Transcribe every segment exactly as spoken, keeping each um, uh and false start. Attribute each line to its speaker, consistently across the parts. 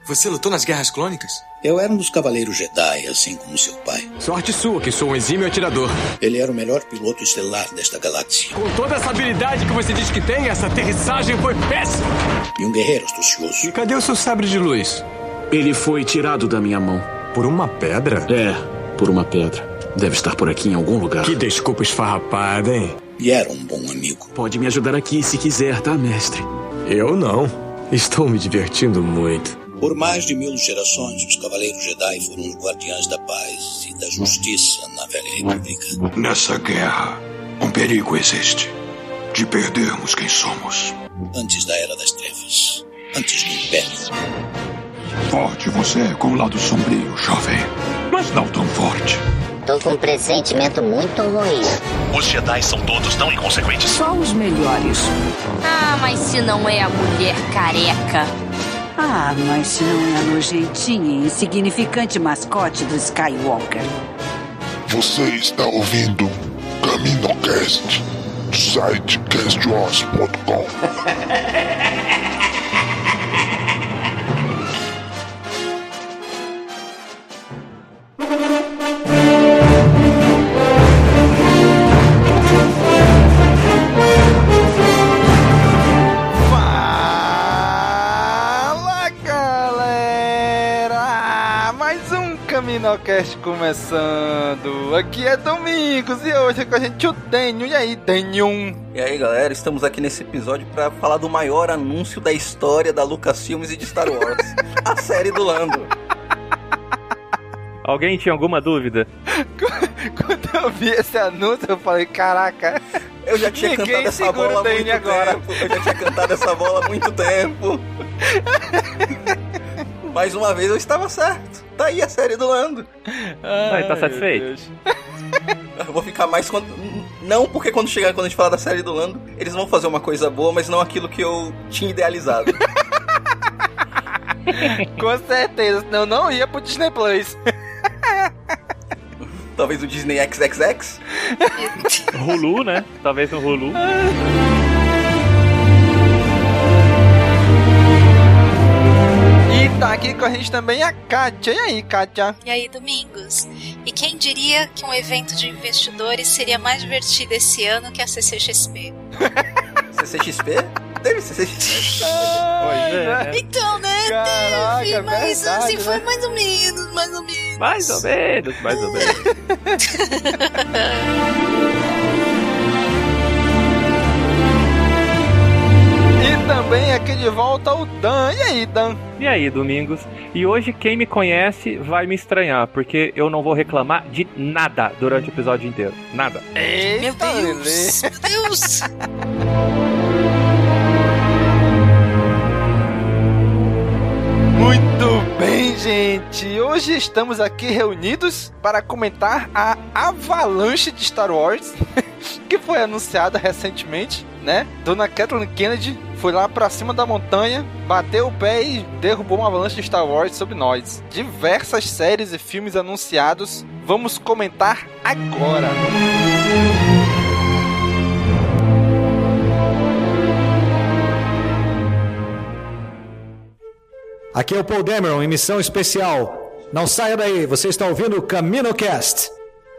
Speaker 1: Você lutou nas Guerras Clônicas?
Speaker 2: Eu era um dos Cavaleiros Jedi, assim como seu pai.
Speaker 1: Sorte sua, que sou um exímio atirador.
Speaker 2: Ele era o melhor piloto estelar desta galáxia.
Speaker 1: Com toda essa habilidade que você diz que tem, essa aterrissagem foi péssima.
Speaker 2: E um guerreiro astucioso.
Speaker 1: E cadê o seu sabre de luz?
Speaker 3: Ele foi tirado da minha mão.
Speaker 1: Por uma pedra?
Speaker 3: É, por uma pedra. Deve estar por aqui em algum lugar.
Speaker 1: Que desculpa esfarrapada, hein?
Speaker 2: E era um bom amigo.
Speaker 3: Pode me ajudar aqui se quiser, tá, mestre?
Speaker 1: Eu não. Estou me divertindo muito.
Speaker 2: Por mais de mil gerações, os Cavaleiros Jedi foram os guardiães da paz e da justiça na Velha República.
Speaker 4: Nessa guerra, um perigo existe. De perdermos quem somos.
Speaker 2: Antes da Era das Trevas. Antes do Império.
Speaker 4: Forte você é com o lado sombrio, jovem. Mas não tão forte.
Speaker 5: Tô com um pressentimento muito ruim.
Speaker 6: Os Jedi são todos tão inconsequentes.
Speaker 7: Só os melhores.
Speaker 8: Ah, mas se não é a mulher careca...
Speaker 7: Ah, mas se não é a nojentinha e insignificante mascote do Skywalker.
Speaker 9: Você está ouvindo CaminoCast, do site cast wars ponto com.
Speaker 10: CaminoCast começando. Aqui é Domingos e hoje é com a gente o Daniel. E aí, Daniel?
Speaker 11: E aí, galera, estamos aqui nesse episódio pra falar do maior anúncio da história da Lucasfilmes e de Star Wars. A série do Lando.
Speaker 12: Alguém tinha alguma dúvida?
Speaker 10: Quando eu vi esse anúncio, eu falei, caraca,
Speaker 11: eu já tinha cantado essa bola há muito
Speaker 10: agora.
Speaker 11: tempo. Eu já tinha cantado essa bola há muito tempo. Mais uma vez eu estava certo. Tá aí a série do Lando.
Speaker 12: Ai, tá satisfeito?
Speaker 11: Eu vou ficar mais quando... Não porque quando chegar, quando a gente falar da série do Lando, eles vão fazer uma coisa boa, mas não aquilo que eu tinha idealizado.
Speaker 10: Com certeza, senão eu não ia pro Disney Plus.
Speaker 11: Talvez o Disney X X X?
Speaker 12: Hulu, né? Talvez no Hulu.
Speaker 10: E tá aqui com a gente também a Kátia. E aí, Kátia?
Speaker 13: E aí, Domingos? E quem diria que um evento de investidores seria mais divertido esse ano que a C C X P?
Speaker 11: C C X P? Teve C C X P?
Speaker 12: Pois é.
Speaker 13: Então, né?
Speaker 10: Caraca,
Speaker 13: teve, mas
Speaker 10: verdade,
Speaker 13: assim,
Speaker 10: né?
Speaker 13: foi mais ou menos, mais ou menos.
Speaker 12: Mais ou menos, mais ou menos.
Speaker 10: E também aqui de volta o Dan. E aí, Dan?
Speaker 12: E aí, Domingos? E hoje quem me conhece vai me estranhar, porque eu não vou reclamar de nada durante o episódio inteiro. Nada.
Speaker 10: Eita,
Speaker 13: meu Deus!
Speaker 10: Lelê.
Speaker 13: Meu Deus!
Speaker 10: Muito bem, gente. Hoje estamos aqui reunidos para comentar a avalanche de Star Wars que foi anunciada recentemente, né? Dona Kathleen Kennedy foi lá pra cima da montanha, bateu o pé e derrubou uma avalanche de Star Wars sobre nós. Diversas séries e filmes anunciados. Vamos comentar agora.
Speaker 14: Aqui é o Paul Dameron em missão especial. Não saia daí, você está ouvindo o CaminoCast.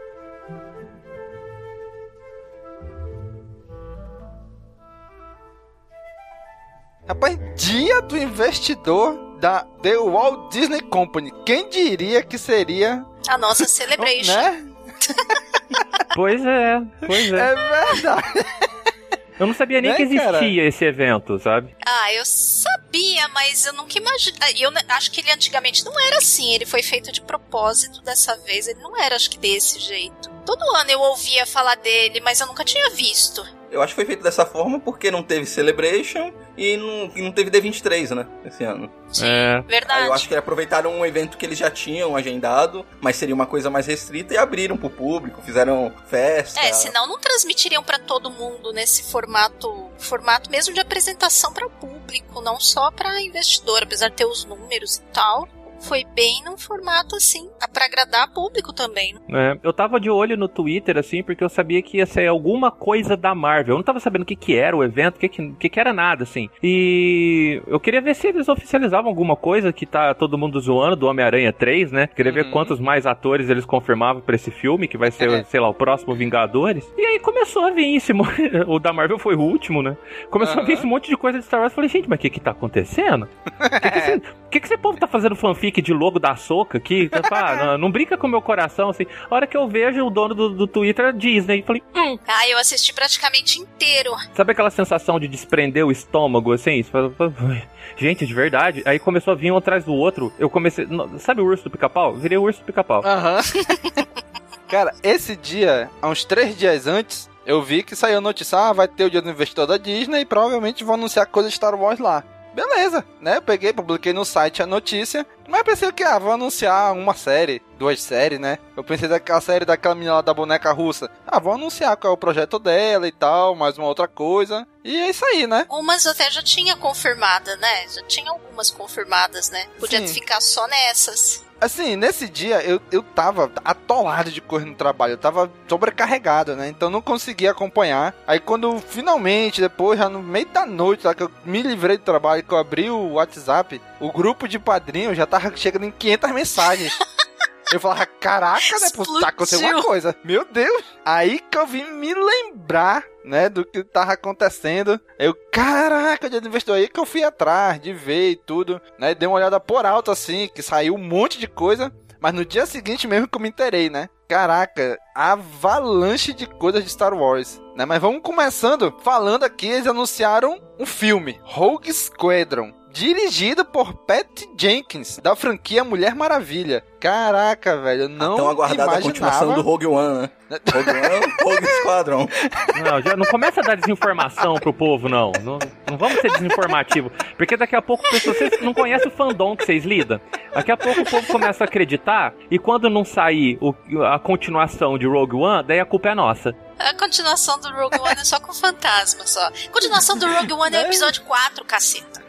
Speaker 10: Rapaz, dia do investidor da The Walt Disney Company. Quem diria que seria...
Speaker 13: A nossa Celebration.
Speaker 10: Né?
Speaker 12: Pois é, pois é.
Speaker 10: É verdade.
Speaker 12: Eu não sabia nem
Speaker 10: Né,
Speaker 12: que existia
Speaker 10: cara?
Speaker 12: esse evento, sabe?
Speaker 13: Ah, eu sabia, mas eu nunca imaginei. Eu acho que ele antigamente não era assim. Ele foi feito de propósito dessa vez. Ele não era, acho que, desse jeito. Todo ano eu ouvia falar dele, mas eu nunca tinha visto.
Speaker 11: Eu acho que foi feito dessa forma porque não teve Celebration e não, e não teve D vinte e três, né? Esse ano.
Speaker 13: Sim,
Speaker 12: É.
Speaker 13: verdade.
Speaker 11: Aí eu acho que aproveitaram um evento que eles já tinham agendado, mas seria uma coisa mais restrita e abriram pro público, fizeram festa.
Speaker 13: É, senão não transmitiriam pra todo mundo nesse formato, formato mesmo de apresentação para público, não só pra investidor, apesar de ter os números e tal. O foi bem num formato assim, pra agradar público também.
Speaker 12: É, eu tava de olho no Twitter, assim, porque eu sabia que ia ser alguma coisa da Marvel. Eu não tava sabendo o que que era o evento, o que que, que que era nada, assim. E eu queria ver se eles oficializavam alguma coisa que tá todo mundo zoando do Homem-Aranha três, né? Queria ver uhum. quantos mais atores eles confirmavam pra esse filme, que vai ser, é. sei lá, o próximo Vingadores. E aí começou a vir esse... O da Marvel foi o último, né? Começou uhum. a vir esse monte de coisa de Star Wars. Eu falei, gente, mas o que que tá acontecendo? O que que esse, que que esse povo tá fazendo fanfic de logo da Ahsoka aqui? Ah, não, não brinca com o meu coração, assim. A hora que eu vejo o dono do, do Twitter é Disney, eu falei, hum.
Speaker 13: Ah, eu assisti praticamente inteiro.
Speaker 12: Sabe aquela sensação de desprender o estômago, assim? Gente, de verdade. Aí começou a vir um atrás do outro. Eu comecei... Sabe o urso do pica-pau? Virei o urso do pica-pau.
Speaker 10: Aham. Uhum. Cara, esse dia, há uns três dias antes, eu vi que saiu a notícia, ah, vai ter o dia do investidor da Disney e provavelmente vão anunciar coisas de Star Wars lá. Beleza, né? Eu peguei, publiquei no site a notícia, mas pensei que, ah, vou anunciar uma série, duas séries, né? Eu pensei daquela série daquela menina lá da boneca russa. Ah, vou anunciar qual é o projeto dela e tal, mais uma outra coisa. E é isso aí, né?
Speaker 13: Umas até já tinha confirmada, né? Já tinha algumas confirmadas, né? Podia Sim. ficar só nessas.
Speaker 10: Assim, nesse dia eu, eu tava atolado de coisa no trabalho, eu tava sobrecarregado, né? Então não conseguia acompanhar. Aí quando finalmente, depois, já no meio da noite, lá que eu me livrei do trabalho, que eu abri o WhatsApp, o grupo de padrinhos já tava chegando em quinhentas mensagens. Eu falava, caraca, né? Pô, tá acontecendo alguma coisa. Meu Deus. Aí que eu vim me lembrar, né, do que tava acontecendo. Eu, caraca, dia do investidor. Aí que eu fui atrás de ver e tudo, né? Dei uma olhada por alto, assim, que saiu um monte de coisa. Mas no dia seguinte mesmo que eu me inteirei, né? Caraca, avalanche de coisas de Star Wars, né? Mas vamos começando falando aqui, eles anunciaram um filme, Rogue Squadron, dirigido por Patty Jenkins, da franquia Mulher Maravilha. Caraca, velho, eu não
Speaker 11: Então aguardada
Speaker 10: imaginava...
Speaker 11: a continuação do Rogue One, né? Rogue One, Rogue Squadron.
Speaker 12: Não, já não começa a dar desinformação pro povo, não. Não, não vamos ser desinformativo. Porque daqui a pouco, vocês não conhecem o fandom que vocês lidam. Daqui a pouco o povo começa a acreditar, e quando não sair o, a continuação de Rogue One, daí a culpa é nossa.
Speaker 13: A continuação do Rogue One é só com fantasma, só. A continuação do Rogue One é o episódio quatro, caceta.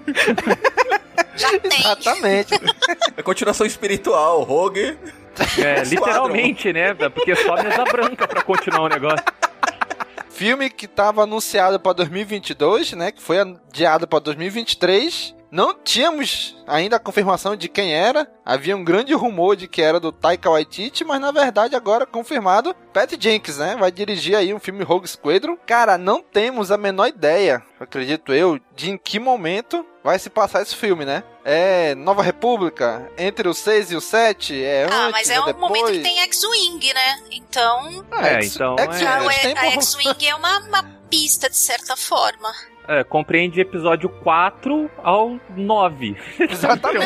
Speaker 13: Já tem.
Speaker 10: Exatamente.
Speaker 11: A continuação espiritual, Rogue.
Speaker 12: É, literalmente, né? Porque só mesa branca pra continuar o negócio.
Speaker 10: Filme que tava anunciado pra dois mil e vinte e dois, né? Que foi adiado pra dois mil e vinte e três. Não tínhamos ainda a confirmação de quem era. Havia um grande rumor de que era do Taika Waititi, mas na verdade agora confirmado, Patty Jenkins, né? Vai dirigir aí um filme Rogue Squadron. Cara, não temos a menor ideia, acredito eu, de em que momento vai se passar esse filme, né? É Nova República, entre o seis e o sete, é antes,
Speaker 13: Ah, mas é um
Speaker 10: depois.
Speaker 13: momento que tem X-Wing, né? Então...
Speaker 10: Ah,
Speaker 12: é,
Speaker 10: X-
Speaker 12: então...
Speaker 10: X-
Speaker 12: é...
Speaker 13: A,
Speaker 10: X-
Speaker 13: a X-Wing é uma, uma pista, de certa forma.
Speaker 12: É, compreende episódio quatro ao nove.
Speaker 10: Exatamente.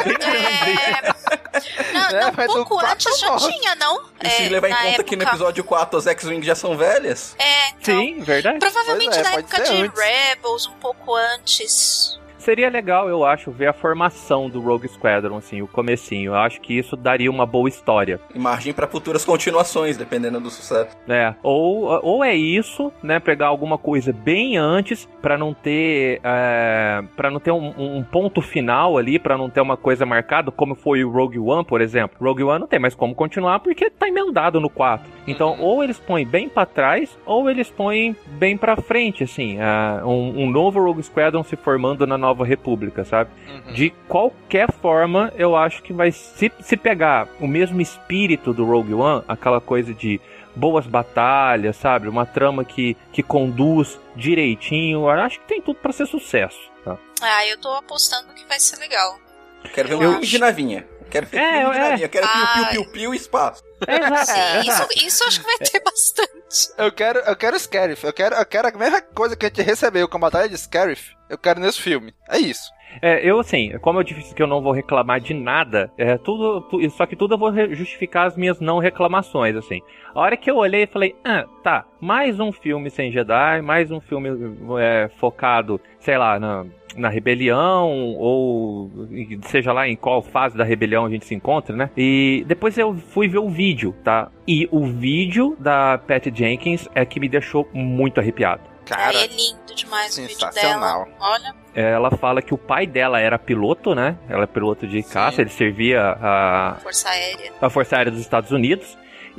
Speaker 13: É... Não,
Speaker 10: É,
Speaker 13: não,
Speaker 10: mas
Speaker 13: um pouco
Speaker 10: o
Speaker 13: antes já
Speaker 10: quatro
Speaker 13: tinha, não?
Speaker 11: E se
Speaker 13: É,
Speaker 11: levar em
Speaker 13: na
Speaker 11: conta
Speaker 13: época...
Speaker 11: que no episódio quatro as X-Wing já são velhas?
Speaker 13: É, então...
Speaker 12: Sim, verdade.
Speaker 13: Provavelmente
Speaker 10: Pois é,
Speaker 13: na
Speaker 10: pode
Speaker 13: época
Speaker 10: ser
Speaker 13: de
Speaker 10: antes.
Speaker 13: Rebels, um pouco antes...
Speaker 12: Seria legal, eu acho, ver a formação do Rogue Squadron, assim, o comecinho. Eu acho que isso daria uma boa história.
Speaker 11: E margem pra futuras continuações, dependendo do sucesso.
Speaker 12: É, ou, ou é isso, né, pegar alguma coisa bem antes pra não ter é, para não ter um, um ponto final ali, pra não ter uma coisa marcada, como foi o Rogue One, por exemplo. Rogue One não tem mais como continuar porque tá emendado no quatro. Então, uhum. ou eles põem bem pra trás, ou eles põem bem pra frente, assim, uh, um, um novo Rogue Squadron se formando na Nova República, sabe? Uhum. De qualquer forma, eu acho que vai se, se pegar o mesmo espírito do Rogue One, aquela coisa de boas batalhas, sabe? Uma trama que, que conduz direitinho, eu acho que tem tudo pra ser sucesso, tá?
Speaker 13: Ah, eu tô apostando que vai ser legal.
Speaker 11: Quero ver um
Speaker 13: eu
Speaker 11: filme de navinha. Quero ver
Speaker 12: é,
Speaker 11: filme de
Speaker 12: é.
Speaker 11: navinha. Quero
Speaker 13: ah,
Speaker 11: piu-piu-piu-piu e espaço.
Speaker 12: É,
Speaker 13: sim, isso, isso acho que vai ter bastante.
Speaker 10: Eu quero, eu quero Scarif. Eu quero, eu quero a mesma coisa que a gente recebeu com a Batalha de Scarif. Eu quero nesse filme. É isso.
Speaker 12: É, eu assim, como eu disse que eu não vou reclamar de nada, é, tudo, tu, só que tudo eu vou justificar as minhas não reclamações, assim. A hora que eu olhei e falei, ah, tá, mais um filme sem Jedi, mais um filme é, focado, sei lá, na, na rebelião, ou seja lá em qual fase da rebelião a gente se encontra, né? E depois eu fui ver o vídeo, tá? E o vídeo da Patty Jenkins é que me deixou muito arrepiado.
Speaker 10: Cara,
Speaker 13: é lindo. lindo demais o vídeo
Speaker 10: Sensacional.
Speaker 13: dela. Olha.
Speaker 12: Ela fala que o pai dela era piloto, né? Ela é piloto de caça, Sim. ele servia a
Speaker 13: Força Aérea.
Speaker 12: a Força Aérea dos Estados Unidos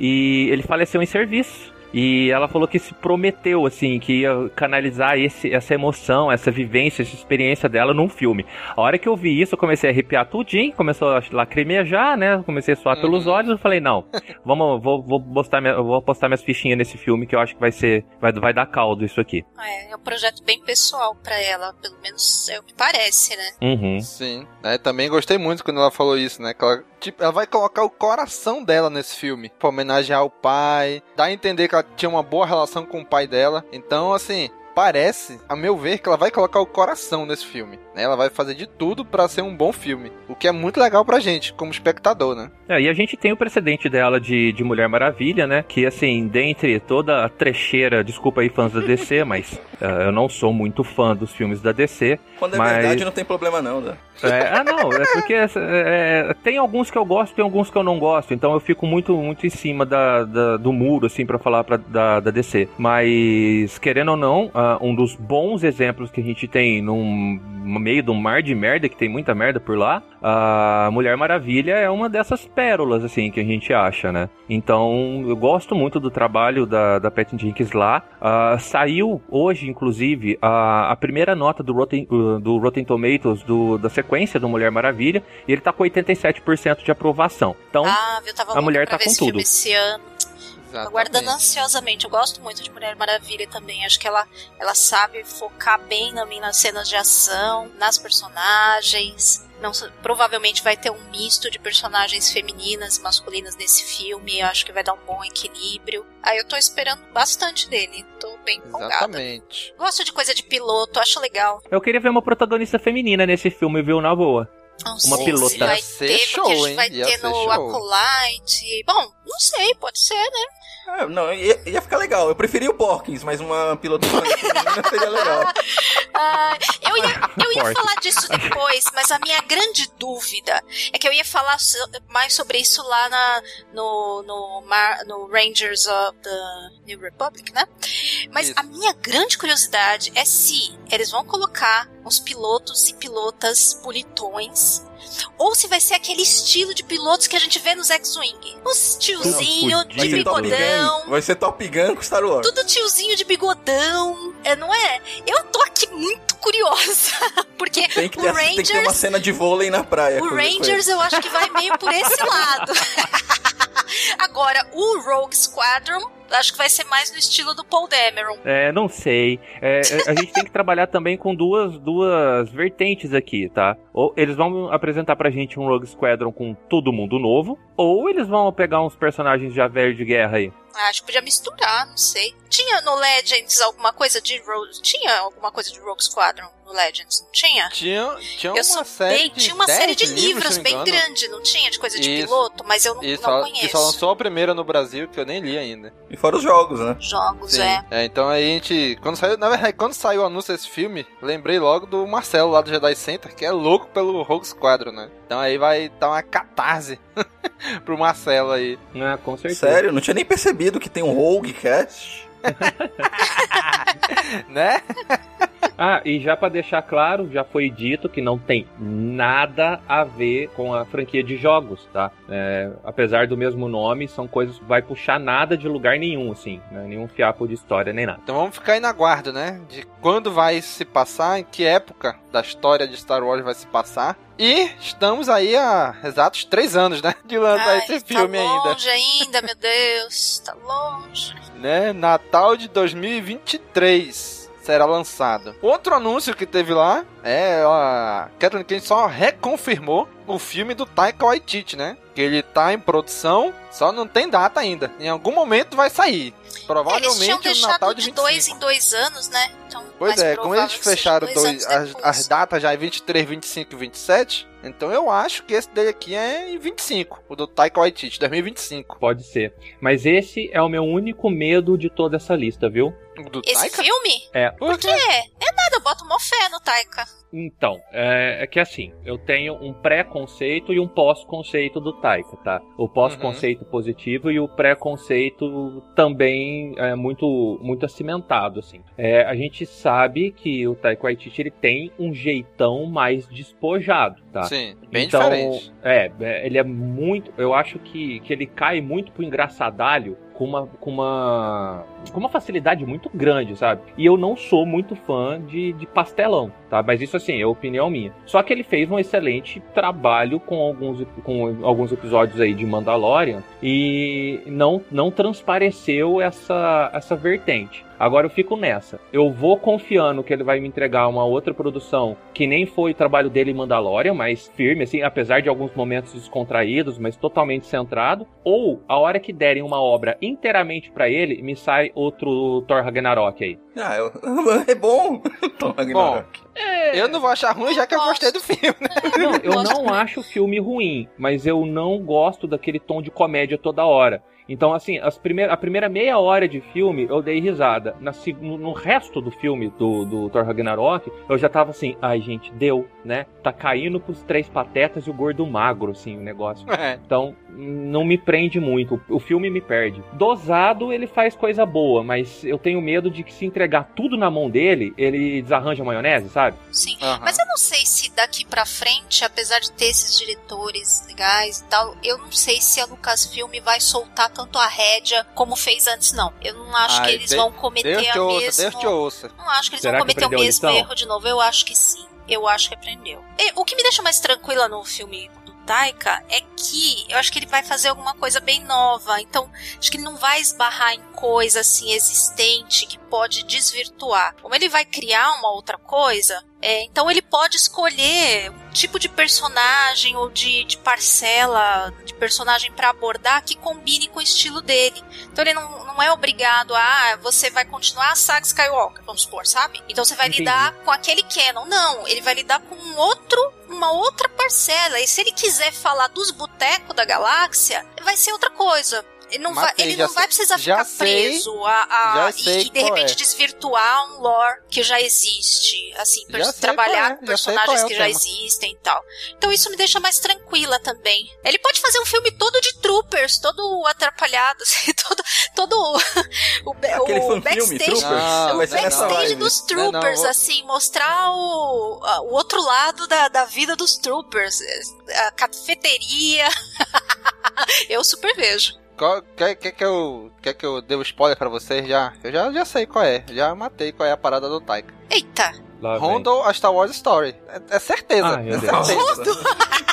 Speaker 12: e ele faleceu em serviço. E ela falou que se prometeu, assim, que ia canalizar esse, essa emoção, essa vivência, essa experiência dela num filme. A hora que eu vi isso, eu comecei a arrepiar tudinho, começou a lacrimejar, né? Comecei a suar uhum. pelos olhos, eu falei, não, vamos, vou, vou, postar minha, vou postar minhas fichinhas nesse filme, que eu acho que vai ser, vai, vai dar caldo isso aqui.
Speaker 13: É, é um projeto bem pessoal pra ela, pelo menos é o que parece, né?
Speaker 12: Uhum.
Speaker 10: Sim, é, também gostei muito quando ela falou isso, né? Que ela, tipo, ela vai colocar o coração dela nesse filme, pra homenagear o pai, dá a entender que ela tinha uma boa relação com o pai dela. Então, assim, parece, a meu ver, que ela vai colocar o coração nesse filme, né? Ela vai fazer de tudo pra ser um bom filme, o que é muito legal pra gente, como espectador, né?
Speaker 12: É, e a gente tem o precedente dela de, de Mulher Maravilha, né? Que, assim, dentre toda a trecheira, desculpa aí fãs da D C, mas uh, eu não sou muito fã dos filmes da D C.
Speaker 11: Quando é
Speaker 12: mas...
Speaker 11: verdade, não tem problema não, né?
Speaker 12: É, ah, não, é porque é, é, tem alguns que eu gosto, tem alguns que eu não gosto, então eu fico muito, muito em cima da, da, do muro, assim, pra falar pra, da, da D C. Mas, querendo ou não, uh, um dos bons exemplos que a gente tem num, no meio de um mar de merda, que tem muita merda por lá, a Mulher Maravilha é uma dessas pérolas, assim, que a gente acha, né? Então, eu gosto muito do trabalho da, da Patty Jenkins lá. Uh, saiu hoje, inclusive, a, a primeira nota do Rotten, uh, do Rotten Tomatoes do, da sequência do Mulher Maravilha, e ele tá com oitenta e sete por cento de aprovação. Então,
Speaker 13: ah, eu tava
Speaker 12: a mulher tá
Speaker 13: ver
Speaker 12: com
Speaker 13: esse
Speaker 12: tudo.
Speaker 13: Filme esse ano.
Speaker 10: Exatamente.
Speaker 13: Aguardando ansiosamente. Eu gosto muito de Mulher Maravilha também. Acho que ela, ela sabe focar bem na, nas cenas de ação, nas personagens. Não, provavelmente vai ter um misto de personagens femininas e masculinas nesse filme. Eu acho que vai dar um bom equilíbrio. Aí eu tô esperando bastante dele. Tô bem empolgada.
Speaker 10: Exatamente.
Speaker 13: Gosto de coisa de piloto, acho legal.
Speaker 12: Eu queria ver uma protagonista feminina nesse filme, viu, na boa.
Speaker 13: Não
Speaker 12: uma
Speaker 13: sei
Speaker 12: pilota.
Speaker 13: se vai
Speaker 10: ser
Speaker 13: ter,
Speaker 10: show,
Speaker 13: porque a gente
Speaker 10: hein?
Speaker 13: vai
Speaker 10: Ia
Speaker 13: ter
Speaker 10: ser
Speaker 13: no
Speaker 10: show.
Speaker 13: Acolyte. Bom, não sei, pode ser, né?
Speaker 11: É, não, ia, ia ficar legal. Eu preferia o Porkins, mas uma piloto feminina seria legal.
Speaker 13: Ah, eu ia, eu ia falar disso depois, mas a minha grande dúvida é que eu ia falar mais sobre isso lá na, no, no, Mar, no Rangers of the New Republic, né? Mas isso. A minha grande curiosidade é se eles vão colocar uns pilotos e pilotas bonitões, ou se vai ser aquele estilo de pilotos que a gente vê nos X-Wing. Uns tiozinho de bigodão.
Speaker 11: Vai ser Top Gun com Star Wars.
Speaker 13: Tudo tiozinho de bigodão, é, não é? Eu tô aqui muito curiosa, porque
Speaker 11: tem que,
Speaker 13: o
Speaker 11: ter,
Speaker 13: Rangers...
Speaker 11: tem que ter uma cena de vôlei na praia.
Speaker 13: O Rangers eu acho que vai meio por esse lado. Agora, o Rogue Squadron, acho que vai ser mais no estilo do Paul Dameron.
Speaker 12: É, não sei. É, a gente tem que trabalhar também com duas, duas vertentes aqui, tá? Ou eles vão apresentar pra gente um Rogue Squadron com todo mundo novo, ou eles vão pegar uns personagens já velhos de guerra aí.
Speaker 13: Acho que podia misturar, não sei. Tinha no Legends alguma coisa de Rogue... Tinha alguma coisa de Rogue Squadron no Legends, não tinha?
Speaker 10: Tinha, tinha
Speaker 13: eu
Speaker 10: uma série
Speaker 13: bem,
Speaker 10: de
Speaker 13: Tinha uma série de livros,
Speaker 10: livros
Speaker 13: bem grande, não tinha? De coisa de
Speaker 10: isso,
Speaker 13: piloto, mas eu não,
Speaker 10: isso,
Speaker 13: não
Speaker 10: só,
Speaker 13: conheço.
Speaker 10: E só lançou a primeira no Brasil, que eu nem li ainda.
Speaker 11: E fora os jogos, né?
Speaker 13: Jogos,
Speaker 10: Sim.
Speaker 13: é.
Speaker 10: é. Então aí a gente... Quando saiu, na verdade, quando saiu o anúncio desse filme, lembrei logo do Marcelo lá do Jedi Center, que é louco pelo Rogue Squadron, né? Então aí vai dar uma catarse pro Marcelo aí.
Speaker 12: Ah, com certeza.
Speaker 11: Sério, não tinha nem percebido que tem um Rogue Cast.
Speaker 10: Né?
Speaker 12: Ah, e já pra deixar claro, já foi dito que não tem nada a ver com a franquia de jogos, tá? É, apesar do mesmo nome, são coisas que vai puxar nada de lugar nenhum, assim, né? Nenhum fiapo de história, nem nada.
Speaker 10: Então vamos ficar aí na guarda, né? De quando vai se passar, em que época da história de Star Wars vai se passar. E estamos aí há exatos três anos, né? De lançar
Speaker 13: Ai,
Speaker 10: esse filme
Speaker 13: tá
Speaker 10: ainda.
Speaker 13: longe ainda, meu Deus. Tá longe.
Speaker 10: Né? Natal de dois mil e vinte e três será lançado. Outro anúncio que teve lá é a Kathleen Kennedy só reconfirmou o filme do Taika Waititi, né? Que ele tá em produção, só não tem data ainda. Em algum momento vai sair. Provavelmente
Speaker 13: é,
Speaker 10: no Natal de
Speaker 13: de
Speaker 10: vinte e cinco.
Speaker 13: dois em dois anos, né? Então,
Speaker 10: pois é, como eles fecharam dois dois, as, as datas já em vinte e três, vinte e cinco e vinte e sete, então eu acho que esse dele aqui é em vinte e cinco, o do Taika Waititi, dois mil e vinte e cinco.
Speaker 12: Pode ser. Mas esse é o meu único medo de toda essa lista, viu?
Speaker 10: Do
Speaker 13: Esse
Speaker 10: Taika?
Speaker 13: filme?
Speaker 12: É.
Speaker 13: Por quê? É nada, eu boto mó fé no Taika.
Speaker 12: Então, é, é que assim, eu tenho um pré-conceito e um pós-conceito do Taika, tá? O pós-conceito uhum. positivo e o pré-conceito também é muito, muito acimentado, assim. É, a gente sabe que o Taika Waititi, ele tem um jeitão mais despojado, tá?
Speaker 10: Sim, bem
Speaker 12: então,
Speaker 10: diferente.
Speaker 12: É, ele é muito... Eu acho que, que ele cai muito pro engraçadalho com uma, com uma com uma facilidade muito grande, sabe? E eu não sou muito fã de, de pastelão, tá? Mas isso, assim, é opinião minha. Só que ele fez um excelente trabalho com alguns, com alguns episódios aí de Mandalorian e não, não transpareceu essa, essa vertente. Agora eu fico nessa. Eu vou confiando que ele vai me entregar uma outra produção que nem foi o trabalho dele em Mandalorian, mas firme, assim, apesar de alguns momentos descontraídos, mas totalmente centrado. Ou, a hora que derem uma obra inteiramente pra ele, me sai outro Thor Ragnarok aí.
Speaker 11: Ah, eu, é bom. Thor Ragnarok.
Speaker 10: Bom, é... eu não vou achar ruim, já que eu gostei do filme, né?
Speaker 12: Não, eu não acho o filme ruim, mas eu não gosto daquele tom de comédia toda hora. Então, assim, as primeir, a primeira meia hora de filme, eu dei risada. Na, no, no resto do filme, do, do Thor Ragnarok, eu já tava assim, ai, gente, deu, né? Tá caindo pros três patetas e o gordo magro, assim, o negócio. É. Então, não me prende muito. O filme me perde. Dosado, ele faz coisa boa, mas eu tenho medo de que se entregar tudo na mão dele, ele desarranja a maionese, sabe?
Speaker 13: Sim, uhum. Mas eu não sei se daqui pra frente, apesar de ter esses diretores legais e tal, eu não sei se a Lucasfilm vai soltar tanto a rédea como fez antes, não. Eu não acho Ai, que eles
Speaker 10: de...
Speaker 13: vão cometer
Speaker 10: Deus
Speaker 13: a
Speaker 10: te ouça,
Speaker 13: mesma...
Speaker 10: Deus te ouça.
Speaker 13: Não acho que eles
Speaker 12: Será
Speaker 13: vão cometer o mesmo
Speaker 12: lição?
Speaker 13: erro de novo. Eu acho que sim. Eu acho que aprendeu. E, o que me deixa mais tranquila no filme do Taika é que eu acho que ele vai fazer alguma coisa bem nova. Então, acho que ele não vai esbarrar em coisa assim existente que pode desvirtuar. Como ele vai criar uma outra coisa... É, então ele pode escolher um tipo de personagem ou de, de parcela de personagem para abordar que combine com o estilo dele. Então ele não, não é obrigado a ah, você vai continuar a saga Skywalker, vamos supor, sabe? Então você vai Entendi. lidar com aquele canon. Não, ele vai lidar com um outro, uma outra parcela. E se ele quiser falar dos botecos da galáxia, vai ser outra coisa. Ele não, vai, ele não
Speaker 10: sei,
Speaker 13: vai precisar ficar
Speaker 10: sei,
Speaker 13: preso a, a, e, e de repente
Speaker 10: é.
Speaker 13: desvirtuar um lore que já existe, assim, per- trabalhar é, com personagens é que já existem e tal. Então isso me deixa mais tranquila também. Ele pode fazer um filme todo de troopers, todo atrapalhado, assim, todo, todo o, o, o backstage,
Speaker 11: não,
Speaker 13: o backstage dos troopers, não, não, assim, mostrar o, o outro lado da, da vida dos troopers, a cafeteria. Eu super vejo.
Speaker 10: Quer, quer, que eu, quer que eu dê um spoiler pra vocês já? Eu já, já sei qual é. Já matei qual é a parada do Taika.
Speaker 13: Eita!
Speaker 10: Rondo, a Star Wars Story. É, é certeza.
Speaker 12: Ah,
Speaker 10: é certeza.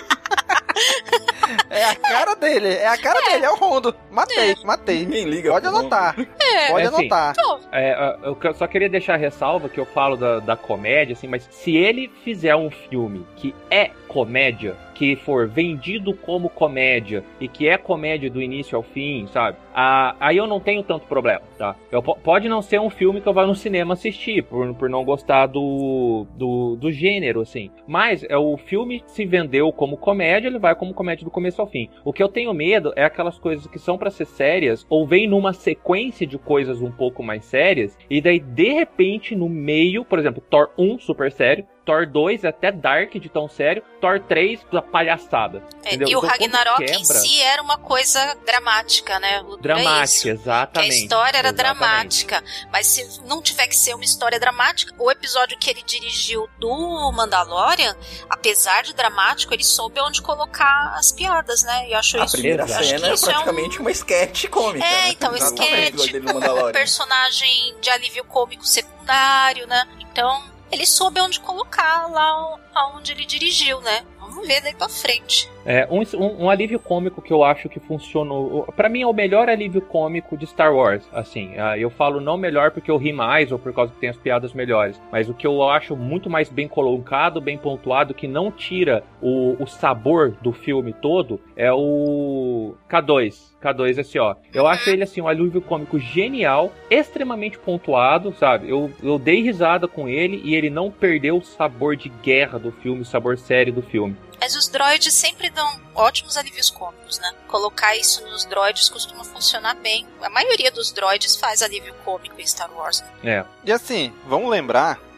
Speaker 10: É a cara dele. É a cara é. dele. É o Rondo. Matei, é. matei.
Speaker 11: Ninguém liga.
Speaker 10: Pode anotar.
Speaker 13: É.
Speaker 10: Pode
Speaker 12: é assim,
Speaker 10: anotar.
Speaker 12: É, eu só queria deixar a ressalva que eu falo da, da comédia, assim, mas se ele fizer um filme que é comédia, que for vendido como comédia e que é comédia do início ao fim, sabe? Ah, aí eu não tenho tanto problema, tá? Eu, pode não ser um filme que eu vá no cinema assistir, por, por não gostar do, do, do gênero, assim. Mas é, o filme se vendeu como comédia, ele vai como comédia do começo ao fim. O que eu tenho medo é aquelas coisas que são pra ser sérias, ou vem numa sequência de coisas um pouco mais sérias, e daí, de repente, no meio, por exemplo, Thor um, super sério, Thor dois é até dark de tão sério, Thor três, palhaçada.
Speaker 13: É, e o então, Ragnarok quebra... em si era uma coisa dramática, né? O
Speaker 12: dramática,
Speaker 13: é
Speaker 12: exatamente.
Speaker 13: Que a história era
Speaker 12: exatamente.
Speaker 13: dramática. Mas se não tiver que ser uma história dramática, o episódio que ele dirigiu do Mandalorian, apesar de dramático, ele soube onde colocar as piadas, né? E eu acho
Speaker 11: a
Speaker 13: isso...
Speaker 11: A primeira
Speaker 13: acho
Speaker 11: cena é praticamente
Speaker 13: é um...
Speaker 11: uma sketch cômica.
Speaker 13: É,
Speaker 11: né?
Speaker 13: então, sketch, um personagem de alívio cômico secundário, né? Então... ele soube onde colocar lá onde ele dirigiu, né? Vamos ver daí pra frente.
Speaker 12: É, um, um, um alívio cômico que eu acho que funcionou... Pra mim é o melhor alívio cômico de Star Wars, assim. Uh, eu falo não melhor porque eu ri mais ou por causa que tem as piadas melhores. Mas o que eu acho muito mais bem colocado, bem pontuado, que não tira o, o sabor do filme todo, é o K dois. K dois S O. Eu uhum. acho ele, assim, um alívio cômico genial, extremamente pontuado, sabe? Eu, eu dei risada com ele e ele não perdeu o sabor de guerra do filme, o sabor sério do filme.
Speaker 13: Mas os droids sempre dão ótimos alívios cômicos, né? Colocar isso nos droids costuma funcionar bem. A maioria dos droids faz alívio cômico em Star Wars, né?
Speaker 12: É.
Speaker 10: E assim, vamos lembrar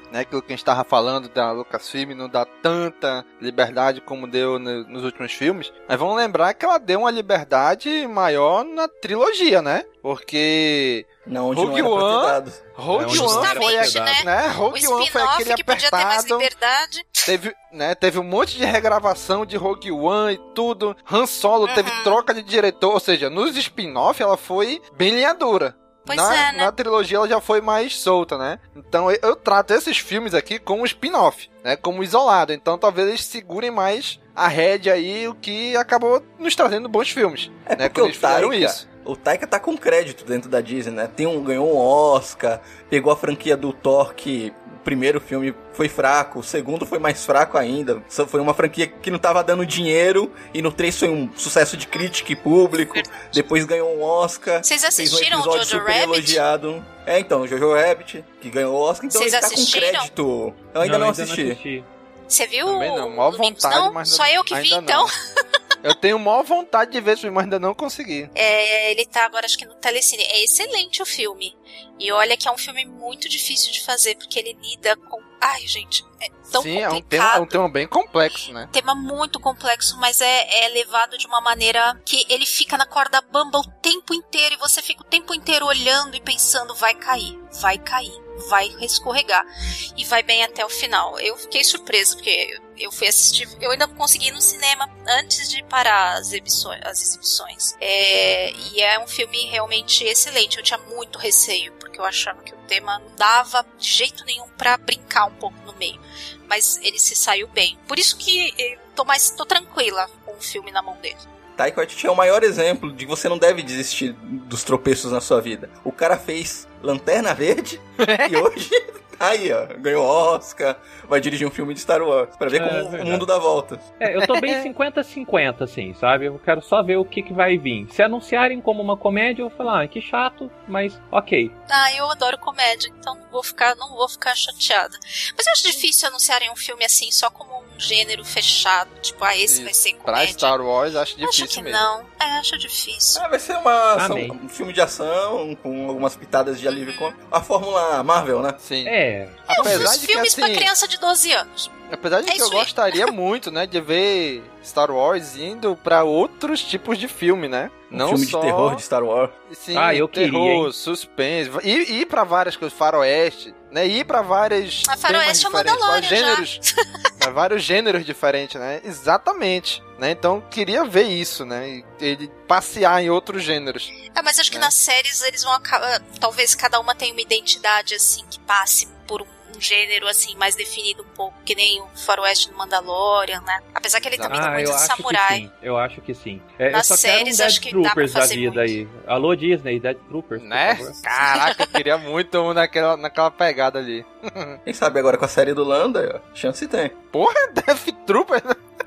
Speaker 10: né? Aquilo que a gente tava falando da Lucasfilm não dá tanta liberdade como deu no, nos últimos filmes. Mas vamos lembrar que ela deu uma liberdade maior na trilogia, né? Porque
Speaker 11: não, onde
Speaker 10: Rogue
Speaker 11: não
Speaker 10: One,
Speaker 11: dado.
Speaker 10: Rogue é, One foi, a, né? né? Rogue One foi aquele
Speaker 13: que
Speaker 10: apertado.
Speaker 13: Podia ter mais liberdade.
Speaker 10: Teve, né? Teve um monte de regravação de Rogue One e tudo. Han Solo uhum. teve troca de diretor, ou seja, nos spin-off ela foi bem linha dura.
Speaker 13: Pois
Speaker 10: na,
Speaker 13: é, né?
Speaker 10: na trilogia ela já foi mais solta, né? Então eu, eu trato esses filmes aqui como spin-off, né? Como isolado. Então talvez eles segurem mais a rédea aí, o que acabou nos trazendo bons filmes.
Speaker 11: É
Speaker 10: né?
Speaker 11: porque
Speaker 10: Quando eles
Speaker 11: o Taika,
Speaker 10: fizeram isso.
Speaker 11: O Taika tá com crédito dentro da Disney, né? Tem um, ganhou um Oscar, pegou a franquia do Thor, que o primeiro filme foi fraco, o segundo foi mais fraco ainda. Foi uma franquia que não tava dando dinheiro, e no três foi um sucesso de crítica e público. Depois ganhou um Oscar.
Speaker 13: Vocês assistiram
Speaker 11: fez um episódio
Speaker 13: Jojo
Speaker 11: super
Speaker 13: Rabbit?
Speaker 11: elogiado. É, então, Jojo Rabbit, que ganhou o Oscar, então
Speaker 13: Vocês
Speaker 11: ele tá
Speaker 13: assistiram?
Speaker 11: com crédito. Eu ainda não,
Speaker 12: não, ainda
Speaker 11: assisti.
Speaker 12: não assisti.
Speaker 13: Você viu?
Speaker 10: Também não, maior vontade,
Speaker 13: não?
Speaker 10: mas
Speaker 13: Só
Speaker 10: não,
Speaker 13: eu que vi,
Speaker 10: ainda
Speaker 13: então.
Speaker 10: Eu tenho maior vontade de ver esse filme, mas ainda não consegui.
Speaker 13: É, ele tá agora, acho que no Telecine. É excelente o filme. E olha que é um filme muito difícil de fazer, porque ele lida com... Ai, gente, é tão
Speaker 10: Sim,
Speaker 13: complicado.
Speaker 10: é um, tema, é um tema bem complexo, né?
Speaker 13: Tema muito complexo, mas é, é levado de uma maneira que ele fica na corda bamba o tempo inteiro, e você fica o tempo inteiro olhando e pensando, vai cair, vai cair, vai escorregar, e vai bem até o final. Eu fiquei surpresa, porque eu fui assistir, eu ainda consegui ir no cinema antes de parar as exibições, as exibições. É, e é um filme realmente excelente. Eu tinha muito receio, porque eu achava que o tema não dava de jeito nenhum pra brincar um pouco no meio, mas ele se saiu bem. Por isso que eu tô mais tô tranquila com o filme na mão dele.
Speaker 11: Taika Waititi é o maior exemplo de que você não deve desistir dos tropeços na sua vida. O cara fez Lanterna Verde e hoje tá aí, ó, ganhou Oscar, vai dirigir um filme de Star Wars, pra ver
Speaker 12: É,
Speaker 11: como
Speaker 12: é
Speaker 11: o mundo dá voltas.
Speaker 12: É, eu tô bem cinquenta a cinquenta, assim, sabe? Eu quero só ver o que, que vai vir. Se anunciarem como uma comédia, eu vou falar, ah, que chato, mas ok.
Speaker 13: Ah, eu adoro comédia, então não vou ficar, não vou ficar chateada. Mas eu acho difícil anunciarem um filme assim, só como um gênero fechado, tipo, ah, esse
Speaker 10: Isso.
Speaker 13: vai ser comédia.
Speaker 10: Pra Star Wars, acho difícil
Speaker 13: acho que
Speaker 10: mesmo.
Speaker 13: não, é, acho difícil.
Speaker 11: Ah, vai ser uma ação,
Speaker 12: Amém.
Speaker 11: um filme de ação, com algumas pitadas de alívio com a Fórmula Marvel, né?
Speaker 10: Sim.
Speaker 12: É.
Speaker 13: É,
Speaker 10: Apesar
Speaker 13: os
Speaker 10: de que,
Speaker 13: filmes
Speaker 10: assim,
Speaker 13: pra criança de doze anos.
Speaker 10: Apesar de
Speaker 13: É
Speaker 10: que eu
Speaker 13: isso aí.
Speaker 10: gostaria muito, né, de ver Star Wars indo pra outros tipos de filme, né?
Speaker 11: Um
Speaker 10: Não
Speaker 11: filme
Speaker 10: só...
Speaker 11: de terror de Star Wars.
Speaker 10: Sim,
Speaker 12: Ah, eu
Speaker 10: terror,
Speaker 12: queria, hein?
Speaker 10: suspense, e ir pra várias coisas, faroeste, né? Ir pra várias
Speaker 13: A faroeste é o
Speaker 10: temas diferentes,
Speaker 13: Mandalorian
Speaker 10: gêneros, né? Vários gêneros diferentes, né? Exatamente, né? Então queria ver isso, né? E ele passear em outros gêneros.
Speaker 13: Ah, mas acho que
Speaker 10: É.
Speaker 13: nas séries eles vão acabar, talvez cada uma tenha uma identidade assim que passe por um gênero assim mais definido um pouco, que nem o faroeste do Mandalorian, né? Apesar que ele também tem
Speaker 12: Ah,
Speaker 13: muito
Speaker 12: eu
Speaker 13: de
Speaker 12: acho
Speaker 13: samurai.
Speaker 12: que sim. Eu acho que sim. É, eu
Speaker 13: Nas
Speaker 12: só quero um
Speaker 13: séries,
Speaker 12: Dead
Speaker 13: acho que dá pra
Speaker 12: Troopers da
Speaker 13: fazer
Speaker 12: vida aí. Alô, Disney, Dead Troopers,
Speaker 10: Né?
Speaker 12: por favor.
Speaker 10: Caraca, eu queria muito um naquela, naquela pegada ali.
Speaker 11: Quem sabe agora com a série do Landa, ó, chance tem.
Speaker 10: Porra, Death Trooper.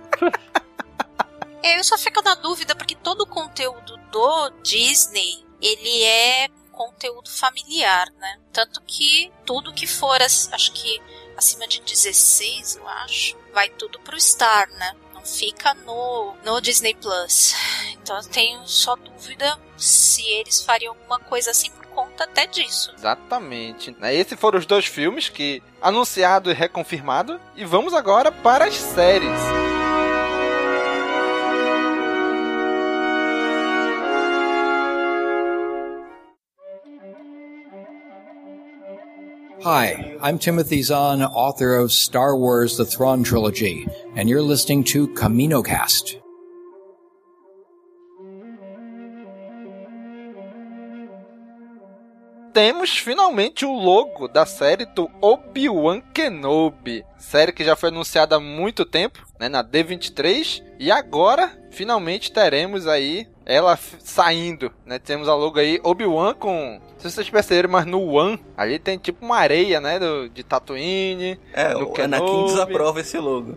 Speaker 13: É, eu só fico na dúvida porque todo o conteúdo do Disney, ele é conteúdo familiar, né? Tanto que tudo que for, acho que acima de dezesseis, eu acho, vai tudo pro Star, né? Não fica no, no Disney Plus. Então eu tenho só dúvida se eles fariam alguma coisa assim por conta até disso.
Speaker 10: Exatamente. Né? Esses foram os dois filmes que anunciado e reconfirmado. E vamos agora para as séries.
Speaker 15: Hi, I'm Timothy Zahn, author of Star Wars The Thrawn Trilogy, and you're listening to CaminoCast.
Speaker 10: Temos finalmente o logo da série do Obi-Wan Kenobi. Série que já foi anunciada há muito tempo, né, na D vinte e três. E agora, finalmente, teremos aí ela f- saindo, né? Temos a logo aí, Obi-Wan com... Não sei se vocês perceberam, mas no Wan, ali tem tipo uma areia, né? Do, de Tatooine.
Speaker 11: É,
Speaker 10: no
Speaker 11: o
Speaker 10: Kenobi.
Speaker 11: Anakin desaprova esse logo.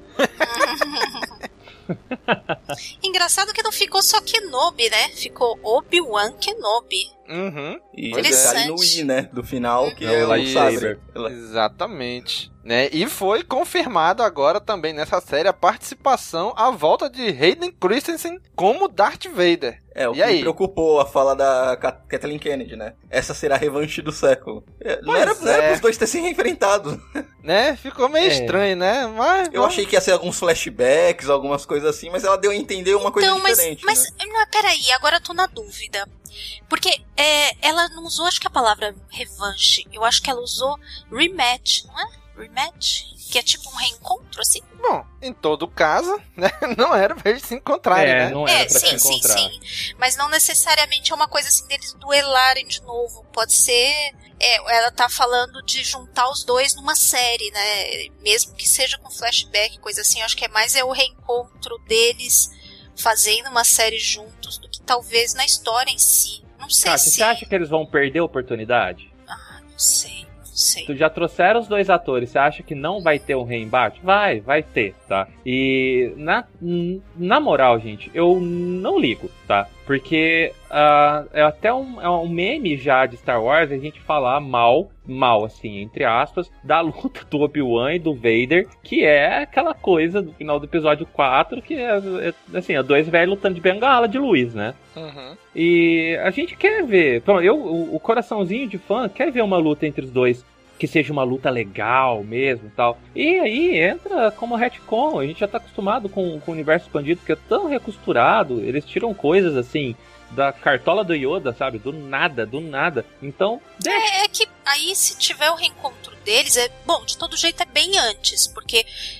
Speaker 13: Engraçado que não ficou só Kenobi, né? Ficou Obi-Wan Kenobi.
Speaker 10: Uhum.
Speaker 11: E
Speaker 10: Pois
Speaker 11: ele
Speaker 10: é.
Speaker 11: tá ali no I, né? Do final, que
Speaker 10: Não,
Speaker 11: é o
Speaker 10: Lightsaber.
Speaker 11: sabre. Ela-
Speaker 10: Exatamente. Né? E foi confirmado agora também nessa série a participação, a volta de Hayden Christensen como Darth Vader.
Speaker 11: É, o
Speaker 10: E
Speaker 11: que
Speaker 10: aí?
Speaker 11: me preocupou a fala da Ka- Kathleen Kennedy, né? Essa será a revanche do século. É, não
Speaker 10: Pois
Speaker 11: era, não era
Speaker 10: é.
Speaker 11: pros dois terem se enfrentado.
Speaker 10: né? Ficou meio
Speaker 11: É.
Speaker 10: estranho, né? Mas,
Speaker 11: Eu achei que ia ser alguns flashbacks, algumas coisas assim, mas ela deu a entender uma coisa
Speaker 13: Então, mas,
Speaker 11: diferente,
Speaker 13: mas
Speaker 11: né?
Speaker 13: não, peraí, agora eu tô na dúvida. Porque é, ela não usou, acho que a palavra revanche. Eu acho que ela usou rematch, não é? Rematch? Que é tipo um reencontro, assim?
Speaker 10: Bom, em todo caso, né? Não era pra eles se encontrarem,
Speaker 12: É,
Speaker 10: né?
Speaker 12: não era
Speaker 13: É,
Speaker 12: pra
Speaker 13: sim,
Speaker 12: se
Speaker 13: sim,
Speaker 12: encontrar.
Speaker 13: sim. Mas não necessariamente é uma coisa assim deles duelarem de novo. Pode ser. É, ela tá falando de juntar os dois numa série, né? Mesmo que seja com flashback, coisa assim. Eu acho que é mais é o reencontro deles fazendo uma série juntos do que talvez na história em si. Não sei
Speaker 12: Kátia,
Speaker 13: se.
Speaker 12: você acha que eles vão perder a oportunidade?
Speaker 13: Ah, não sei, não sei.
Speaker 12: Tu já trouxeram os dois atores, você acha que não vai ter um reembate? Vai, vai ter, tá? E na, na moral, gente, eu não ligo, tá? Porque uh, é até um, é um meme já de Star Wars a gente falar mal, mal assim, entre aspas, da luta do Obi-Wan e do Vader, que é aquela coisa do final do episódio quatro, que é, é assim, é dois velhos lutando de bengala de luz, né?
Speaker 10: Uhum.
Speaker 12: E a gente quer ver, eu, o, o coraçãozinho de fã quer ver uma luta entre os dois, que seja uma luta legal mesmo e tal. E aí entra como retcon, a gente já tá acostumado com, com o universo expandido, que é tão recosturado, eles tiram coisas assim da cartola do Yoda, sabe? Do nada, do nada. Então, deixa.
Speaker 13: É, é que aí se tiver o reencontro deles, é bom, de todo jeito é bem antes, porque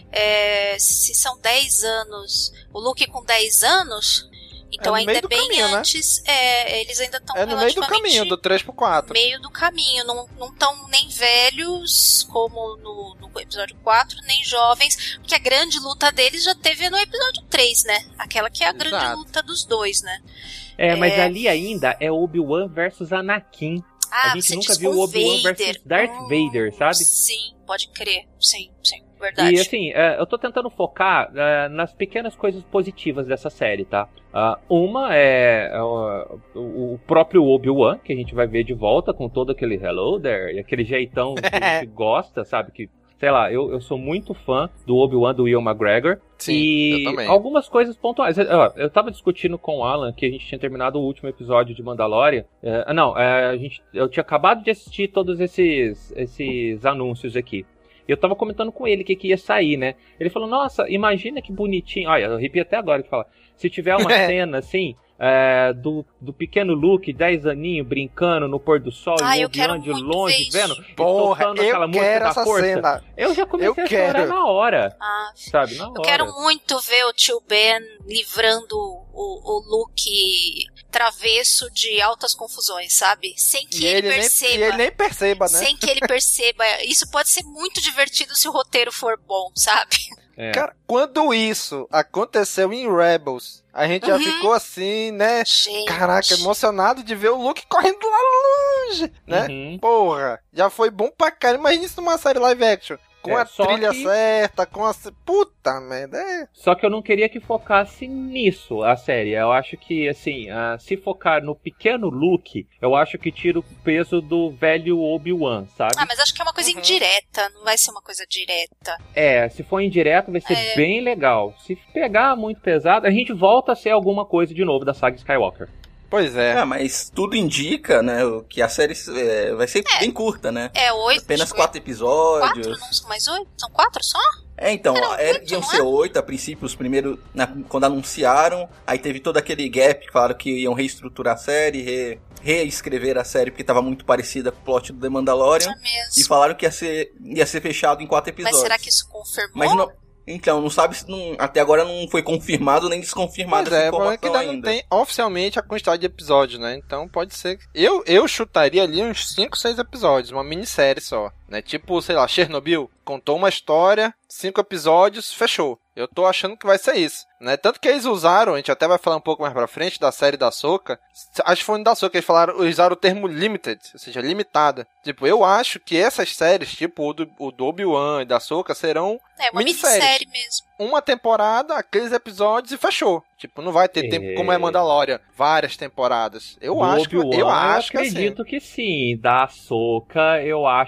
Speaker 13: é, se são dez anos, o Luke com dez anos, então
Speaker 10: É no
Speaker 13: ainda
Speaker 10: meio
Speaker 13: é
Speaker 10: do
Speaker 13: bem
Speaker 10: caminho, né?
Speaker 13: antes, é, eles ainda estão
Speaker 10: É no meio do caminho, do três pro quatro.
Speaker 13: meio do caminho, não estão nem velhos como no, no episódio quatro, nem jovens, porque a grande luta deles já teve no episódio três, né? Aquela que é a grande
Speaker 10: Exato.
Speaker 13: luta dos dois, né?
Speaker 12: É, mas
Speaker 13: É.
Speaker 12: ali ainda é Obi-Wan versus Anakin.
Speaker 13: Ah,
Speaker 12: a gente
Speaker 13: você
Speaker 12: nunca
Speaker 13: diz
Speaker 12: viu
Speaker 13: com
Speaker 12: o Obi-Wan
Speaker 13: Vader.
Speaker 12: versus Darth
Speaker 13: Hum,
Speaker 12: Vader, sabe?
Speaker 13: Sim, pode crer. Sim, sim, verdade.
Speaker 12: E assim, é, eu tô tentando focar é, nas pequenas coisas positivas dessa série, tá? Ah, uma é, é o, o próprio Obi-Wan, que a gente vai ver de volta com todo aquele hello there, e aquele jeitão que a gente gosta, sabe? Que, sei lá, eu, eu sou muito fã do Obi-Wan do Ewan McGregor.
Speaker 10: Sim,
Speaker 12: e
Speaker 10: eu também.
Speaker 12: algumas coisas pontuais. Ó, eu tava discutindo com o Alan que a gente tinha terminado o último episódio de Mandalorian. É, não, é, a gente, eu tinha acabado de assistir todos esses, esses anúncios aqui. E eu tava comentando com ele o que, que ia sair, né? Ele falou, nossa, imagina que bonitinho. Olha, eu arrepio até agora de falar. Se tiver uma cena assim, é, do, do pequeno Luke, dez aninhos, brincando no pôr do sol,
Speaker 13: Ah,
Speaker 12: e
Speaker 13: eu
Speaker 12: o
Speaker 13: quero
Speaker 12: Obi-Wan de
Speaker 13: muito
Speaker 12: longe,
Speaker 13: ver isso.
Speaker 12: vendo, e
Speaker 10: Porra,
Speaker 12: tocando
Speaker 10: eu
Speaker 12: aquela música
Speaker 10: quero
Speaker 12: da
Speaker 10: essa
Speaker 12: força.
Speaker 10: cena.
Speaker 12: Eu já comecei
Speaker 10: Eu
Speaker 12: a chorar
Speaker 10: quero.
Speaker 12: na hora.
Speaker 13: Ah,
Speaker 12: Sabe, na hora.
Speaker 13: eu quero muito ver o tio Ben livrando o, o Luke travesso de altas confusões, sabe? Sem que
Speaker 10: E
Speaker 13: ele,
Speaker 10: ele, nem,
Speaker 13: perceba.
Speaker 10: e ele nem perceba, né?
Speaker 13: Sem que ele perceba. Isso pode ser muito divertido se o roteiro for bom, sabe?
Speaker 12: É.
Speaker 10: Cara, quando isso aconteceu em Rebels, a gente já
Speaker 13: Uhum.
Speaker 10: ficou assim, né?
Speaker 13: Gente.
Speaker 10: Caraca, emocionado de ver o Luke correndo lá longe, né?
Speaker 12: Uhum.
Speaker 10: Porra, já foi bom pra caramba. Imagina isso numa série live action. Com
Speaker 12: É,
Speaker 10: a
Speaker 12: só
Speaker 10: trilha
Speaker 12: que-
Speaker 10: certa, com a... Puta merda, é...
Speaker 12: Só que eu não queria que focasse nisso, a série. Eu acho que, assim, ah, se focar no pequeno Luke, eu acho que tira o peso do velho Obi-Wan, sabe?
Speaker 13: Ah, mas acho que é uma coisa
Speaker 10: Uhum.
Speaker 13: indireta, não vai ser uma coisa direta.
Speaker 12: É, se for indireto vai ser
Speaker 13: É.
Speaker 12: bem legal. Se pegar muito pesado, a gente volta a ser alguma coisa de novo da saga Skywalker.
Speaker 10: Pois é.
Speaker 11: Ah, mas tudo indica, né, que a série é, vai ser bem curta, né?
Speaker 13: É oito.
Speaker 11: Apenas
Speaker 13: tipo,
Speaker 11: quatro episódios.
Speaker 13: Quatro? Não são mais oito? São quatro só?
Speaker 11: É, então,
Speaker 13: Eram
Speaker 11: era,
Speaker 13: oito,
Speaker 11: iam
Speaker 13: não
Speaker 11: ser
Speaker 13: é?
Speaker 11: oito a princípio, os primeiros, na- quando anunciaram, aí teve todo aquele gap, falaram que iam reestruturar a série, re, reescrever a série, porque tava muito parecida com o plot do The Mandalorian,
Speaker 13: É mesmo.
Speaker 11: e falaram que ia ser, ia ser fechado em quatro episódios.
Speaker 13: Mas será que isso confirmou?
Speaker 11: Mas não, então, não sabe se não, até agora não foi confirmado nem desconfirmado
Speaker 10: Pois
Speaker 11: essa
Speaker 10: é, o problema é que
Speaker 11: informação
Speaker 10: ainda não
Speaker 11: ainda.
Speaker 10: tem oficialmente a quantidade de episódios, né? Então pode ser. que- Eu, eu chutaria ali uns cinco, seis episódios, uma minissérie só. Né? Tipo, sei lá, Chernobyl. Contou uma história, cinco episódios, fechou. Eu tô achando que vai ser isso. Né? Tanto que eles usaram, a gente até vai falar um pouco mais pra frente da série da Ahsoka. Acho que foi no da Ahsoka, eles falaram, usaram o termo limited, ou seja, limitada. Tipo, eu acho que essas séries, tipo o do, o do Obi-Wan e da Ahsoka, serão
Speaker 13: É uma
Speaker 10: minisséries.
Speaker 13: minissérie mesmo.
Speaker 10: Uma temporada, aqueles episódios e fechou. Tipo, não vai ter
Speaker 12: É.
Speaker 10: tempo como é Mandalorian, várias temporadas. Eu
Speaker 12: Do
Speaker 10: acho que
Speaker 12: Obi-Wan,
Speaker 10: eu acho que é assim.
Speaker 12: acredito que sim. Da Ahsoka, eu acho que isso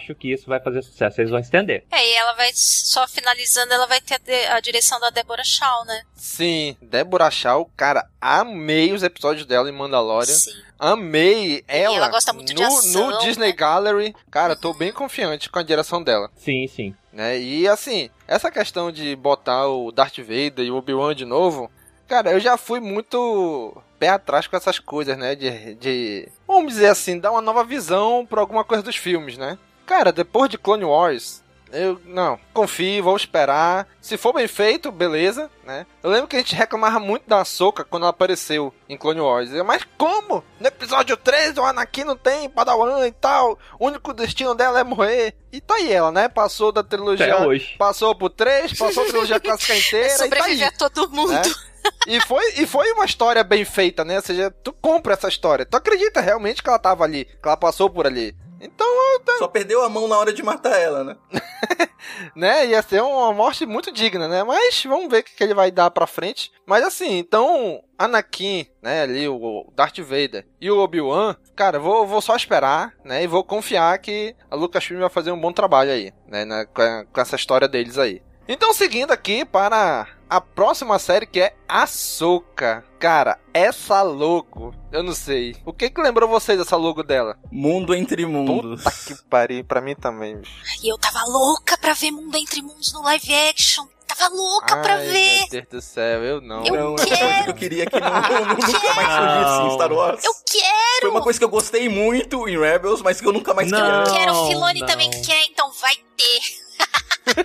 Speaker 12: isso vai fazer sucesso, eles vão estender.
Speaker 13: É, e ela vai, só finalizando, ela vai ter a, de, a direção da Deborah Shaw, né?
Speaker 10: Sim, Deborah Shaw, cara, amei os episódios dela em Mandalorian. Sim. Amei ela,
Speaker 13: ela gosta muito
Speaker 10: no,
Speaker 13: de ação,
Speaker 10: no Disney
Speaker 13: né?
Speaker 10: Gallery. Cara, tô bem confiante com a direção dela.
Speaker 12: Sim, sim.
Speaker 10: Né? E assim, essa questão de botar o Darth Vader e o Obi-Wan de novo, cara, eu já fui muito pé atrás com essas coisas, né? De, de, vamos dizer assim, dar uma nova visão pra alguma coisa dos filmes, né? Cara, depois de Clone Wars, eu, não, confio, vou esperar. Se for bem feito, beleza, né? Eu lembro que a gente reclamava muito da Ahsoka quando ela apareceu em Clone Wars. Eu, mas como? No episódio três o Anakin não tem Padawan e tal. O único destino dela é morrer. E tá aí ela, né? Passou da trilogia...
Speaker 12: Até hoje.
Speaker 10: Passou pro três, passou a trilogia clássica inteira
Speaker 13: é sobreviver
Speaker 10: e tá aí,
Speaker 13: a todo mundo.
Speaker 10: Né? E foi, e foi uma história bem feita, né? Ou seja, tu compra essa história. Tu acredita realmente que ela tava ali, que ela passou por ali. Então...
Speaker 11: Só perdeu a mão na hora de matar ela, né?
Speaker 10: Né? Ia ser uma morte muito digna, né? Mas vamos ver o que ele vai dar pra frente. Mas assim, então... Anakin, né? Ali, o Darth Vader e o Obi-Wan... Cara, vou, vou só esperar, né? E vou confiar que a Lucasfilm vai fazer um bom trabalho aí, né? Na, com, com essa história deles aí. Então, seguindo aqui para a próxima série, que é Ahsoka. Cara, essa logo, eu não sei. O que que lembrou vocês dessa logo dela?
Speaker 11: Mundo Entre Mundos.
Speaker 10: Puta que pariu, pra mim também, bicho.
Speaker 13: E eu tava louca pra ver Mundo Entre Mundos no live action. Tava louca
Speaker 10: Ai,
Speaker 13: pra ver.
Speaker 10: Meu Deus do céu, eu não.
Speaker 13: Eu
Speaker 11: não,
Speaker 13: quero.
Speaker 11: Eu queria que não, não, nunca mais surgisse em Star Wars.
Speaker 13: Eu quero.
Speaker 11: Foi uma coisa que eu gostei muito em Rebels, mas que eu nunca mais
Speaker 12: não,
Speaker 11: quero.
Speaker 13: Eu quero, o Filoni
Speaker 12: não.
Speaker 13: também quer, então vai ter.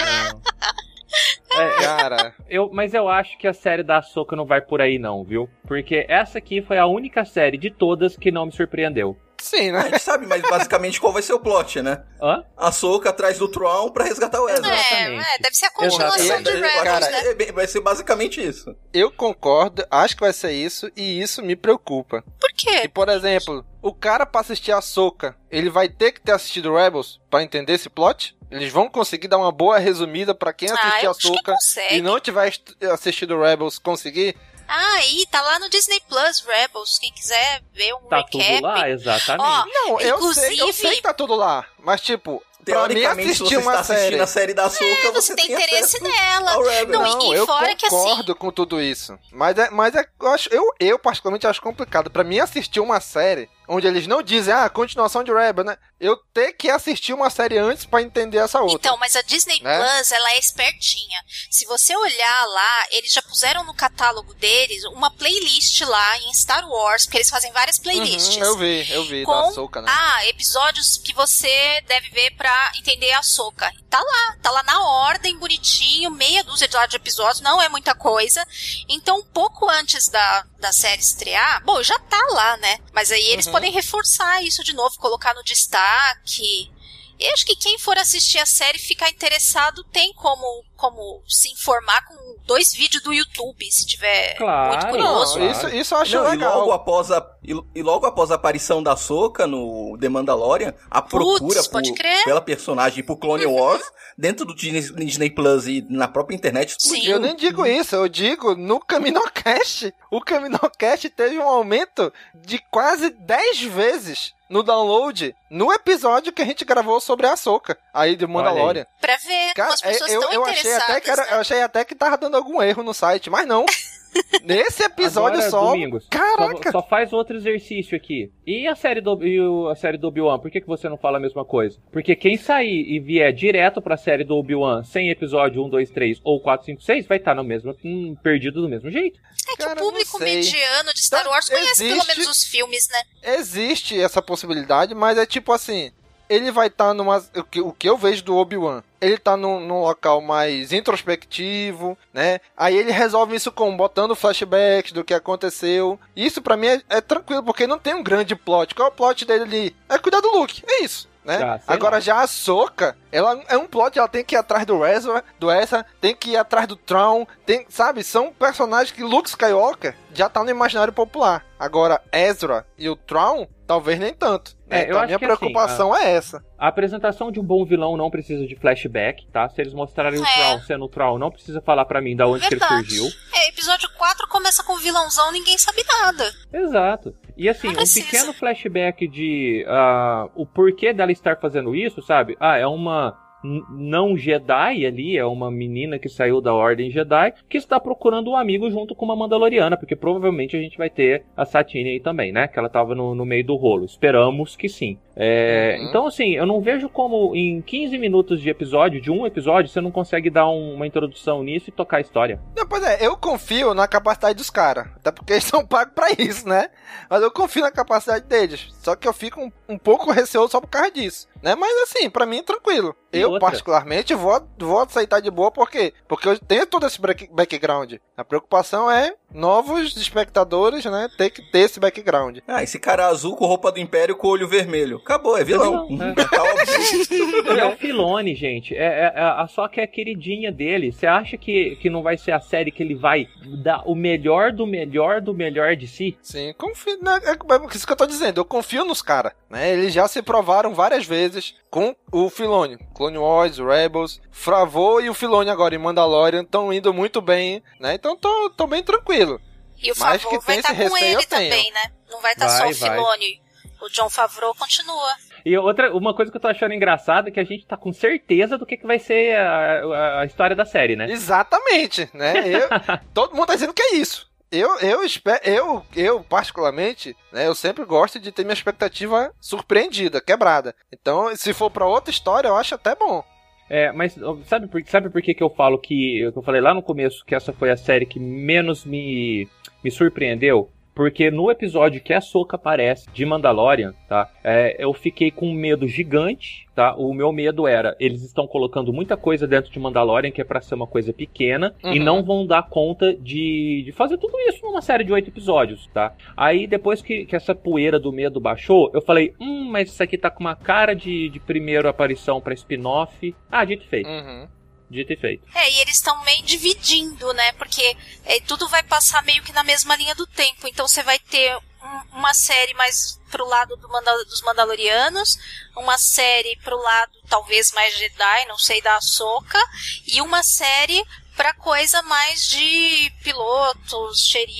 Speaker 12: É,
Speaker 10: cara,
Speaker 12: eu, mas eu acho que a série da Ahsoka não vai por aí não, viu? Porque essa aqui foi a única série de todas que não me surpreendeu.
Speaker 10: Sim, né?
Speaker 11: A gente sabe, mas basicamente qual vai ser o plot, né?
Speaker 12: Hã?
Speaker 11: A Ahsoka atrás do Tron pra resgatar o Ezra.
Speaker 13: É, é, deve ser a continuação de Rebels,
Speaker 10: Cara,
Speaker 13: né?
Speaker 11: É, vai ser basicamente isso.
Speaker 10: Eu concordo, acho que vai ser isso, e isso me preocupa.
Speaker 13: Por quê?
Speaker 10: E, por exemplo, o cara pra assistir a Ahsoka, ele vai ter que ter assistido Rebels pra entender esse plot? Eles vão conseguir dar uma boa resumida pra quem assistir
Speaker 13: ah,
Speaker 10: a Ahsoka
Speaker 13: e
Speaker 10: não tiver assistido Rebels conseguir?
Speaker 13: Ah, aí, tá lá no Disney Plus, Rebels. Quem quiser ver um
Speaker 12: tá
Speaker 13: recap.
Speaker 12: Tá tudo lá, exatamente.
Speaker 13: Ó,
Speaker 10: não, eu,
Speaker 13: inclusive...
Speaker 10: sei, eu sei que tá tudo lá. Mas, tipo, pra mim assistir
Speaker 11: se você
Speaker 10: uma
Speaker 11: está
Speaker 10: série...
Speaker 11: assistindo a série da Ahsoka,
Speaker 13: é,
Speaker 11: você,
Speaker 13: você tem
Speaker 11: tem
Speaker 13: interesse nela.
Speaker 11: Não,
Speaker 10: não,
Speaker 13: e, e
Speaker 10: eu
Speaker 13: fora
Speaker 10: concordo
Speaker 13: que assim...
Speaker 10: com tudo isso. Mas, é, mas é, eu, acho, eu, eu, particularmente, acho complicado. Pra mim, assistir uma série onde eles não dizem, ah, continuação de Rebels, né? Eu ter que assistir uma série antes pra entender essa outra.
Speaker 13: Então, mas a Disney
Speaker 10: né?
Speaker 13: Plus, ela é espertinha. Se você olhar lá, eles já puseram no catálogo deles uma playlist lá em Star Wars, porque eles fazem várias playlists.
Speaker 10: Uhum, eu vi, eu vi,
Speaker 13: com,
Speaker 10: da Ahsoka, né?
Speaker 13: Ah, episódios que você deve ver pra entender a Ahsoka. Tá lá, tá lá na ordem, bonitinho, meia dúzia de episódios, não é muita coisa. Então, um pouco antes da, da série estrear, bom, já tá lá, né? Mas aí eles
Speaker 10: Uhum.
Speaker 13: podem reforçar isso de novo, colocar no destaque. E acho que quem for assistir a série e ficar interessado tem como, como se informar com dois vídeos do YouTube, se tiver
Speaker 12: claro,
Speaker 13: muito curioso.
Speaker 10: Não, isso, isso eu acho
Speaker 11: não,
Speaker 10: legal.
Speaker 11: E logo, após a, e, e logo após a aparição da Ahsoka no The Mandalorian, a procura
Speaker 13: Puts,
Speaker 11: por,
Speaker 13: crer.
Speaker 11: pela personagem por Clone
Speaker 13: Uhum.
Speaker 11: Wars, dentro do Disney, Disney Plus e na própria internet, explodiu.
Speaker 10: Eu nem digo isso, eu digo no Caminocast. O Caminocast teve um aumento de quase dez vezes no download no episódio que a gente gravou sobre a Ahsoka, aí de Mandalorian.
Speaker 13: Pra ver
Speaker 10: Cara,
Speaker 13: como as pessoas
Speaker 10: eu,
Speaker 13: estão
Speaker 10: eu achei
Speaker 13: interessadas.
Speaker 10: até que era,
Speaker 13: né?
Speaker 10: eu achei até que tava dando algum erro no site, mas não. Nesse episódio
Speaker 12: Agora,
Speaker 10: só.
Speaker 12: Domingos,
Speaker 10: Caraca.
Speaker 12: Só, só faz outro exercício aqui. E a série do, e o, a série do Obi-Wan? Por que, que você não fala a mesma coisa? Porque quem sair e vier direto pra série do Obi-Wan sem episódio um, dois, três ou quatro, cinco, seis, vai estar no mesmo, hum, perdido do mesmo jeito.
Speaker 13: É que
Speaker 10: Cara,
Speaker 13: o público
Speaker 10: não sei.
Speaker 13: mediano de Star
Speaker 10: Então,
Speaker 13: Wars conhece
Speaker 10: existe-
Speaker 13: pelo menos os filmes, né?
Speaker 10: Existe essa possibilidade, mas é tipo assim, ele vai estar tá numa... O que, o que eu vejo do Obi-Wan, ele tá num, num local mais introspectivo, né? Aí ele resolve isso com botando flashbacks do que aconteceu. Isso pra mim é, é tranquilo, porque não tem um grande plot. Qual é o plot dele ali? É cuidar do Luke, é isso. Né?
Speaker 12: Ah,
Speaker 10: Agora
Speaker 12: lá.
Speaker 10: já a Ahsoka, ela é um plot, ela tem que ir atrás do Ezra, do Ezra, tem que ir atrás do Tron, tem, sabe? São personagens que Luke Skywalker já tá no imaginário popular. Agora, Ezra e o Thrawn, talvez nem tanto. Né?
Speaker 12: É,
Speaker 10: então
Speaker 12: eu
Speaker 10: a
Speaker 12: acho
Speaker 10: minha
Speaker 12: que,
Speaker 10: preocupação
Speaker 12: assim, a,
Speaker 10: é essa.
Speaker 12: A apresentação de um bom vilão não precisa de flashback, tá? Se eles mostrarem é. o Thrawn sendo o Thrawn, não precisa falar pra mim da onde que ele surgiu.
Speaker 13: É, episódio quatro começa com o vilãozão, ninguém sabe nada.
Speaker 12: Exato. E assim, um pequeno flashback de uh, o porquê dela estar fazendo isso, sabe? Ah, é uma não Jedi ali, é uma menina que saiu da Ordem Jedi, que está procurando um amigo junto com uma Mandaloriana, porque provavelmente a gente vai ter a Satine aí também, né? Que ela tava no, no meio do rolo. Esperamos que sim. É, uhum. Então, assim, eu não vejo como em quinze minutos de episódio, de um episódio, você não consegue dar um, uma introdução nisso e tocar a história.
Speaker 10: Não, pois é, eu confio na capacidade dos caras, até porque eles são pagos pra isso, né? Mas eu confio na capacidade deles, só que eu fico um, um pouco receoso só por causa disso, né? Mas assim, pra mim, tranquilo. E eu, outra? particularmente, vou, vou aceitar de boa, por quê? Porque eu tenho todo esse background. A preocupação é novos espectadores, né? Ter que ter esse background.
Speaker 11: Ah, esse cara azul com roupa do Império com olho vermelho. Acabou, é vilão. É, é. Tá
Speaker 12: óbvio. É o Filoni, gente. É, é, é, só que é a queridinha dele. Você acha que, que não vai ser a série que ele vai dar o melhor do melhor do melhor de si?
Speaker 10: Sim, confio. Né? É isso que eu tô dizendo. Eu confio nos caras. Né? Eles já se provaram várias vezes com o Filoni. Clone Wars, Rebels, Favreau e o Filoni agora em Mandalorian estão indo muito bem, né? Então tô, tô bem tranquilo.
Speaker 13: E o Favreau vai estar tá com ele também, né? Não vai estar tá só o Filoni. O Jon Favreau continua.
Speaker 12: E outra, uma coisa que eu tô achando engraçada é que a gente tá com certeza do que, que vai ser a, a, a história da série, né?
Speaker 10: Exatamente, né? Eu, todo mundo tá dizendo que é isso. Eu, eu, espero, eu, eu particularmente, né, eu sempre gosto de ter minha expectativa surpreendida, quebrada. Então, se for pra outra história, eu acho até bom.
Speaker 12: É, mas sabe por, sabe por que, que eu falo que, que eu falei lá no começo que essa foi a série que menos me, me surpreendeu? Porque no episódio que a Ahsoka aparece de Mandalorian, tá? É, eu fiquei com um medo gigante, tá? O meu medo era, eles estão colocando muita coisa dentro de Mandalorian que é pra ser uma coisa pequena uhum. e não vão dar conta de, de fazer tudo isso numa série de oito episódios, tá? Aí depois que, que essa poeira do medo baixou, eu falei, hum, mas isso aqui tá com uma cara de, de primeira aparição pra spin-off. Ah, dito e feito.
Speaker 10: Uhum.
Speaker 12: Dito e feito.
Speaker 13: É, e eles estão meio dividindo, né? Porque é, tudo vai passar meio que na mesma linha do tempo. Então você vai ter um, uma série mais pro lado do Mandal- dos Mandalorianos, uma série pro lado talvez mais Jedi, não sei, da Ahsoka, e uma série pra coisa mais de pilotos,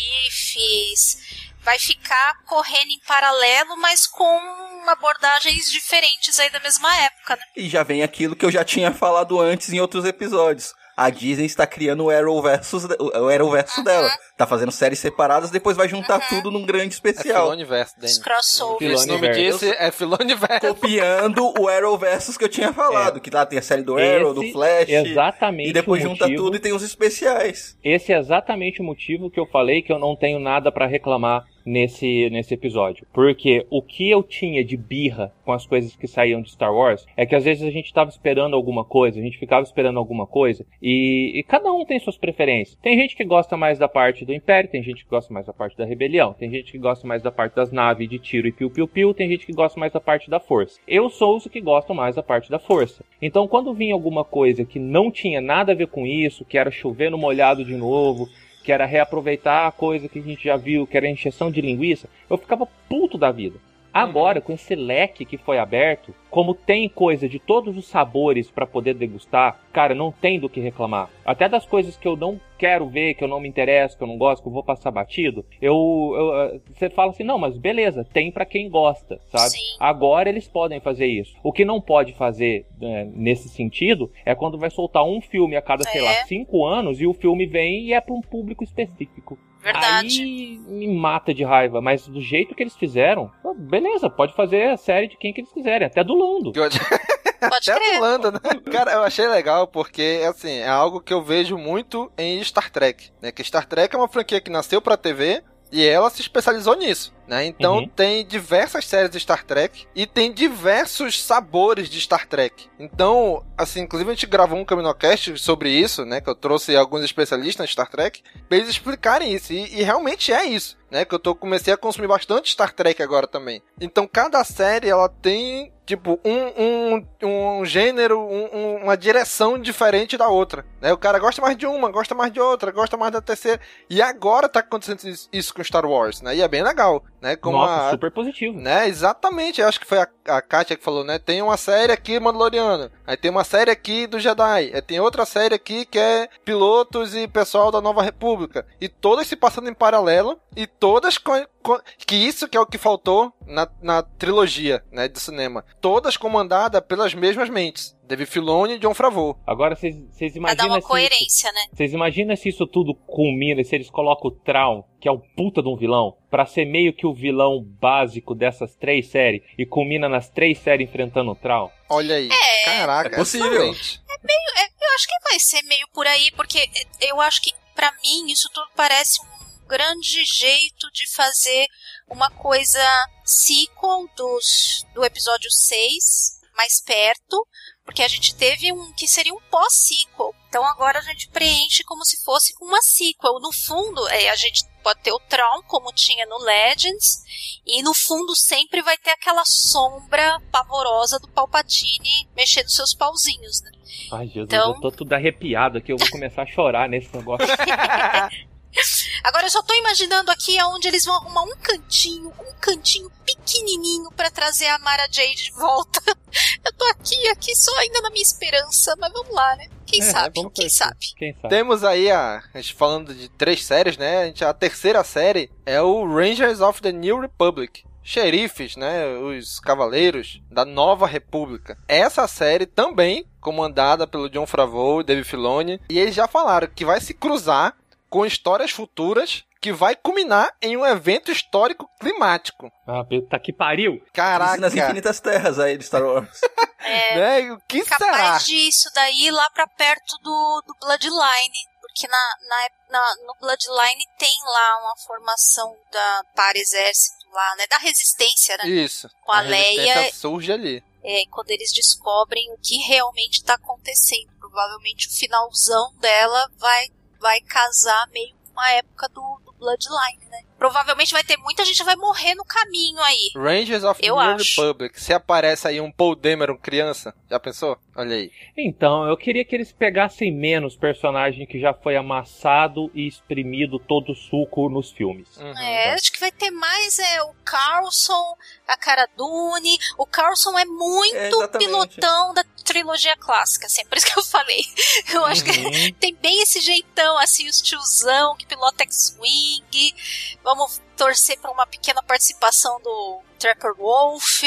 Speaker 13: xerifes. Vai ficar correndo em paralelo, mas com abordagens diferentes aí da mesma época, né?
Speaker 11: E já vem aquilo que eu já tinha falado antes em outros episódios. A Disney está criando o Arrowverse, o Arrowverse uhum. dela. Tá fazendo séries separadas, depois vai juntar uhum. tudo num grande especial.
Speaker 10: É Filoniverse, Danny.
Speaker 13: Os crossovers.
Speaker 10: O nome disse é Filoniverse.
Speaker 11: Copiando o Arrowverse que eu tinha falado. É. Que lá tem a série do Arrow, Esse do Flash.
Speaker 12: Exatamente.
Speaker 11: E depois
Speaker 12: o
Speaker 11: junta
Speaker 12: motivo,
Speaker 11: tudo e tem os especiais.
Speaker 12: Esse é exatamente o motivo que eu falei que eu não tenho nada pra reclamar nesse, nesse episódio. Porque o que eu tinha de birra com as coisas que saíam de Star Wars é que às vezes a gente tava esperando alguma coisa, a gente ficava esperando alguma coisa, e, e cada um tem suas preferências. Tem gente que gosta mais da parte do Império, tem gente que gosta mais da parte da Rebelião, tem gente que gosta mais da parte das naves de tiro e piu-piu-piu, tem gente que gosta mais da parte da Força. Eu sou os que gostam mais da parte da Força. Então quando vinha alguma coisa que não tinha nada a ver com isso, que era chover no molhado de novo, que era reaproveitar a coisa que a gente já viu, que era encheção de linguiça, eu ficava puto da vida. Agora, com esse leque que foi aberto, como tem coisa de todos os sabores pra poder degustar, cara, não tem do que reclamar. Até das coisas que eu não quero ver, que eu não me interesso, que eu não gosto, que eu vou passar batido, eu, eu você fala assim, não, mas beleza, tem pra quem gosta, sabe?
Speaker 13: Sim.
Speaker 12: Agora eles podem fazer isso. O que não pode fazer né, nesse sentido é quando vai soltar um filme a cada, é. sei lá, cinco anos e o filme vem e é pra um público específico.
Speaker 13: Verdade.
Speaker 12: Aí me mata de raiva, mas do jeito que eles fizeram, beleza, pode fazer a série de quem que eles quiserem, até do Lando.
Speaker 13: Pode
Speaker 10: até
Speaker 13: crer.
Speaker 10: do Lando, né? Cara, eu achei legal porque, assim, é algo que eu vejo muito em Star Trek, né? Que Star Trek é uma franquia que nasceu pra T V e ela se especializou nisso. né? Então
Speaker 12: Uhum.
Speaker 10: tem diversas séries de Star Trek e tem diversos sabores de Star Trek. Então, assim, inclusive a gente gravou um CaminoCast sobre isso, né? Que eu trouxe alguns especialistas em Star Trek pra eles explicarem isso. E, e realmente é isso, né? Que eu tô, comecei a consumir bastante Star Trek agora também. Então cada série, ela tem... Tipo, um, um, um gênero, um, um, uma direção diferente da outra, né? O cara gosta mais de uma, gosta mais de outra, gosta mais da terceira. E agora tá acontecendo isso com Star Wars, né? E é bem legal, né? Como
Speaker 12: Nossa,
Speaker 10: a,
Speaker 12: super positivo.
Speaker 10: Né? Exatamente, eu acho que foi a, a Kátia que falou, né? Tem uma série aqui Mandaloriano, aí tem uma série aqui do Jedi, aí tem outra série aqui que é pilotos e pessoal da Nova República. E todas se passando em paralelo, e todas com... que isso que é o que faltou na, na trilogia, né, do cinema. Todas comandadas pelas mesmas mentes. Dave Filoni e Jon Favreau.
Speaker 12: Agora, vocês imaginam...
Speaker 13: Pra dar uma
Speaker 12: se
Speaker 13: coerência,
Speaker 12: isso,
Speaker 13: né?
Speaker 12: Vocês imaginam se isso tudo culmina, se eles colocam o Traum, que é o puta de um vilão, pra ser meio que o vilão básico dessas três séries, e culmina nas três séries enfrentando o Traum?
Speaker 10: Olha aí.
Speaker 13: É,
Speaker 10: Caraca.
Speaker 11: É possível.
Speaker 10: Excelente.
Speaker 13: É meio, é, eu acho que vai ser meio por aí, porque eu acho que, pra mim, isso tudo parece um grande jeito de fazer uma coisa sequel dos, do episódio seis, mais perto, porque a gente teve um que seria um pós-sequel. Então agora a gente preenche como se fosse uma sequel. No fundo, é, a gente pode ter o Tron, como tinha no Legends, e no fundo sempre vai ter aquela sombra pavorosa do Palpatine mexendo seus pauzinhos, né?
Speaker 12: Ai, Jesus,
Speaker 13: então...
Speaker 12: eu tô tudo arrepiado aqui, eu vou começar a chorar nesse negócio.
Speaker 13: Agora eu só tô imaginando aqui aonde eles vão arrumar um cantinho, um cantinho pequenininho pra trazer a Mara Jade de volta. Eu tô aqui, aqui só ainda na minha esperança, mas vamos lá, né? Quem
Speaker 10: É,
Speaker 13: sabe,
Speaker 10: vamos
Speaker 13: quem
Speaker 10: torcer.
Speaker 13: sabe.
Speaker 12: Quem sabe?
Speaker 10: Temos aí a, a gente falando de três séries, né? A, gente, a terceira série é o Rangers of the New Republic. Xerifes, né? Os cavaleiros da Nova República. Essa série também comandada pelo Jon Favreau e Dave Filoni. E eles já falaram que vai se cruzar com histórias futuras que vai culminar em um evento histórico climático.
Speaker 12: Ah, tá que pariu.
Speaker 10: Caraca.
Speaker 11: Nas infinitas terras aí de Star Wars.
Speaker 13: É,
Speaker 10: né? O que
Speaker 13: capaz
Speaker 10: será?
Speaker 13: disso daí lá pra perto do, do Bloodline. Porque na, na, na, no Bloodline tem lá uma formação da para exército lá, né? Da resistência, né?
Speaker 10: Isso.
Speaker 13: Com a, a Leia.
Speaker 10: Surge ali.
Speaker 13: É, quando eles descobrem o que realmente tá acontecendo. Provavelmente o finalzão dela vai, vai casar meio com a época do, do Bloodline, né? Provavelmente vai ter muita gente que vai morrer no caminho aí.
Speaker 10: Rangers of the
Speaker 13: Eu
Speaker 10: New
Speaker 13: acho.
Speaker 10: Republic. Se aparece aí um Paul Dameron criança, já pensou? Olha aí.
Speaker 12: Então, eu queria que eles pegassem menos personagem que já foi amassado e exprimido todo o suco nos filmes.
Speaker 10: Uhum.
Speaker 13: É, acho que vai ter mais é, o Carlson, a Cara Dune. O Carlson é muito
Speaker 11: É,
Speaker 13: pilotão da trilogia clássica, assim, é por isso que eu falei. Eu acho
Speaker 12: Uhum.
Speaker 13: que tem bem esse jeitão, assim, os tiozão que pilota X-Wing. Vamos torcer para uma pequena participação do Trapper Wolf.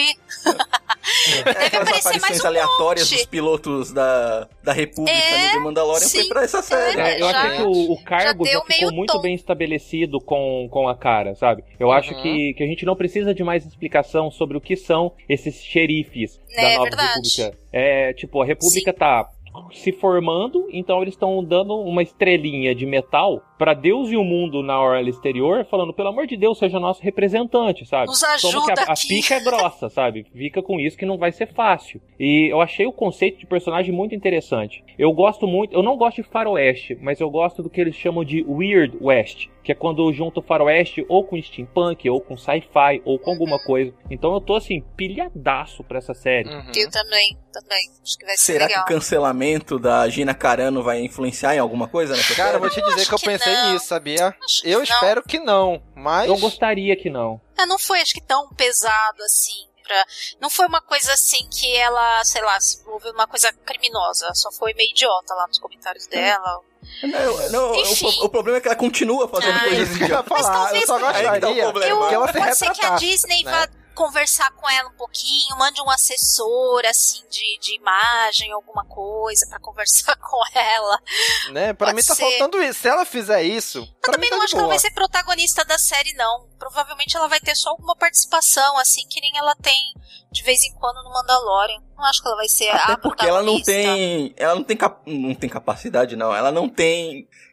Speaker 13: Deve
Speaker 11: Aquelas
Speaker 13: aparecer mais
Speaker 11: aparições
Speaker 13: um
Speaker 11: aleatórias
Speaker 13: monte.
Speaker 11: dos pilotos da, da República
Speaker 13: É,
Speaker 11: no The Mandalorian
Speaker 13: sim,
Speaker 11: foi pra essa série.
Speaker 12: É, eu
Speaker 13: já-
Speaker 12: acho que o, o cargo
Speaker 13: já
Speaker 12: já,
Speaker 13: deu
Speaker 12: ficou
Speaker 13: meio
Speaker 12: muito
Speaker 13: tom.
Speaker 12: bem estabelecido com, com a cara, sabe? Eu
Speaker 10: Uhum.
Speaker 12: acho que, que a gente não precisa de mais explicação sobre o que são esses xerifes da
Speaker 13: É
Speaker 12: Nova
Speaker 13: verdade.
Speaker 12: República. É, tipo, a República tá se formando, então eles estão dando uma estrelinha de metal pra Deus e o mundo na orla exterior, falando, pelo amor de Deus, seja nosso representante, sabe?
Speaker 13: Nos
Speaker 12: Toma
Speaker 13: ajuda
Speaker 12: que a, a
Speaker 13: aqui.
Speaker 12: pica é grossa, sabe? Fica com isso que não vai ser fácil. E eu achei o conceito de personagem muito interessante. Eu gosto muito, eu não gosto de faroeste, mas eu gosto do que eles chamam de Weird West, que é quando junta o faroeste ou com steampunk, ou com sci-fi, ou com alguma coisa. Então eu tô assim, pilhadaço pra essa série.
Speaker 10: Uhum.
Speaker 13: Eu também, também. Acho que vai ser
Speaker 11: Será
Speaker 13: legal.
Speaker 11: que o cancelamento da Gina Carano vai influenciar em alguma coisa nessa
Speaker 10: Cara, eu
Speaker 11: série?
Speaker 10: vou te dizer
Speaker 13: acho
Speaker 10: que eu
Speaker 13: que
Speaker 10: pensei
Speaker 13: não.
Speaker 10: nisso, sabia?
Speaker 13: Acho que
Speaker 10: Eu
Speaker 13: não.
Speaker 10: espero que não, mas...
Speaker 12: Eu gostaria que não.
Speaker 13: Ah, não foi, acho que tão pesado assim. Pra... Não foi uma coisa assim que ela, sei lá, se envolveu numa coisa criminosa. Só foi meio idiota lá nos comentários dela.
Speaker 11: Não, não,
Speaker 13: Enfim.
Speaker 11: o, o problema é que ela continua fazendo
Speaker 13: Ah,
Speaker 11: coisas
Speaker 10: Isso que eu ia
Speaker 11: idiotas.
Speaker 10: falar, eu só
Speaker 11: Aí que tá o
Speaker 10: gostaria
Speaker 11: problema.
Speaker 10: que ela se
Speaker 13: Pode ser que a
Speaker 10: retratasse,
Speaker 13: Disney
Speaker 10: né?
Speaker 13: vá conversar com ela um pouquinho, mande um assessor, assim, de, de imagem, alguma coisa pra conversar com ela.
Speaker 10: Né? Pra
Speaker 13: Pode
Speaker 10: mim tá
Speaker 13: ser.
Speaker 10: faltando isso. Se ela fizer isso,
Speaker 13: Eu
Speaker 10: pra
Speaker 13: também
Speaker 10: mim tá
Speaker 13: não
Speaker 10: de
Speaker 13: acho que ela
Speaker 10: boa.
Speaker 13: vai ser protagonista da série, não. Provavelmente ela vai ter só alguma participação, assim, que nem ela tem de vez em quando no Mandalorian. Não acho que ela vai ser
Speaker 11: Até
Speaker 13: a
Speaker 11: porque ela não
Speaker 13: protagonista.
Speaker 11: tem. Ela não tem, cap, não tem capacidade, não. Ela não tem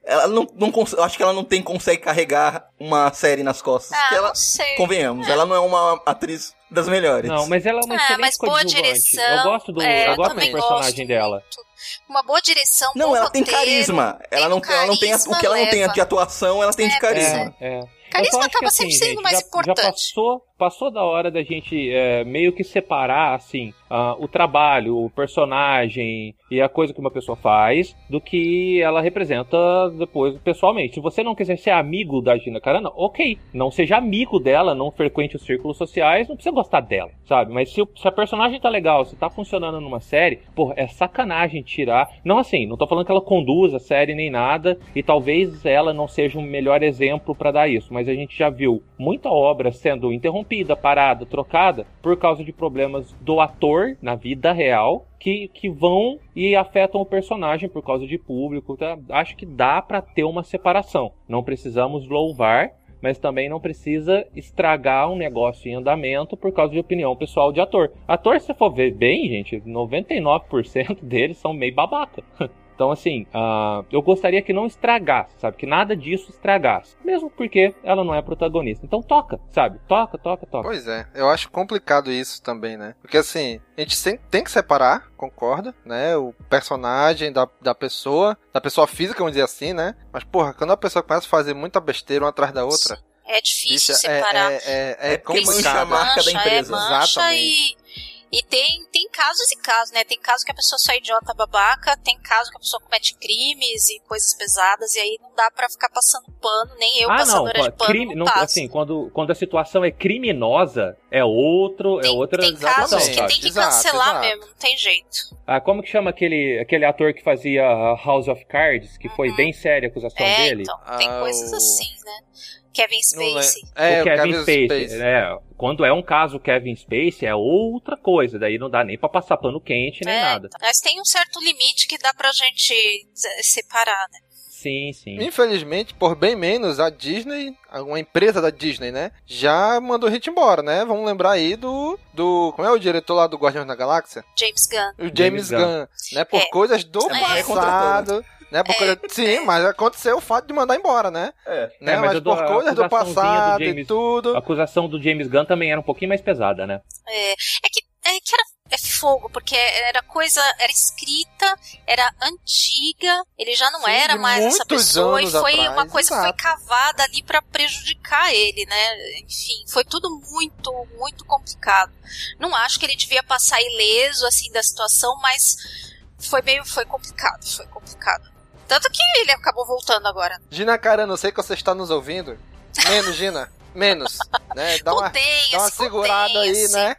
Speaker 11: ela não, não cons- eu acho que ela não tem, consegue carregar uma série nas costas.
Speaker 13: Ah,
Speaker 11: que ela,
Speaker 13: não sei.
Speaker 11: convenhamos, é. ela não é uma atriz das melhores.
Speaker 12: Não, mas ela é uma
Speaker 13: Ah,
Speaker 12: excelente
Speaker 13: mas boa
Speaker 12: coadjuvante.
Speaker 13: direção,
Speaker 12: Eu gosto do,
Speaker 13: é,
Speaker 12: eu
Speaker 13: eu
Speaker 12: gosto do
Speaker 13: também
Speaker 12: personagem
Speaker 13: gosto
Speaker 12: dela.
Speaker 13: Uma boa direção,
Speaker 11: Não,
Speaker 13: bom
Speaker 11: ela tem
Speaker 13: roteiro,
Speaker 11: carisma. Ela não, ela não tem a- o que ela não tem de atuação, ela tem
Speaker 13: É,
Speaker 11: de carisma.
Speaker 12: É, é.
Speaker 13: Carisma
Speaker 12: Eu só acho
Speaker 13: acaba
Speaker 12: que,
Speaker 13: sempre
Speaker 12: assim,
Speaker 13: sendo
Speaker 12: gente,
Speaker 13: mais
Speaker 12: já,
Speaker 13: importante.
Speaker 12: Já passou, passou da hora da gente é, meio que separar, assim, uh, o trabalho, o personagem e a coisa que uma pessoa faz do que ela representa depois pessoalmente. Se você não quiser ser amigo da Gina Carano, ok. Não seja amigo dela, não frequente os círculos sociais, não precisa gostar dela, sabe? Mas se, o, se a personagem tá legal, se tá funcionando numa série, pô, é sacanagem tirar. Não assim, não tô falando que ela conduz a série nem nada, e talvez ela não seja o melhor exemplo pra dar isso, mas a gente já viu muita obra sendo interrompida, parada, trocada, por causa de problemas do ator na vida real, que, que vão e afetam o personagem por causa de público. Tá? Acho que dá pra ter uma separação. Não precisamos louvar, mas também não precisa estragar um negócio em andamento por causa de opinião pessoal de ator. Ator, se você for ver bem, gente, noventa e nove por cento deles são meio babaca. Então, assim, uh, eu gostaria que não estragasse, sabe? Que nada disso estragasse. Mesmo porque ela não é protagonista. Então toca, sabe? Toca, toca, toca.
Speaker 10: Pois é, eu acho complicado isso também, né? Porque, assim, a gente tem, tem que separar, concorda, né? O personagem da, da pessoa, da pessoa física, vamos dizer assim, né? Mas, porra, quando a pessoa começa a fazer muita besteira uma atrás da outra...
Speaker 13: É difícil
Speaker 10: bicha, é,
Speaker 13: separar.
Speaker 10: É, é, é,
Speaker 11: é porque mancha a marca da empresa.
Speaker 13: É mancha
Speaker 10: Exatamente.
Speaker 13: e... E tem, tem casos e casos, né? Tem casos que a pessoa só é idiota babaca, tem casos que a pessoa comete crimes e coisas pesadas, e aí não dá pra ficar passando pano, nem eu
Speaker 12: ah,
Speaker 13: passadora
Speaker 12: não,
Speaker 13: de pano
Speaker 12: crime,
Speaker 13: não
Speaker 12: não,
Speaker 13: passo.
Speaker 12: assim, quando, quando a situação é criminosa, é outro,
Speaker 13: tem,
Speaker 12: é outra
Speaker 13: tem casos que
Speaker 12: sabe?
Speaker 13: tem que
Speaker 10: Exato,
Speaker 13: cancelar
Speaker 10: exato.
Speaker 13: mesmo, não tem jeito.
Speaker 12: Ah, como que chama aquele, aquele ator que fazia House of Cards, que foi
Speaker 13: Uhum.
Speaker 12: bem séria a acusação
Speaker 13: É,
Speaker 12: dele?
Speaker 13: então, tem
Speaker 10: Ah,
Speaker 13: coisas
Speaker 10: o-
Speaker 13: assim, né? Kevin Spacey.
Speaker 10: É,
Speaker 12: o Kevin, Spacey,
Speaker 10: Spacey.
Speaker 12: né? Quando é um caso Kevin Spacey, é outra coisa. Daí não dá nem pra passar pano quente, nem
Speaker 13: É,
Speaker 12: nada.
Speaker 13: então, mas tem um certo limite que dá pra gente eh, separar, né?
Speaker 12: Sim, sim.
Speaker 10: Infelizmente, por bem menos, a Disney, uma empresa da Disney, né, já mandou a gente embora, né? Vamos lembrar aí do, do como é o diretor lá do Guardiões da Galáxia?
Speaker 13: James Gunn.
Speaker 10: O James,
Speaker 12: James
Speaker 10: Gunn,
Speaker 12: Gunn.
Speaker 10: né? Por
Speaker 13: É.
Speaker 10: coisas do
Speaker 13: É.
Speaker 10: passado, né? Por
Speaker 13: É.
Speaker 10: coisa... Sim, mas aconteceu o fato de mandar embora, né?
Speaker 11: É.
Speaker 10: né?
Speaker 12: É, mas
Speaker 10: mas
Speaker 12: eu dou
Speaker 10: por
Speaker 12: a
Speaker 10: coisas do
Speaker 12: acusaçãozinha
Speaker 10: passado
Speaker 12: do
Speaker 10: e
Speaker 12: James-
Speaker 10: tudo.
Speaker 12: A acusação do James Gunn também era um pouquinho mais pesada, né?
Speaker 13: É, é que, é que era é fogo, porque era coisa, era escrita, era antiga, ele já não
Speaker 10: Sim,
Speaker 13: era
Speaker 10: de
Speaker 13: mais essa
Speaker 10: muitos
Speaker 13: pessoa, e
Speaker 10: anos
Speaker 13: foi
Speaker 10: atrás,
Speaker 13: uma coisa que foi
Speaker 10: exato.
Speaker 13: cavada ali pra prejudicar ele, né? Enfim, foi tudo muito, muito complicado. Não acho que ele devia passar ileso, assim, da situação, mas foi meio, foi complicado, foi complicado. Tanto que ele acabou voltando agora.
Speaker 10: Gina Carano, eu sei que você está nos ouvindo. Menos, Gina. Menos. Né? Dá uma,
Speaker 13: Contenha-se,
Speaker 10: dá uma segurada aí,
Speaker 13: contenha-se.
Speaker 10: né?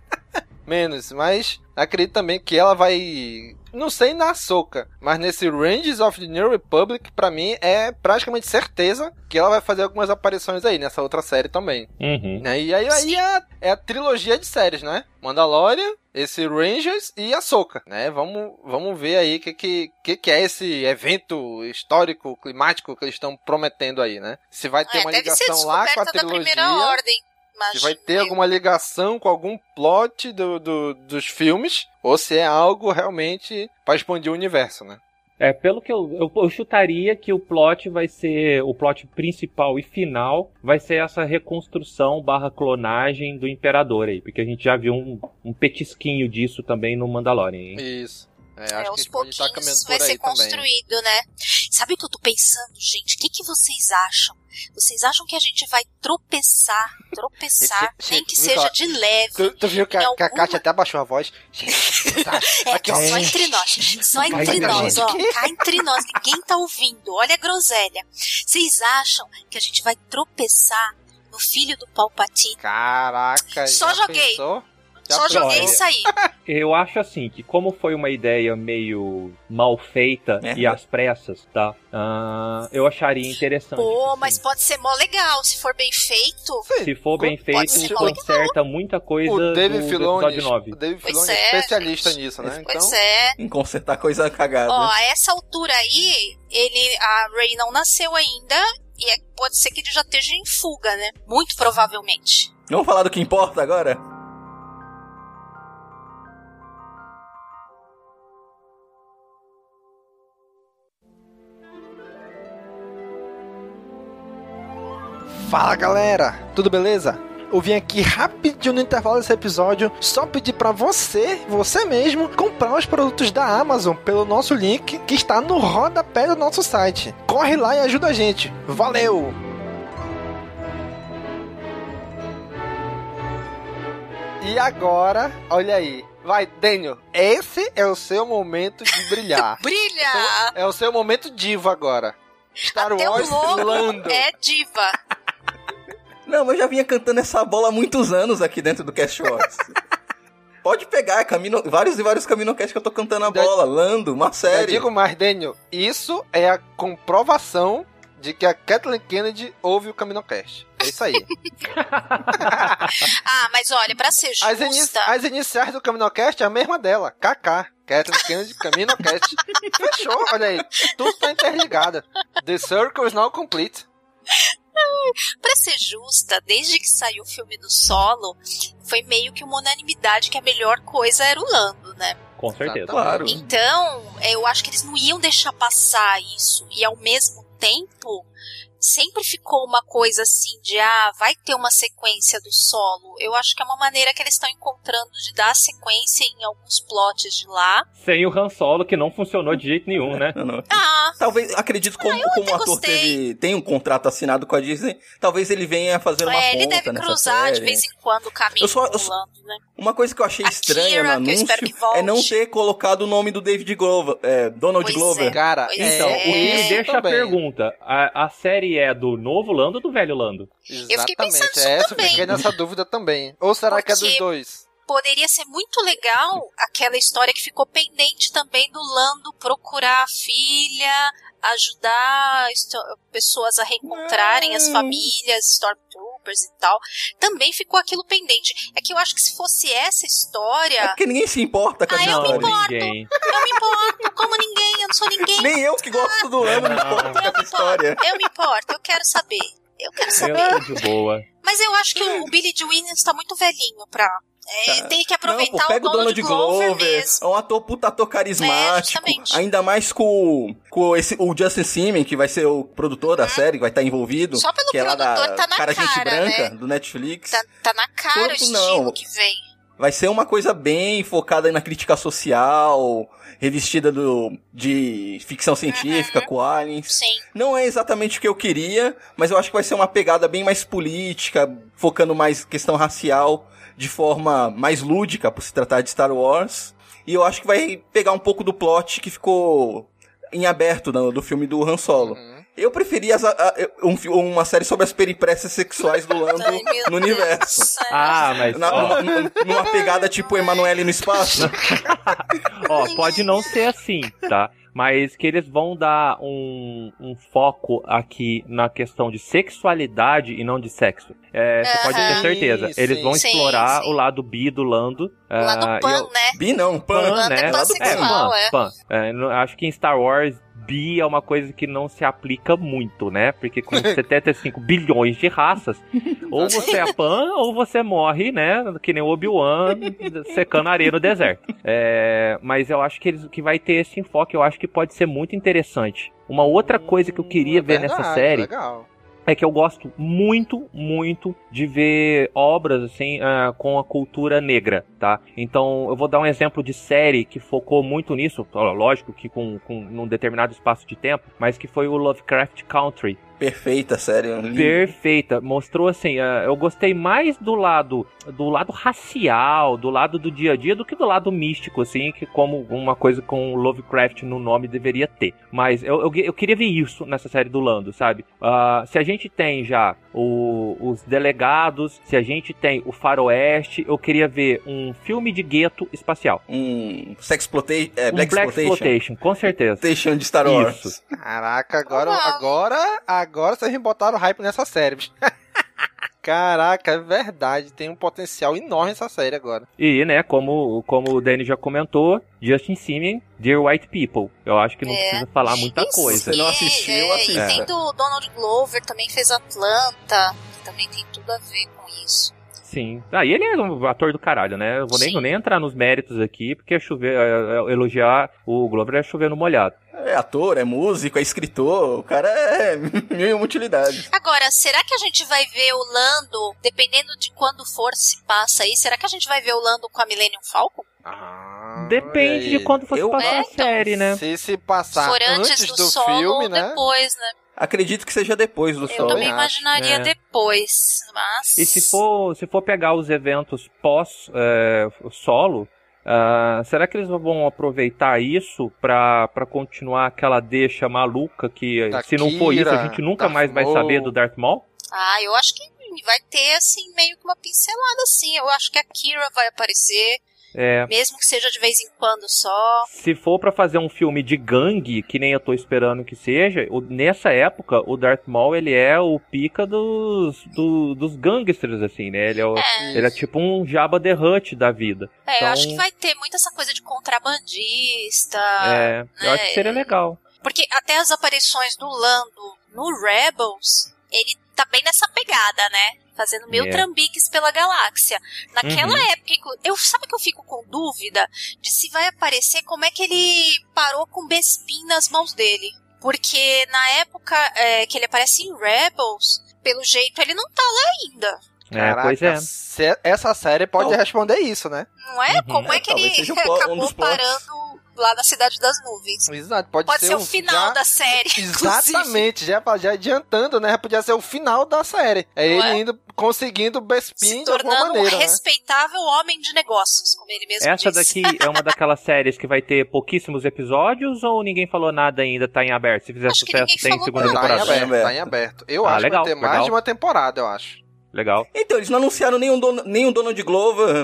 Speaker 10: Menos. Mas acredito também que ela vai... Não sei na Ahsoka, mas nesse Rangers of the New Republic, pra mim, é praticamente certeza que ela vai fazer algumas aparições aí, nessa outra série também.
Speaker 12: Uhum.
Speaker 10: Né? E aí, aí é, a, é a trilogia de séries, né? Mandalorian, esse Rangers e Ahsoka, né? Vamos, vamos ver aí o que, que, que, que é esse evento histórico, climático que eles estão prometendo aí, né? Se vai ter
Speaker 13: É,
Speaker 10: uma
Speaker 13: deve ser
Speaker 10: ligação lá com a
Speaker 13: descoberta da
Speaker 10: trilogia...
Speaker 13: primeira ordem.
Speaker 10: Se vai ter
Speaker 13: imagino eu.
Speaker 10: alguma ligação com algum plot do, do, dos filmes, ou se é algo realmente para expandir o universo, né?
Speaker 12: É, pelo que eu, eu, eu chutaria que o plot vai ser, o plot principal e final vai ser essa reconstrução barra clonagem do Imperador aí, porque a gente já viu um, um petisquinho disso também no Mandalorian, hein?
Speaker 10: Isso. É, acho
Speaker 13: É,
Speaker 10: que
Speaker 13: aos
Speaker 10: a gente pode estar
Speaker 13: pouquinhos
Speaker 10: caminhando
Speaker 13: vai
Speaker 10: por aí
Speaker 13: ser
Speaker 10: também.
Speaker 13: construído, né? Sabe o que eu tô pensando, gente? O que, que vocês acham? Vocês acham que a gente vai tropeçar, tropeçar,
Speaker 10: Gente,
Speaker 13: nem
Speaker 10: gente,
Speaker 13: que
Speaker 10: viu,
Speaker 13: seja
Speaker 10: cara?
Speaker 13: de leve?
Speaker 10: Tu, tu viu que a,
Speaker 13: em
Speaker 10: que a
Speaker 13: alguma-
Speaker 10: Kátia até abaixou a voz? Gente, tá,
Speaker 13: É,
Speaker 10: aqui, ó.
Speaker 13: só entre nós, só entre
Speaker 10: Vai,
Speaker 13: nós,
Speaker 10: gente.
Speaker 13: ó, cá entre nós, ninguém tá ouvindo, olha a groselha. Vocês acham que a gente vai tropeçar no filho do Palpatine?
Speaker 10: Caraca,
Speaker 13: Só
Speaker 10: já
Speaker 13: joguei.
Speaker 10: pensou? Já
Speaker 13: Só joguei
Speaker 12: Olha,
Speaker 13: isso aí.
Speaker 12: Eu acho assim, que como foi uma ideia meio mal feita
Speaker 11: É.
Speaker 12: e às pressas, tá? Ah, eu acharia interessante.
Speaker 13: Pô,
Speaker 12: assim.
Speaker 13: mas pode ser mó legal, se for bem feito.
Speaker 12: Se for bem
Speaker 10: Pode
Speaker 12: feito,
Speaker 13: ser
Speaker 12: conserta muita coisa
Speaker 10: O David
Speaker 12: do, do
Speaker 10: Filoni,
Speaker 12: episódio nove.
Speaker 10: o David
Speaker 13: Pois
Speaker 10: Filoni é
Speaker 13: é,
Speaker 10: especialista
Speaker 13: gente.
Speaker 10: nisso, né?
Speaker 13: Pois
Speaker 10: Então,
Speaker 13: é.
Speaker 11: Em consertar coisa cagada.
Speaker 13: Ó, a essa altura aí, ele, a Rey não nasceu ainda, e é- pode ser que ele já esteja em fuga, né? Muito provavelmente.
Speaker 11: Vamos falar do que importa agora?
Speaker 10: Fala galera, tudo beleza? Eu vim aqui rapidinho no intervalo desse episódio só pedir pra você, você mesmo, comprar os produtos da Amazon pelo nosso link que está no rodapé do nosso site. Corre lá e ajuda a gente. Valeu! E agora, olha aí. Vai, Daniel, esse é o seu momento de brilhar.
Speaker 13: Brilha!
Speaker 10: É o seu momento diva agora. Star
Speaker 13: Até
Speaker 10: Wars
Speaker 13: o logo
Speaker 10: Lando.
Speaker 13: é diva.
Speaker 11: Não, mas eu já vinha cantando essa bola há muitos anos aqui dentro do Cast Wars. Pode pegar, Camino, vários e vários CaminoCast que eu tô cantando a bola. Lando, uma série.
Speaker 10: Eu digo mais, Daniel, isso é a comprovação de que a Kathleen Kennedy ouve o CaminoCast. É isso aí.
Speaker 13: Ah, mas olha, pra ser justa...
Speaker 10: As, inici as iniciais do CaminoCast é a mesma dela. K K. Kathleen Kennedy, CaminoCast. Fechou, olha aí. Tudo tá interligado. The circle is now complete.
Speaker 13: Pra ser justa, desde que saiu o filme do Solo, foi meio que uma unanimidade que a melhor coisa era o Lando, né?
Speaker 12: Com certeza.
Speaker 11: Claro.
Speaker 13: Então, eu acho que eles não iam deixar passar isso. E ao mesmo tempo, sempre ficou uma coisa assim de, ah, vai ter uma sequência do Solo. Eu acho que é uma maneira que eles estão encontrando de dar sequência em alguns plots de lá.
Speaker 12: Sem o Han Solo, que não funcionou de jeito nenhum, né?
Speaker 11: Não.
Speaker 13: Ah,
Speaker 11: talvez, acredito, como,
Speaker 13: ah,
Speaker 11: como o ator teve, tem um contrato assinado com a Disney, talvez ele venha fazer uma
Speaker 13: é,
Speaker 11: ponta
Speaker 13: ele deve
Speaker 11: nessa
Speaker 13: cruzar
Speaker 11: série.
Speaker 13: de vez em quando o caminho
Speaker 11: eu só,
Speaker 13: do
Speaker 11: eu só,
Speaker 13: Lando, né?
Speaker 11: Uma coisa que eu achei
Speaker 13: A
Speaker 11: estranha
Speaker 13: Kira,
Speaker 11: no
Speaker 13: que eu espero
Speaker 11: anúncio
Speaker 13: que volte.
Speaker 11: é não ter colocado o nome do David Glover, é, Donald
Speaker 13: Pois
Speaker 11: Glover.
Speaker 13: é.
Speaker 10: Cara,
Speaker 13: Pois
Speaker 12: Então,
Speaker 13: é.
Speaker 12: o que me deixa
Speaker 10: também.
Speaker 12: a pergunta, a, a série é do novo Lando ou do velho Lando?
Speaker 10: Exatamente.
Speaker 13: Eu fiquei pensando nisso
Speaker 10: é essa,
Speaker 13: também.
Speaker 10: eu fiquei nessa dúvida também. Ou será que é dos
Speaker 13: Porque-
Speaker 10: dois?
Speaker 13: Poderia ser muito legal aquela história que ficou pendente também do Lando procurar a filha, ajudar pessoas a reencontrarem as famílias, Stormtroopers e tal. Também ficou aquilo pendente. É que eu acho que se fosse essa história...
Speaker 11: É porque ninguém se importa com a
Speaker 13: Ah, eu me
Speaker 11: história.
Speaker 13: importo.
Speaker 12: Ninguém.
Speaker 13: Eu me importo, como ninguém, eu não sou ninguém.
Speaker 11: Nem eu que gosto do Lando me importo com
Speaker 13: Eu
Speaker 11: essa
Speaker 13: me
Speaker 11: história.
Speaker 13: importo, eu me importo, eu quero saber. Eu quero saber.
Speaker 12: Eu tô de boa.
Speaker 13: Mas eu acho que o Billy Dee Williams tá muito velhinho pra... É,
Speaker 11: Tá.
Speaker 13: tem que aproveitar
Speaker 11: Não, pô, pega
Speaker 13: o Donald, Glover,
Speaker 11: Glover,
Speaker 13: mesmo.
Speaker 11: é um ator puta ator carismático,
Speaker 13: É, justamente.
Speaker 11: ainda mais com, com esse, o Justin Simon, que vai ser o produtor da série, que vai estar envolvido,
Speaker 13: Só pelo
Speaker 11: que é lá da
Speaker 13: produtor tá na
Speaker 11: Cara Gente
Speaker 13: cara,
Speaker 11: Branca,
Speaker 13: né?
Speaker 11: do Netflix.
Speaker 13: Tá, tá na cara o
Speaker 11: Corpo,
Speaker 13: estilo
Speaker 11: não.
Speaker 13: que vem.
Speaker 11: Vai ser uma coisa bem focada na crítica social, revestida do, de ficção científica,
Speaker 13: Uhum.
Speaker 11: com aliens.
Speaker 13: Sim.
Speaker 11: Não é exatamente o que eu queria, mas eu acho que vai ser uma pegada bem mais política, focando mais questão racial, de forma mais lúdica, por se tratar de Star Wars. E eu acho que vai pegar um pouco do plot que ficou em aberto no, do filme do Han Solo.
Speaker 10: Uhum.
Speaker 11: Eu preferia as, a, a, um, uma série sobre as peripécias sexuais do Lando
Speaker 13: Ai, meu
Speaker 11: no
Speaker 13: Deus
Speaker 11: universo.
Speaker 13: do céu.
Speaker 12: Ah, mas
Speaker 11: Na,
Speaker 12: ó,
Speaker 11: numa, numa pegada tipo Emanuele no espaço.
Speaker 12: ó, pode não ser assim, tá? Mas que eles vão dar um, um foco aqui na questão de sexualidade e não de sexo. É, você pode ter
Speaker 13: Aham.
Speaker 12: certeza. Eles vão
Speaker 13: Sim,
Speaker 12: explorar
Speaker 13: sim.
Speaker 12: o lado bi do Lando.
Speaker 13: O lado
Speaker 12: ah, e
Speaker 13: pan,
Speaker 12: eu-
Speaker 13: né?
Speaker 11: Bi não, pan.
Speaker 12: Pan,
Speaker 13: Lando é
Speaker 12: né?
Speaker 13: pansexual,
Speaker 12: pan,
Speaker 13: é.
Speaker 12: pan. É, não- acho que em Star Wars, bi é uma coisa que não se aplica muito, né? Porque com setenta e cinco bilhões de raças, ou você é pan, ou você morre, né? Que nem o Obi-Wan secando areia no deserto. É, mas eu acho que, eles, que vai ter esse enfoque, eu acho que pode ser muito interessante. Uma outra coisa que eu queria ver
Speaker 10: Verdade,
Speaker 12: nessa série
Speaker 10: legal.
Speaker 12: é que eu gosto muito, muito de ver obras assim ah, com a cultura negra, tá? Então eu vou dar um exemplo de série que focou muito nisso, ó, lógico que com, com num determinado espaço de tempo, mas que foi o Lovecraft Country.
Speaker 11: Perfeita, sério.
Speaker 12: Perfeita, mostrou assim, ah, eu gostei mais do lado do lado racial, do lado do dia a dia, do que do lado místico, assim, que como uma coisa com Lovecraft no nome deveria ter. Mas eu, eu, eu queria ver isso nessa série do Lando, sabe? Ah, se a gente tem já o, os delegados, se a gente tem o faroeste, eu queria ver um filme de gueto espacial.
Speaker 11: Um Sexploitation, é,
Speaker 12: Um
Speaker 11: Black
Speaker 12: Black
Speaker 11: Exploitation.
Speaker 12: Exploitation, com certeza.
Speaker 11: Exploitation de Star Wars.
Speaker 12: Isso.
Speaker 10: Caraca, agora,
Speaker 13: Provável.
Speaker 10: agora, agora vocês me botaram hype nessa série. bicho. Caraca, é verdade. Tem um potencial enorme essa série agora.
Speaker 12: E, né, como, como o Danny já comentou, Justin Simon, Dear White People. Eu acho que não
Speaker 13: É.
Speaker 12: precisa falar muita
Speaker 13: Isso,
Speaker 12: coisa.
Speaker 11: Você não assistiu,
Speaker 13: é,
Speaker 11: assista.
Speaker 13: E tem do Donald Glover, também fez Atlanta, que também tem tudo a ver com isso.
Speaker 12: Sim. Ah, e ele é um ator do caralho, né? Eu vou nem, nem entrar nos méritos aqui, porque chover, elogiar o Glover é chover no molhado.
Speaker 11: É ator, é músico, é escritor, o cara é mil e utilidade.
Speaker 13: Agora, será que a gente vai ver o Lando, dependendo de quando for se passa aí, será que a gente vai ver o Lando com a Millennium Falcon?
Speaker 10: Ah,
Speaker 12: Depende de quando for
Speaker 10: eu,
Speaker 12: se passar
Speaker 13: é,
Speaker 12: a série, né?
Speaker 10: Se se passar
Speaker 13: for antes,
Speaker 10: antes
Speaker 13: do,
Speaker 10: do
Speaker 13: solo
Speaker 10: filme,
Speaker 13: ou
Speaker 10: né?
Speaker 13: depois, né?
Speaker 11: Acredito que seja depois do
Speaker 13: Eu
Speaker 11: solo.
Speaker 13: também imaginaria
Speaker 12: É.
Speaker 13: depois, mas...
Speaker 12: E se for, se for pegar os eventos pós-solo, uh, será que eles vão aproveitar isso pra, pra continuar aquela deixa maluca que,
Speaker 10: Da
Speaker 12: se não for isso, a
Speaker 10: Kira,
Speaker 12: gente nunca
Speaker 10: Darth
Speaker 12: mais vai
Speaker 10: Maul.
Speaker 12: saber do Darth Maul?
Speaker 13: Ah, eu acho que vai ter, assim, meio que uma pincelada, assim. Eu acho que a Kira vai aparecer,
Speaker 12: É.
Speaker 13: mesmo que seja de vez em quando só.
Speaker 12: Se for pra fazer um filme de gangue, que nem eu tô esperando que seja, o- nessa época, o Darth Maul, ele é o pica dos, do- dos gangsters, assim, né? Ele é, o-
Speaker 13: É.
Speaker 12: ele é tipo um Jabba the Hutt da vida.
Speaker 13: É,
Speaker 12: Então,
Speaker 13: eu acho que vai ter muita essa coisa de contrabandista.
Speaker 12: É, eu
Speaker 13: né?
Speaker 12: acho que seria legal.
Speaker 13: Porque até as aparições do Lando no Rebels, ele tá bem nessa pegada, né? Fazendo mil
Speaker 12: É.
Speaker 13: trambiques pela galáxia. Naquela
Speaker 12: Uhum.
Speaker 13: época, inclu- eu sabe que eu fico com dúvida de se vai aparecer como é que ele parou com Bespin nas mãos dele. Porque na época é, que ele aparece em Rebels, pelo jeito ele não tá lá ainda.
Speaker 12: É, pois é.
Speaker 10: se- essa série pode
Speaker 11: Não.
Speaker 10: responder isso, né?
Speaker 13: Não é?
Speaker 12: Uhum.
Speaker 13: Como é que
Speaker 11: Talvez
Speaker 13: ele
Speaker 11: seja um plo- um
Speaker 13: acabou
Speaker 11: dos plots.
Speaker 13: parando lá na Cidade das Nuvens?
Speaker 10: Exato, pode,
Speaker 13: Pode ser
Speaker 10: um,
Speaker 13: o final
Speaker 10: já-
Speaker 13: da série.
Speaker 10: Exatamente, já, já adiantando, né? Podia ser o final da série. É
Speaker 13: Não
Speaker 10: ele
Speaker 13: é?
Speaker 10: indo conseguindo o Bespin
Speaker 13: Se
Speaker 10: de alguma
Speaker 13: tornando
Speaker 10: maneira,
Speaker 13: um
Speaker 10: né?
Speaker 13: respeitável homem de negócios, como ele mesmo
Speaker 12: Essa
Speaker 13: disse.
Speaker 12: daqui é uma daquelas séries que vai ter pouquíssimos episódios ou ninguém falou nada ainda, tá em aberto? Se fizer
Speaker 13: Acho que
Speaker 12: sucesso,
Speaker 13: ninguém
Speaker 12: tem
Speaker 13: falou
Speaker 12: segunda
Speaker 10: Tá em
Speaker 12: temporada.
Speaker 10: aberto,
Speaker 11: aberto.
Speaker 10: tá em aberto. Eu
Speaker 12: Ah,
Speaker 10: acho
Speaker 12: legal,
Speaker 10: que vai ter mais
Speaker 12: legal.
Speaker 10: de uma temporada, eu acho.
Speaker 12: Legal.
Speaker 11: Então, eles não anunciaram nenhum, dono, nenhum Donald Glover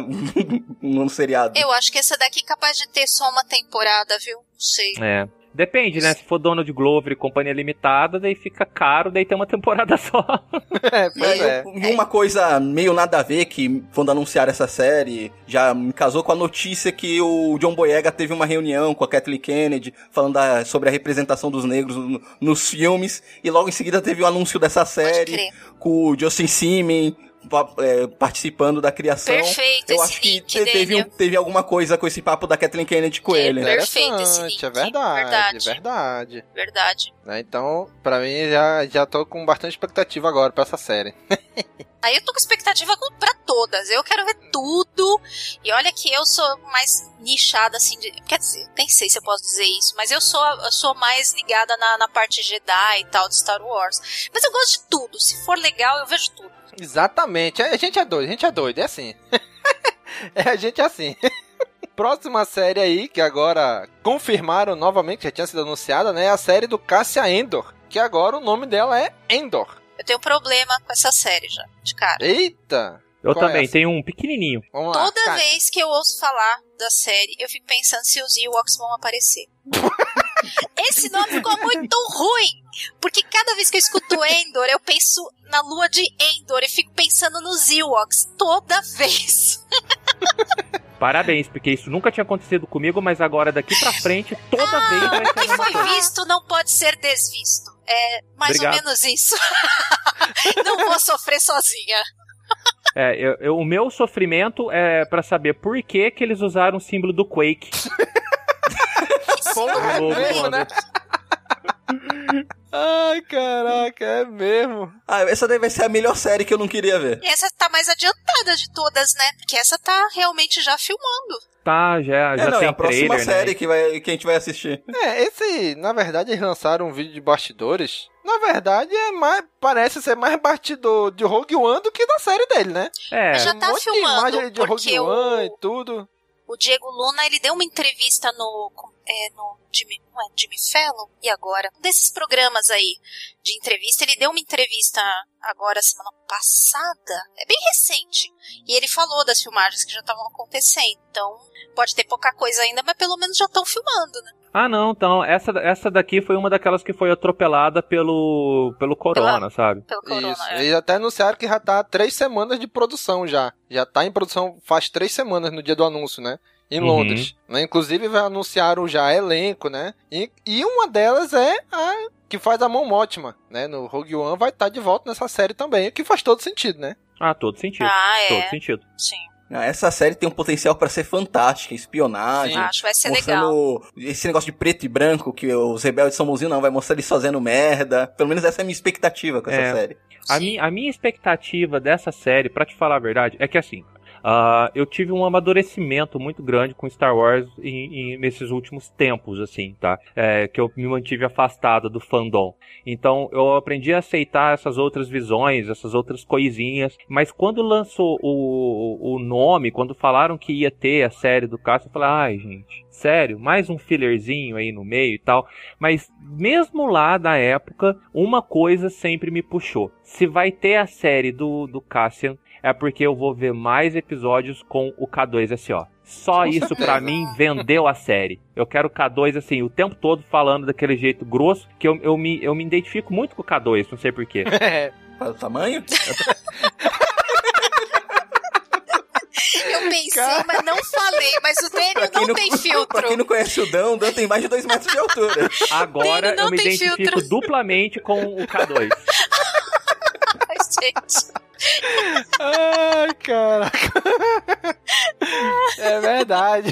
Speaker 11: no seriado.
Speaker 13: Eu acho que essa daqui é capaz de ter só uma temporada, viu? Não sei.
Speaker 12: É. Depende, né? Se for Donald Glover e companhia limitada, daí fica caro, daí tem uma temporada só.
Speaker 10: É,
Speaker 11: E,
Speaker 10: pois
Speaker 11: aí,
Speaker 10: é.
Speaker 11: e uma coisa meio nada a ver, que quando anunciaram essa série, já me casou com a notícia que o John Boyega teve uma reunião com a Kathleen Kennedy, falando da- sobre a representação dos negros no- nos filmes, e logo em seguida teve o anúncio dessa série,
Speaker 13: crer.
Speaker 11: com o Justin Simon pa- é, participando da criação.
Speaker 13: Perfeito
Speaker 11: Eu
Speaker 13: esse
Speaker 11: acho que
Speaker 13: link,
Speaker 11: te- teve, um-
Speaker 13: Daniel.
Speaker 11: teve alguma coisa com esse papo da Kathleen Kennedy com
Speaker 13: É,
Speaker 11: ele, né?
Speaker 13: perfeito esse link.
Speaker 10: É verdade,
Speaker 13: Verdade.
Speaker 10: verdade.
Speaker 13: Verdade.
Speaker 10: Né, então, pra mim, já, já tô com bastante expectativa agora pra essa série.
Speaker 13: Aí eu tô com expectativa com- pra todas. Eu quero ver tudo. E olha que eu sou mais nichada, assim, de... Quer dizer, nem sei se eu posso dizer isso, mas eu sou, eu sou mais ligada na, na parte Jedi e tal de Star Wars. Mas eu gosto de tudo. Se for legal, eu vejo tudo.
Speaker 10: Exatamente. A gente é doido, a gente é doido, é assim. É, a gente é assim. Próxima série aí, que agora confirmaram novamente, já tinha sido anunciada, né? É a série do Cassia Endor, que agora o nome dela é Endor.
Speaker 13: Eu tenho problema com essa série já, de cara.
Speaker 10: Eita!
Speaker 12: Eu
Speaker 10: Qual é
Speaker 12: também,
Speaker 10: essa?
Speaker 12: tem um pequenininho.
Speaker 10: Vamos lá.
Speaker 13: Toda
Speaker 10: Kátia.
Speaker 13: vez que eu ouço falar da série, eu fico pensando se os Ewoks vão aparecer. Esse nome ficou muito ruim, porque cada vez que eu escuto Endor, eu penso na lua de Endor e fico pensando nos Ewoks, toda vez.
Speaker 12: Parabéns, porque isso nunca tinha acontecido comigo, mas agora daqui pra frente, toda vez vai
Speaker 13: O
Speaker 12: ser a
Speaker 13: que
Speaker 12: mesma
Speaker 13: foi
Speaker 12: coisa.
Speaker 13: visto não pode ser desvisto. É mais
Speaker 12: Obrigado.
Speaker 13: ou menos isso. Não vou sofrer sozinha.
Speaker 12: É, eu, eu- o meu sofrimento é pra saber por que que eles usaram o símbolo do Quake.
Speaker 10: Porra, é
Speaker 12: No logo
Speaker 10: mesmo,
Speaker 12: do-
Speaker 10: né? Ai, caraca, é mesmo.
Speaker 11: Ah, essa daí vai ser a melhor série que eu não queria ver.
Speaker 13: E essa tá mais adiantada de todas, né? Porque essa tá realmente já filmando.
Speaker 12: Tá, já, já
Speaker 11: É, não,
Speaker 12: tem
Speaker 11: é a próxima
Speaker 12: trailer,
Speaker 11: série
Speaker 12: né?
Speaker 11: que, vai, que a gente vai assistir.
Speaker 10: É, esse, na verdade, eles lançaram um vídeo de bastidores. Na verdade, é mais, parece ser mais bastidor de Rogue One do que da série dele, né?
Speaker 12: É,
Speaker 13: Já
Speaker 10: Um
Speaker 13: tá
Speaker 10: monte de
Speaker 13: filmando,
Speaker 10: imagem de
Speaker 13: porque
Speaker 10: Rogue One
Speaker 13: o-
Speaker 10: e tudo.
Speaker 13: O Diego Luna, ele deu uma entrevista no, é, no Jimmy, não é, Jimmy Fallon? E agora? Um desses programas aí de entrevista, ele deu uma entrevista agora, semana passada, é bem recente, e ele falou das filmagens que já estavam acontecendo, então pode ter pouca coisa ainda, mas pelo menos já estão filmando, né?
Speaker 12: Ah, não, então, essa, essa daqui foi uma daquelas que foi atropelada pelo, pelo Corona, sabe?
Speaker 13: Pelo Corona,
Speaker 10: Isso.
Speaker 13: é.
Speaker 10: Eles até anunciaram que já tá há três semanas de produção já. Já tá em produção faz três semanas no dia do anúncio, né? Em
Speaker 12: Uhum.
Speaker 10: Londres. Né? Inclusive anunciaram já elenco, né? E, e uma delas é a que faz a Mon Mothma, né? No Rogue One vai estar de volta nessa série também, o que faz todo sentido, né?
Speaker 12: Ah, todo sentido.
Speaker 13: Ah, é.
Speaker 12: Todo sentido.
Speaker 13: Sim.
Speaker 11: Essa série tem um potencial pra ser fantástica, espionagem.
Speaker 13: Sim, acho que vai ser
Speaker 11: mostrando
Speaker 13: legal.
Speaker 11: Esse negócio de preto e branco, que os rebeldes são bonzinhos, não, vai mostrar eles fazendo merda. Pelo menos essa é a minha expectativa com essa
Speaker 12: É.
Speaker 11: série.
Speaker 12: A, mi, a minha expectativa dessa série, pra te falar a verdade, é que assim, uh, eu tive um amadurecimento muito grande com Star Wars em, em, nesses últimos tempos, assim, tá? É, que eu me mantive afastado do fandom. Então, eu aprendi a aceitar essas outras visões, essas outras coisinhas, mas quando lançou o, o nome, quando falaram que ia ter a série do Cassian, eu falei, ai, gente, sério, mais um fillerzinho aí no meio e tal. Mas mesmo lá da época, uma coisa sempre me puxou. Se vai ter a série do, do Cassian, é porque eu vou ver mais episódios com o K dois S O. Só
Speaker 10: Com
Speaker 12: isso
Speaker 10: certeza.
Speaker 12: pra mim vendeu a série. Eu quero o K dois assim, o tempo todo falando daquele jeito grosso, que eu, eu, me, eu me identifico muito com o K dois, não sei porquê.
Speaker 11: Para o tamanho?
Speaker 13: Eu pensei, Cara... mas não falei. Mas o Daniel não,
Speaker 11: não
Speaker 13: tem filtro.
Speaker 11: Pra quem não conhece o Dan, o Dan tem mais de dois metros de altura.
Speaker 12: Agora eu me identifico filtro. duplamente com o K dois.
Speaker 13: Ai, gente.
Speaker 10: Ai, caraca. É verdade.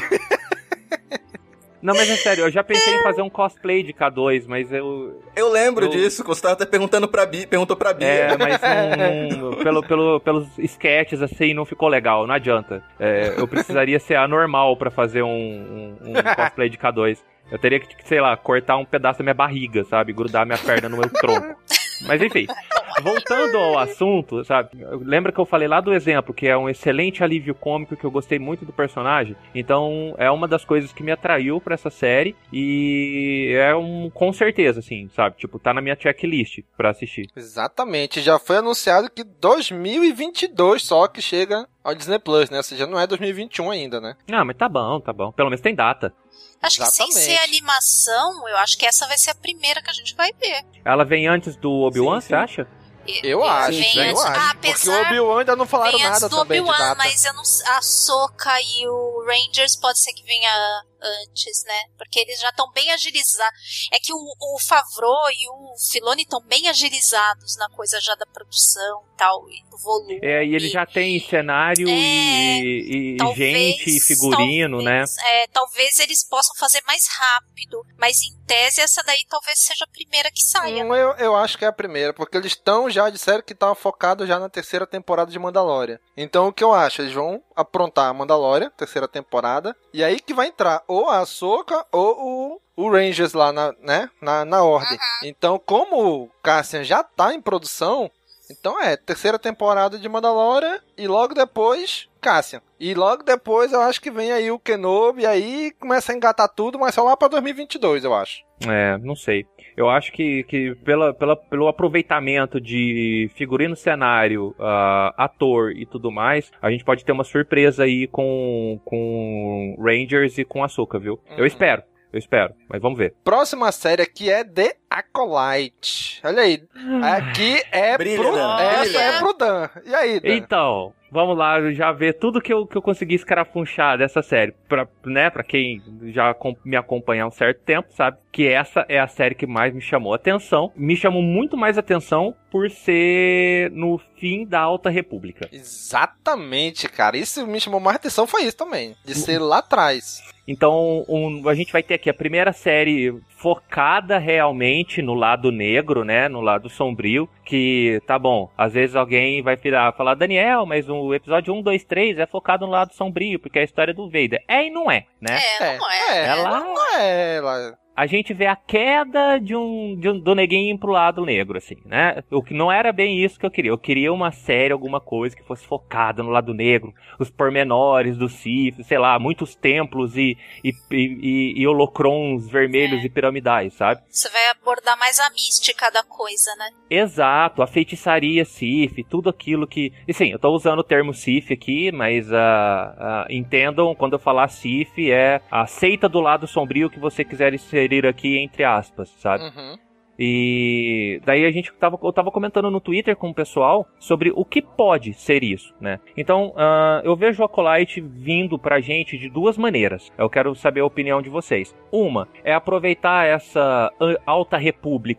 Speaker 12: Não, mas é sério, eu já pensei em fazer um cosplay de K dois, mas eu...
Speaker 11: Eu lembro
Speaker 12: eu...
Speaker 11: disso, que você tava até perguntando pra Bia, perguntou pra Bia.
Speaker 12: É, mas não, não, pelo, pelo, pelos sketches, assim, não ficou legal, não adianta. É, eu precisaria ser anormal pra fazer um, um, um cosplay de K dois. Eu teria que, sei lá, cortar um pedaço da minha barriga, sabe? Grudar minha perna no meu tronco. Mas enfim, voltando ao assunto, sabe? Lembra que eu falei lá do exemplo, que é um excelente alívio cômico, que eu gostei muito do personagem. Então, é uma das coisas que me atraiu pra essa série. E é um, com certeza, assim, sabe? Tipo, tá na minha checklist pra assistir.
Speaker 10: Exatamente, já foi anunciado que dois mil e vinte e dois só que chega ao Disney Plus, né? Ou seja, não é dois mil e vinte e um ainda, né?
Speaker 12: Ah, mas tá bom, tá bom. Pelo menos tem data.
Speaker 13: Acho Exatamente. que sem ser animação, eu acho que essa vai ser a primeira que a gente vai ver.
Speaker 12: Ela vem antes do Obi-Wan, você acha?
Speaker 10: Eu acho, sim, eu acho. Ah, porque o Obi-Wan ainda não falaram
Speaker 13: vem
Speaker 10: nada
Speaker 13: do
Speaker 10: também de data.
Speaker 13: Mas eu não, a Ahsoka e o Rangers pode ser que venha antes, né? Porque eles já estão bem agilizados. É que o, o Favreau e o Filoni estão bem agilizados na coisa já da produção e tal, e do volume.
Speaker 12: É, e ele já tem cenário é, e, e talvez, gente e figurino,
Speaker 13: talvez,
Speaker 12: né?
Speaker 13: É, talvez eles possam fazer mais rápido, mas em tese essa daí talvez seja a primeira que saia.
Speaker 10: Hum, eu, eu acho que é a primeira, porque eles estão já disseram que estavam focados já na terceira temporada de Mandalorian. Então o que eu acho? Eles vão aprontar a Mandalorian, terceira temporada, e aí que vai entrar ou a Ahsoka ou o, o Rangers lá na, né, na, na ordem. Uhum. Então, como o Cassian já tá em produção, então é terceira temporada de Mandalorian e logo depois Cassian. E logo depois eu acho que vem aí o Kenobi e aí começa a engatar tudo, mas só lá pra dois mil e vinte e dois, eu acho.
Speaker 12: É, não sei. Eu acho que, que pela, pela, pelo aproveitamento de figurino, cenário, uh, ator e tudo mais, a gente pode ter uma surpresa aí com, com Rangers e com Ahsoka, viu? Uhum. Eu espero. Eu espero, mas vamos ver.
Speaker 10: Próxima série aqui é The Acolyte. Olha aí. Aqui é
Speaker 11: brilha,
Speaker 10: pro
Speaker 11: Dan,
Speaker 10: essa
Speaker 11: brilha.
Speaker 10: é pro Dan. E aí, Dan?
Speaker 12: Então, vamos lá, já ver tudo que eu, que eu consegui escarafunchar dessa série. Pra, né, pra quem já me acompanha há um certo tempo, sabe que essa é a série que mais me chamou a atenção. Me chamou muito mais atenção por ser no fim da Alta República.
Speaker 10: Exatamente, cara. Isso me chamou mais atenção, foi isso também. De ser lá atrás.
Speaker 12: Então, um, a gente vai ter aqui a primeira série focada realmente no lado negro, né? No lado sombrio. Que, tá bom, às vezes alguém vai virar, falar, Daniel, mas o episódio um, dois, três é focado no lado sombrio, porque é a história do Vader. É e não é, né?
Speaker 13: É, não é.
Speaker 10: É,
Speaker 12: ela...
Speaker 10: não é, ela...
Speaker 12: A gente vê a queda de um, de um do neguinho pro lado negro, assim, né? O que não era bem isso que eu queria. Eu queria uma série, alguma coisa que fosse focada no lado negro, os pormenores do Sith, sei lá, muitos templos e, e, e, e holocrons vermelhos é. e piramidais, sabe?
Speaker 13: Você vai abordar mais a mística da coisa, né?
Speaker 12: Exato, a feitiçaria Sith, tudo aquilo que... E sim, eu tô usando o termo Sith aqui, mas uh, uh, entendam, quando eu falar Sith, é a seita do lado sombrio que você quiser ser aqui entre aspas, sabe?
Speaker 10: Uhum.
Speaker 12: E daí a gente tava, eu tava comentando no Twitter com o pessoal sobre o que pode ser isso, né? Então, uh, eu vejo o Acolyte vindo pra gente de duas maneiras. Eu quero saber a opinião de vocês. Uma é aproveitar essa Alta República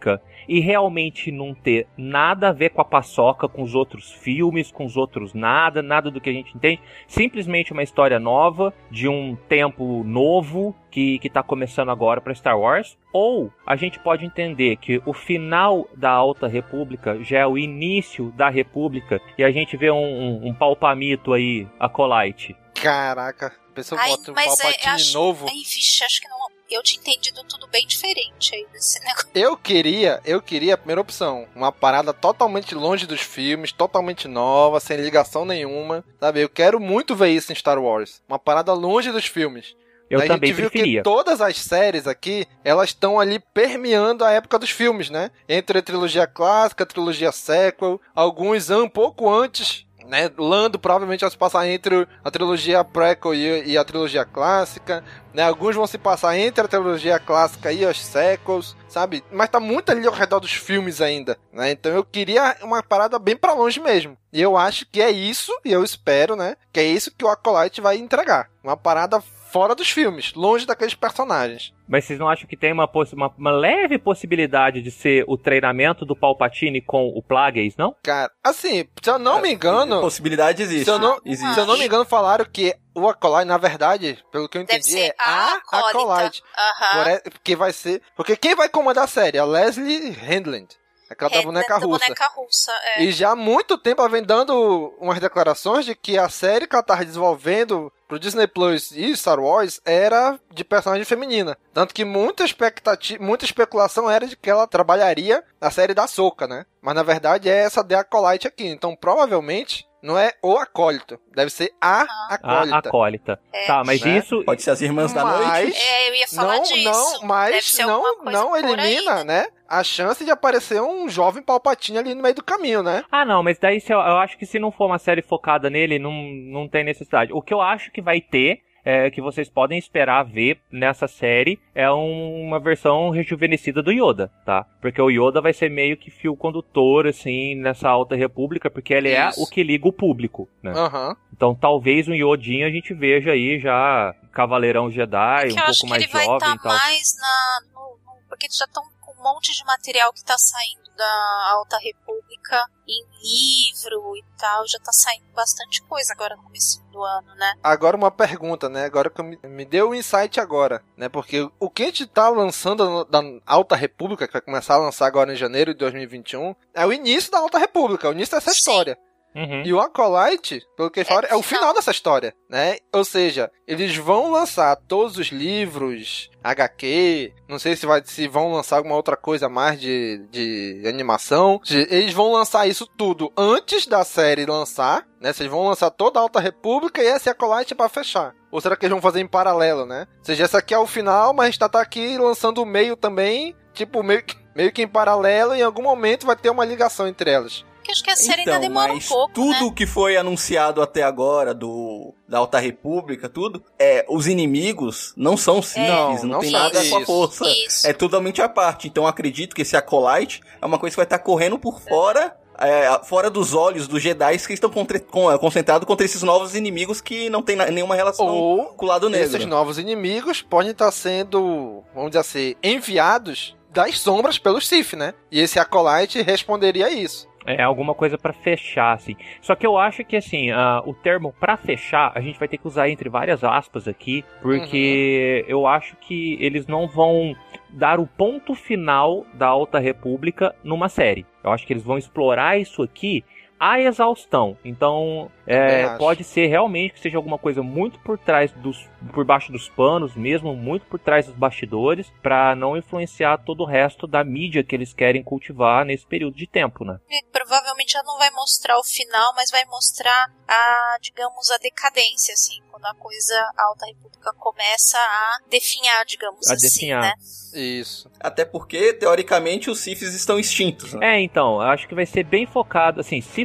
Speaker 12: e realmente não ter nada a ver com a paçoca, com os outros filmes, com os outros nada, nada do que a gente entende. Simplesmente uma história nova, de um tempo novo, que, que tá começando agora para Star Wars. Ou a gente pode entender que o final da Alta República já é o início da República, e a gente vê um, um, um palpamito aí, Acolyte.
Speaker 10: Caraca, a pessoa
Speaker 13: Ai,
Speaker 10: bota um
Speaker 13: mas
Speaker 10: Palpatine
Speaker 13: é, acho,
Speaker 10: novo.
Speaker 13: Ai, vixe, acho que não. Eu tinha entendido tudo bem diferente aí desse negócio.
Speaker 10: Eu queria, eu queria a primeira opção. Uma parada totalmente longe dos filmes, totalmente nova, sem ligação nenhuma. Sabe? Eu quero muito ver isso em Star Wars. Uma parada longe dos filmes.
Speaker 12: Eu
Speaker 10: a
Speaker 12: também
Speaker 10: gente viu
Speaker 12: preferia.
Speaker 10: que todas as séries aqui, elas estão ali permeando a época dos filmes, né? Entre a trilogia clássica, a trilogia sequel, alguns um pouco antes, né? Lando provavelmente vai se passar entre a trilogia prequel e, e a trilogia clássica, né? Alguns vão se passar entre a trilogia clássica e as sequels, sabe? Mas tá muito ali ao redor dos filmes ainda, né? Então eu queria uma parada bem pra longe mesmo. E eu acho que é isso, e eu espero, né? Que é isso que o Acolyte vai entregar. Uma parada fora dos filmes, longe daqueles personagens.
Speaker 12: Mas vocês não acham que tem uma, poss- uma, uma leve possibilidade de ser o treinamento do Palpatine com o Plagueis, não?
Speaker 10: Cara, assim, se eu não me engano...
Speaker 11: Possibilidade existe.
Speaker 10: Se eu não,
Speaker 11: existe.
Speaker 10: Se eu não me engano, falaram que o Acolyte, na verdade, pelo que eu entendi,
Speaker 13: Deve ser
Speaker 10: é
Speaker 13: a
Speaker 10: a Acolyte.
Speaker 13: Aham.
Speaker 10: Por- Porque vai ser... Porque quem vai comandar a série? A Leslie Handland. Aquela da boneca
Speaker 13: da
Speaker 10: russa.
Speaker 13: boneca russa, é.
Speaker 10: E já há muito tempo ela vem dando umas declarações de que a série que ela tava desenvolvendo pro Disney Plus e Star Wars era de personagem feminina. Tanto que muita expectativa, muita especulação era de que ela trabalharia na série da Ahsoka, né? Mas na verdade é essa The Acolyte aqui. Então provavelmente não é o acólito, deve ser a acólita.
Speaker 12: A acólita.
Speaker 13: É.
Speaker 12: Tá, mas
Speaker 10: Né?
Speaker 12: isso...
Speaker 11: Pode ser as Irmãs da
Speaker 10: Mas-
Speaker 11: Noite.
Speaker 13: É, eu ia falar
Speaker 10: não,
Speaker 13: disso.
Speaker 10: não,
Speaker 13: Deve
Speaker 10: mas
Speaker 13: ser alguma
Speaker 10: não,
Speaker 13: coisa
Speaker 10: não
Speaker 13: por aí,
Speaker 10: elimina, né? A chance de aparecer um jovem Palpatine ali no meio do caminho, né?
Speaker 12: Ah, não, mas daí se eu, eu acho que se não for uma série focada nele, não, não tem necessidade. O que eu acho que vai ter, é, que vocês podem esperar ver nessa série, é um- uma versão rejuvenescida do Yoda, tá? Porque o Yoda vai ser meio que fio condutor, assim, nessa Alta República, porque ele
Speaker 10: Isso.
Speaker 12: é o que liga o público, né?
Speaker 10: Aham.
Speaker 12: Então talvez um Yodinha a gente veja aí já Cavaleirão Jedi,
Speaker 13: Que
Speaker 12: um
Speaker 13: eu acho
Speaker 12: pouco
Speaker 13: que
Speaker 12: mais
Speaker 13: ele vai
Speaker 12: jovem
Speaker 13: estar
Speaker 12: e tal.
Speaker 13: mais na... No, no- porque eles já estão com um monte de material que tá saindo da Alta República em livro e tal. Já tá saindo bastante coisa agora no começo do ano, né?
Speaker 10: Agora uma pergunta, né? Agora que eu me, me deu um insight agora, né? Porque o que a gente tá lançando no- da Alta República, que vai começar a lançar agora em janeiro de dois mil e vinte e um, é o início da Alta República, o início dessa
Speaker 13: Sim.
Speaker 10: história.
Speaker 12: Uhum.
Speaker 10: E o Acolyte, pelo que eles falaram,
Speaker 13: É
Speaker 10: é
Speaker 13: o
Speaker 10: o final dessa história, né? Ou seja, eles vão lançar todos os livros, H Q, não sei se, vai, se vão lançar alguma outra coisa mais de, de animação. Eles vão lançar isso tudo antes da série lançar, né? Vocês vão lançar toda a Alta República e esse Acolyte é pra fechar. Ou será que eles vão fazer em paralelo, né? Ou seja, essa aqui é o final, mas a gente tá aqui lançando o meio também, tipo, meio que, meio que em paralelo, e em algum momento vai ter uma ligação entre elas.
Speaker 13: Porque acho que a série
Speaker 11: Então,
Speaker 13: ainda demora
Speaker 11: mas
Speaker 13: um pouco,
Speaker 11: tudo
Speaker 13: né?
Speaker 11: que foi anunciado até agora do da Alta República, tudo, é, os inimigos não são Siths,
Speaker 10: Não,
Speaker 11: não,
Speaker 10: não
Speaker 11: tem
Speaker 10: são
Speaker 11: nada com a
Speaker 10: isso.
Speaker 11: força.
Speaker 13: Isso.
Speaker 11: É totalmente à parte. Então acredito que esse Acolyte é uma coisa que vai estar correndo por fora, é, fora dos olhos dos Jedi que estão contra, com, é, concentrados contra esses novos inimigos que não tem na- nenhuma relação
Speaker 10: Ou
Speaker 11: com o lado negro.
Speaker 10: esses novos inimigos podem estar sendo, vamos dizer assim, enviados das sombras pelos Sith, né? E esse Acolyte responderia a isso.
Speaker 12: É alguma coisa pra fechar, assim. Só que eu acho que, assim, uh, o termo pra fechar, a gente vai ter que usar entre várias aspas aqui, porque uhum. eu acho que eles não vão dar o ponto final da Alta República numa série. Eu acho que eles vão explorar isso aqui à exaustão. Então, é, pode ser realmente que seja alguma coisa muito por trás dos, por baixo dos panos mesmo, muito por trás dos bastidores, pra não influenciar todo o resto da mídia que eles querem cultivar nesse período de tempo, né?
Speaker 13: É, provavelmente ela não vai mostrar o final, mas vai mostrar a, digamos, a decadência, assim, quando a coisa, a Alta República começa a definhar, digamos
Speaker 12: A
Speaker 13: assim,
Speaker 12: definhar.
Speaker 13: né?
Speaker 10: Isso.
Speaker 11: Até porque, teoricamente, os Siths estão extintos, né?
Speaker 12: É, então, eu acho que vai ser bem focado, assim, se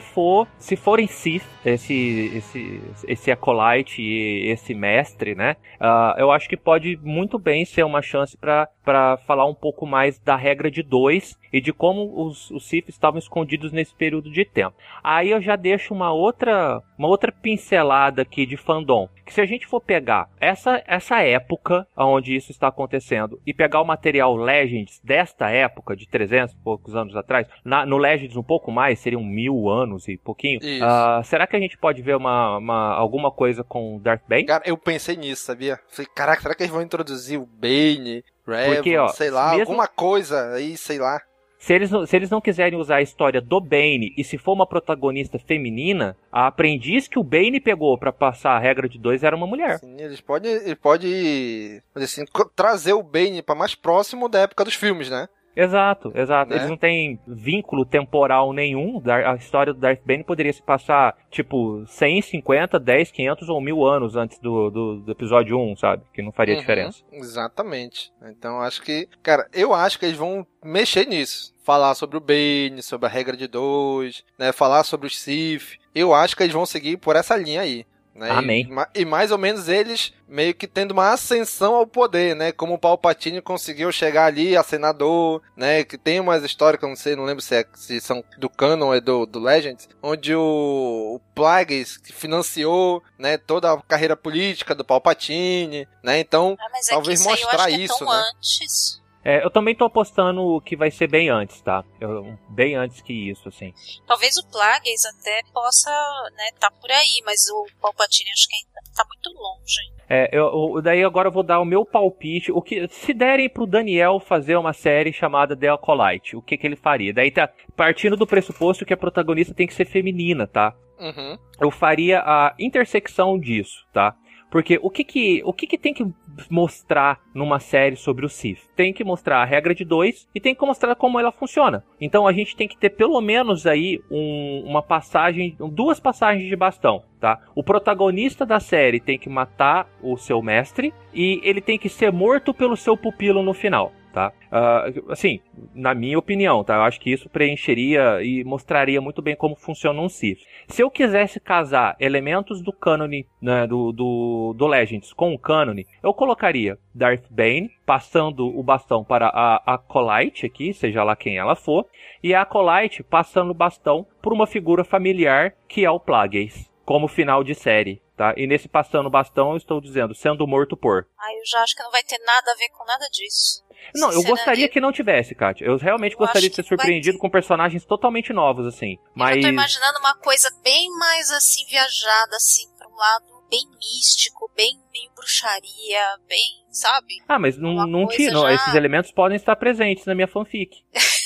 Speaker 12: for, se forem Sith, esse, esse, esse Acolyte e esse mestre, né? Uh, eu acho que pode muito bem ser uma chance pra, pra falar um pouco mais da regra de dois e de como os, os Sith estavam escondidos nesse período de tempo. Aí eu já deixo uma outra, uma outra pincelada aqui de fandom. Que se a gente for pegar essa, essa época onde isso está acontecendo e pegar o material Legends desta época, de trezentos e poucos anos atrás, na, no Legends um pouco mais, seriam mil anos e pouquinho, uh, será que a gente pode ver uma, uma, alguma coisa com Darth Bane?
Speaker 10: Cara, eu pensei nisso, sabia? Falei, caraca, será que eles vão introduzir o Bane, Revan,
Speaker 12: Porque, ó,
Speaker 10: sei lá,
Speaker 12: mesmo...
Speaker 10: alguma coisa aí, sei lá.
Speaker 12: Se eles, não, se eles não quiserem usar a história do Bane, e se for uma protagonista feminina, a aprendiz que o Bane pegou pra passar a regra de dois era uma mulher.
Speaker 10: Sim, eles podem, eles podem assim, trazer o Bane pra mais próximo da época dos filmes, né?
Speaker 12: Exato, exato.
Speaker 10: Né?
Speaker 12: Eles não têm vínculo temporal nenhum. A história do Darth Bane poderia se passar, tipo, cem, cinquenta, dez, quinhentos ou mil anos antes do, do, do episódio um, sabe? Que não faria
Speaker 10: uhum,
Speaker 12: diferença.
Speaker 10: Exatamente. Então, acho que... Cara, eu acho que eles vão mexer nisso. Falar sobre o Bane, sobre a regra de dois, né? Falar sobre os Sith. Eu acho que eles vão seguir por essa linha aí. Né?
Speaker 12: Amém.
Speaker 10: E, e mais ou menos eles meio que tendo uma ascensão ao poder, né? Como o Palpatine conseguiu chegar ali a senador, né? Que tem umas histórias que eu não sei, não lembro se, é, se são do canon ou é do, do Legends, onde o, o Plagueis financiou, né, toda a carreira política do Palpatine, né? Então,
Speaker 13: ah, mas é
Speaker 10: talvez
Speaker 13: que isso
Speaker 10: mostrar
Speaker 13: aí eu acho
Speaker 10: isso,
Speaker 13: que é tão
Speaker 10: né?
Speaker 13: antes.
Speaker 12: É, eu também tô apostando que vai ser bem antes, tá? Eu, bem antes que isso, assim.
Speaker 13: Talvez o Plagueis até possa, né, tá por aí, mas o Palpatine acho que ainda tá muito longe.
Speaker 12: É, eu, daí agora eu vou dar o meu palpite. O que, se derem pro Daniel fazer uma série chamada The Acolyte, o que que ele faria? Daí tá partindo do pressuposto que a protagonista tem que ser feminina, tá?
Speaker 10: Uhum.
Speaker 12: Eu faria a intersecção disso, tá? Porque o que que, o que que tem que mostrar numa série sobre o Sith? Tem que mostrar a regra de dois e tem que mostrar como ela funciona. Então a gente tem que ter pelo menos aí um, uma passagem, duas passagens de bastão, tá? O protagonista da série tem que matar o seu mestre e ele tem que ser morto pelo seu pupilo no final. Tá? Uh, assim, na minha opinião, tá? Eu acho que isso preencheria e mostraria muito bem como funciona um Sith. Se eu quisesse casar elementos do cânone, né, do, do, do Legends com o cânone, eu colocaria Darth Bane passando o bastão para a Acolyte aqui, seja lá quem ela for, e a Acolyte passando o bastão por uma figura familiar que é o Plagueis, como final de série. Tá? E nesse passando o bastão eu estou dizendo, sendo morto por.
Speaker 13: Ah, eu já acho que não vai ter nada a ver com nada disso.
Speaker 12: Não, eu gostaria que não tivesse, Kátia. Eu realmente eu gostaria de ser surpreendido com personagens totalmente novos, assim. Mas...
Speaker 13: Eu tô imaginando uma coisa bem mais, assim, viajada, assim, pra um lado bem místico, bem meio bruxaria, bem, sabe?
Speaker 12: Ah, mas não, não tira, já... esses elementos podem estar presentes na minha fanfic.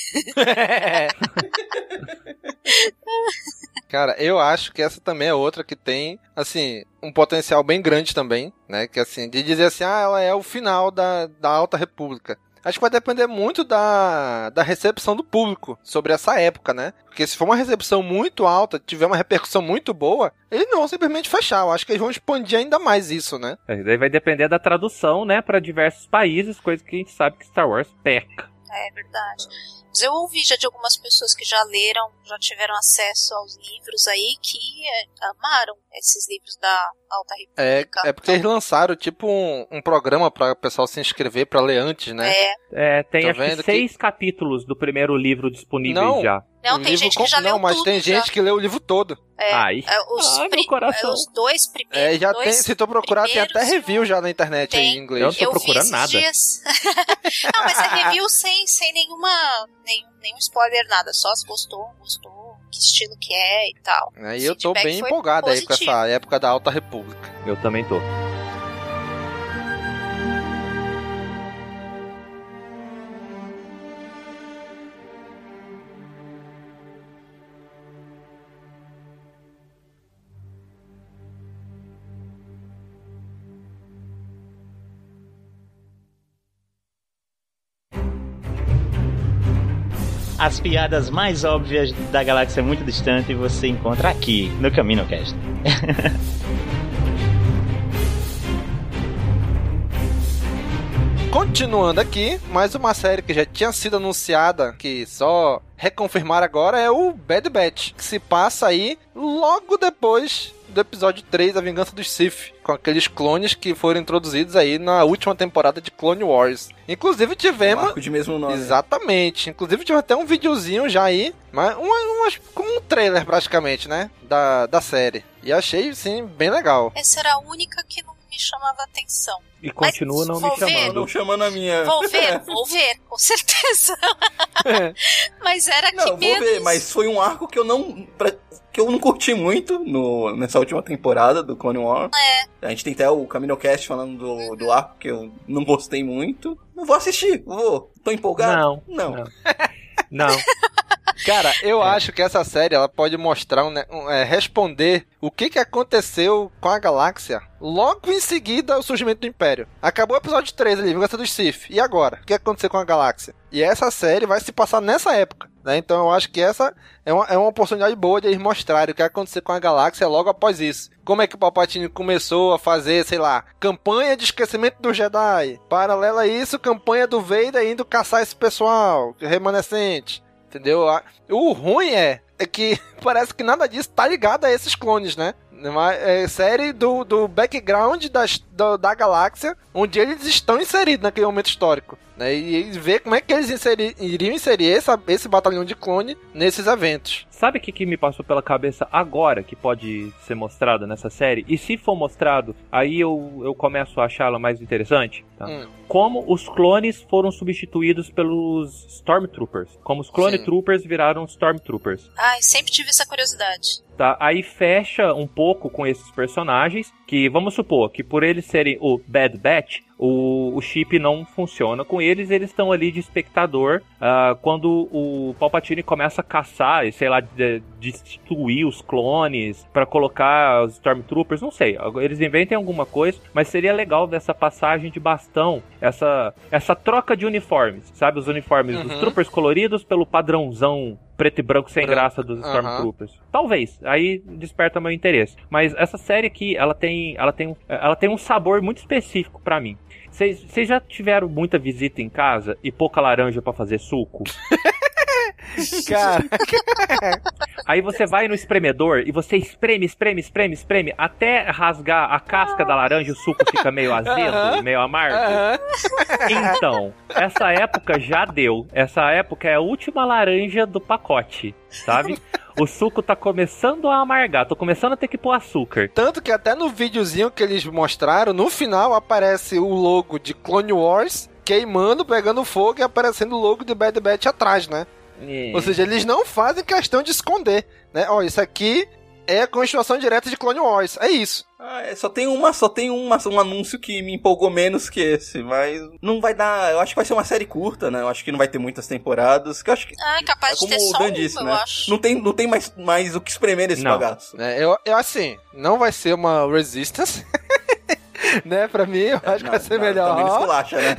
Speaker 10: Cara, eu acho que essa também é outra que tem, assim, um potencial bem grande também, né? Que assim, de dizer assim, ah, ela é o final da, da Alta República. Acho que vai depender muito da, da recepção do público sobre essa época, né? Porque se for uma recepção muito alta, tiver uma repercussão muito boa, eles não vão simplesmente fechar. Eu acho que eles vão expandir ainda mais isso, né?
Speaker 12: É, daí vai depender da tradução, né? Para diversos países, coisa que a gente sabe que Star Wars peca.
Speaker 13: É verdade. Mas eu ouvi já de algumas pessoas que já leram, já tiveram acesso aos livros aí, que é, amaram esses livros da Alta República.
Speaker 10: É, é porque eles lançaram tipo um, um programa para o pessoal se inscrever para ler antes, né?
Speaker 13: É.
Speaker 12: É, tem acho que seis que... capítulos do primeiro livro disponíveis
Speaker 10: não,
Speaker 12: já.
Speaker 13: Não, tem gente que já leu
Speaker 10: Não, mas
Speaker 13: tudo,
Speaker 10: tem
Speaker 13: já.
Speaker 10: gente que leu o livro todo.
Speaker 13: É,
Speaker 12: Ai.
Speaker 13: é, os,
Speaker 12: Ai,
Speaker 13: pri-
Speaker 12: meu coração.
Speaker 13: É, os dois primeiros.
Speaker 10: É, já
Speaker 13: dois
Speaker 10: tem, se tu procurar, tem até review já na internet
Speaker 13: tem.
Speaker 10: aí em inglês.
Speaker 12: Eu não tô
Speaker 13: eu
Speaker 12: procurando
Speaker 13: vi
Speaker 12: nada.
Speaker 13: Dias. Não, mas é review sem, sem nenhuma, nenhum, nenhum spoiler, nada. Só se gostou, gostou, que estilo que é e tal.
Speaker 10: Aí eu tô bem empolgado aí com essa época da Alta República.
Speaker 12: Eu também tô.
Speaker 16: As piadas mais óbvias da galáxia muito distante você encontra aqui, no CaminoCast.
Speaker 10: Continuando aqui, mais uma série que já tinha sido anunciada, que só reconfirmaram agora é o Bad Batch, que se passa aí logo depois do episódio três, A Vingança dos Sith, com aqueles clones que foram introduzidos aí na última temporada de Clone Wars. Inclusive tivemos...
Speaker 11: Um arco de mesmo nome.
Speaker 10: Exatamente. Inclusive tivemos até um videozinho já aí, mas um, um, um trailer praticamente, né, da, da série. E achei, sim, bem legal.
Speaker 13: Essa era a única que não me chamava atenção.
Speaker 12: E continua
Speaker 13: mas,
Speaker 12: não me chamando.
Speaker 13: Ver.
Speaker 11: Não chamando a minha.
Speaker 13: Vou ver, vou ver, com certeza. Mas era que
Speaker 11: não,
Speaker 13: menos...
Speaker 11: vou ver, mas foi um arco que eu não... Pra... que eu não curti muito no, nessa última temporada do Clone Wars.
Speaker 13: É.
Speaker 11: A gente tem até o CaminoCast falando do, do arco que eu não gostei muito. Não vou assistir, vou. Tô empolgado?
Speaker 12: Não.
Speaker 11: Não.
Speaker 12: Não. não.
Speaker 10: Cara, eu é. acho que essa série ela pode mostrar, um, um, é, responder o que, que aconteceu com a galáxia logo em seguida ao surgimento do Império. Acabou o episódio três ali, Vingança dos Sith. E agora? O que aconteceu com a galáxia? E essa série vai se passar nessa época, né? Então eu acho que essa é uma, é uma oportunidade boa de eles mostrarem o que aconteceu com a galáxia logo após isso. Como é que o Palpatine começou a fazer, sei lá, campanha de esquecimento do Jedi. Paralela a isso, campanha do Vader indo caçar esse pessoal remanescente. Entendeu? O ruim é, é que parece que nada disso tá ligado a esses clones, né? É série do, do background das, da, da galáxia, onde eles estão inseridos naquele momento histórico, né? E, e ver como é que eles inseri, iriam inserir essa, esse batalhão de clone nesses eventos.
Speaker 12: Sabe o que, que me passou pela cabeça agora que pode ser mostrado nessa série? E se for mostrado, aí eu, eu começo a achá-la mais interessante, tá? Hum. Como os clones foram substituídos pelos Stormtroopers. Como os Clone Sim. Troopers viraram Stormtroopers.
Speaker 13: Ai, sempre tive essa curiosidade.
Speaker 12: Tá, aí fecha um pouco com esses personagens, que vamos supor que por eles serem o Bad Batch, o, o chip não funciona com eles, eles estão ali de espectador uh, quando o Palpatine começa a caçar, sei lá, de, destituir os clones para colocar os Stormtroopers, não sei, eles inventem alguma coisa, mas seria legal dessa passagem de bastão, essa, essa troca de uniformes, sabe, os uniformes uhum. dos Troopers coloridos pelo padrãozão preto e branco sem branco. graça dos Stormtroopers. Uhum. Talvez, aí desperta meu interesse. Mas essa série aqui, ela tem, ela tem, ela tem um sabor muito específico pra mim. Vocês já tiveram muita visita em casa e pouca laranja pra fazer suco?
Speaker 10: Cara.
Speaker 12: Aí você vai no espremedor e você espreme, espreme, espreme, espreme até rasgar a casca da laranja, o suco fica meio azedo, uh-huh. meio amargo. Uh-huh. Então, essa época já deu. Essa época é a última laranja do pacote, sabe? O suco tá começando a amargar, tô começando a ter que pôr açúcar.
Speaker 10: Tanto que até no videozinho que eles mostraram, no final aparece o logo de Clone Wars queimando, pegando fogo e aparecendo o logo de Bad Batch atrás, né? É. Ou seja, eles não fazem questão de esconder, né? Ó, isso aqui é a continuação direta de Clone Wars, é isso.
Speaker 11: Ah, é, só tem uma, só tem uma, um anúncio que me empolgou menos que esse, mas não vai dar, eu acho que vai ser uma série curta, né? Eu acho que não vai ter muitas temporadas, que eu acho que
Speaker 13: ah, é capaz
Speaker 11: é
Speaker 13: de ter só
Speaker 11: Dan
Speaker 13: uma,
Speaker 11: disse,
Speaker 13: eu
Speaker 11: né?
Speaker 13: acho.
Speaker 11: Não tem, não tem mais, mais o que espremer nesse
Speaker 12: não.
Speaker 11: bagaço.
Speaker 10: É, eu, eu assim, não vai ser uma Resistance, né? Pra mim, eu acho não, que vai ser
Speaker 11: não,
Speaker 10: melhor.
Speaker 11: Também esculacha, né?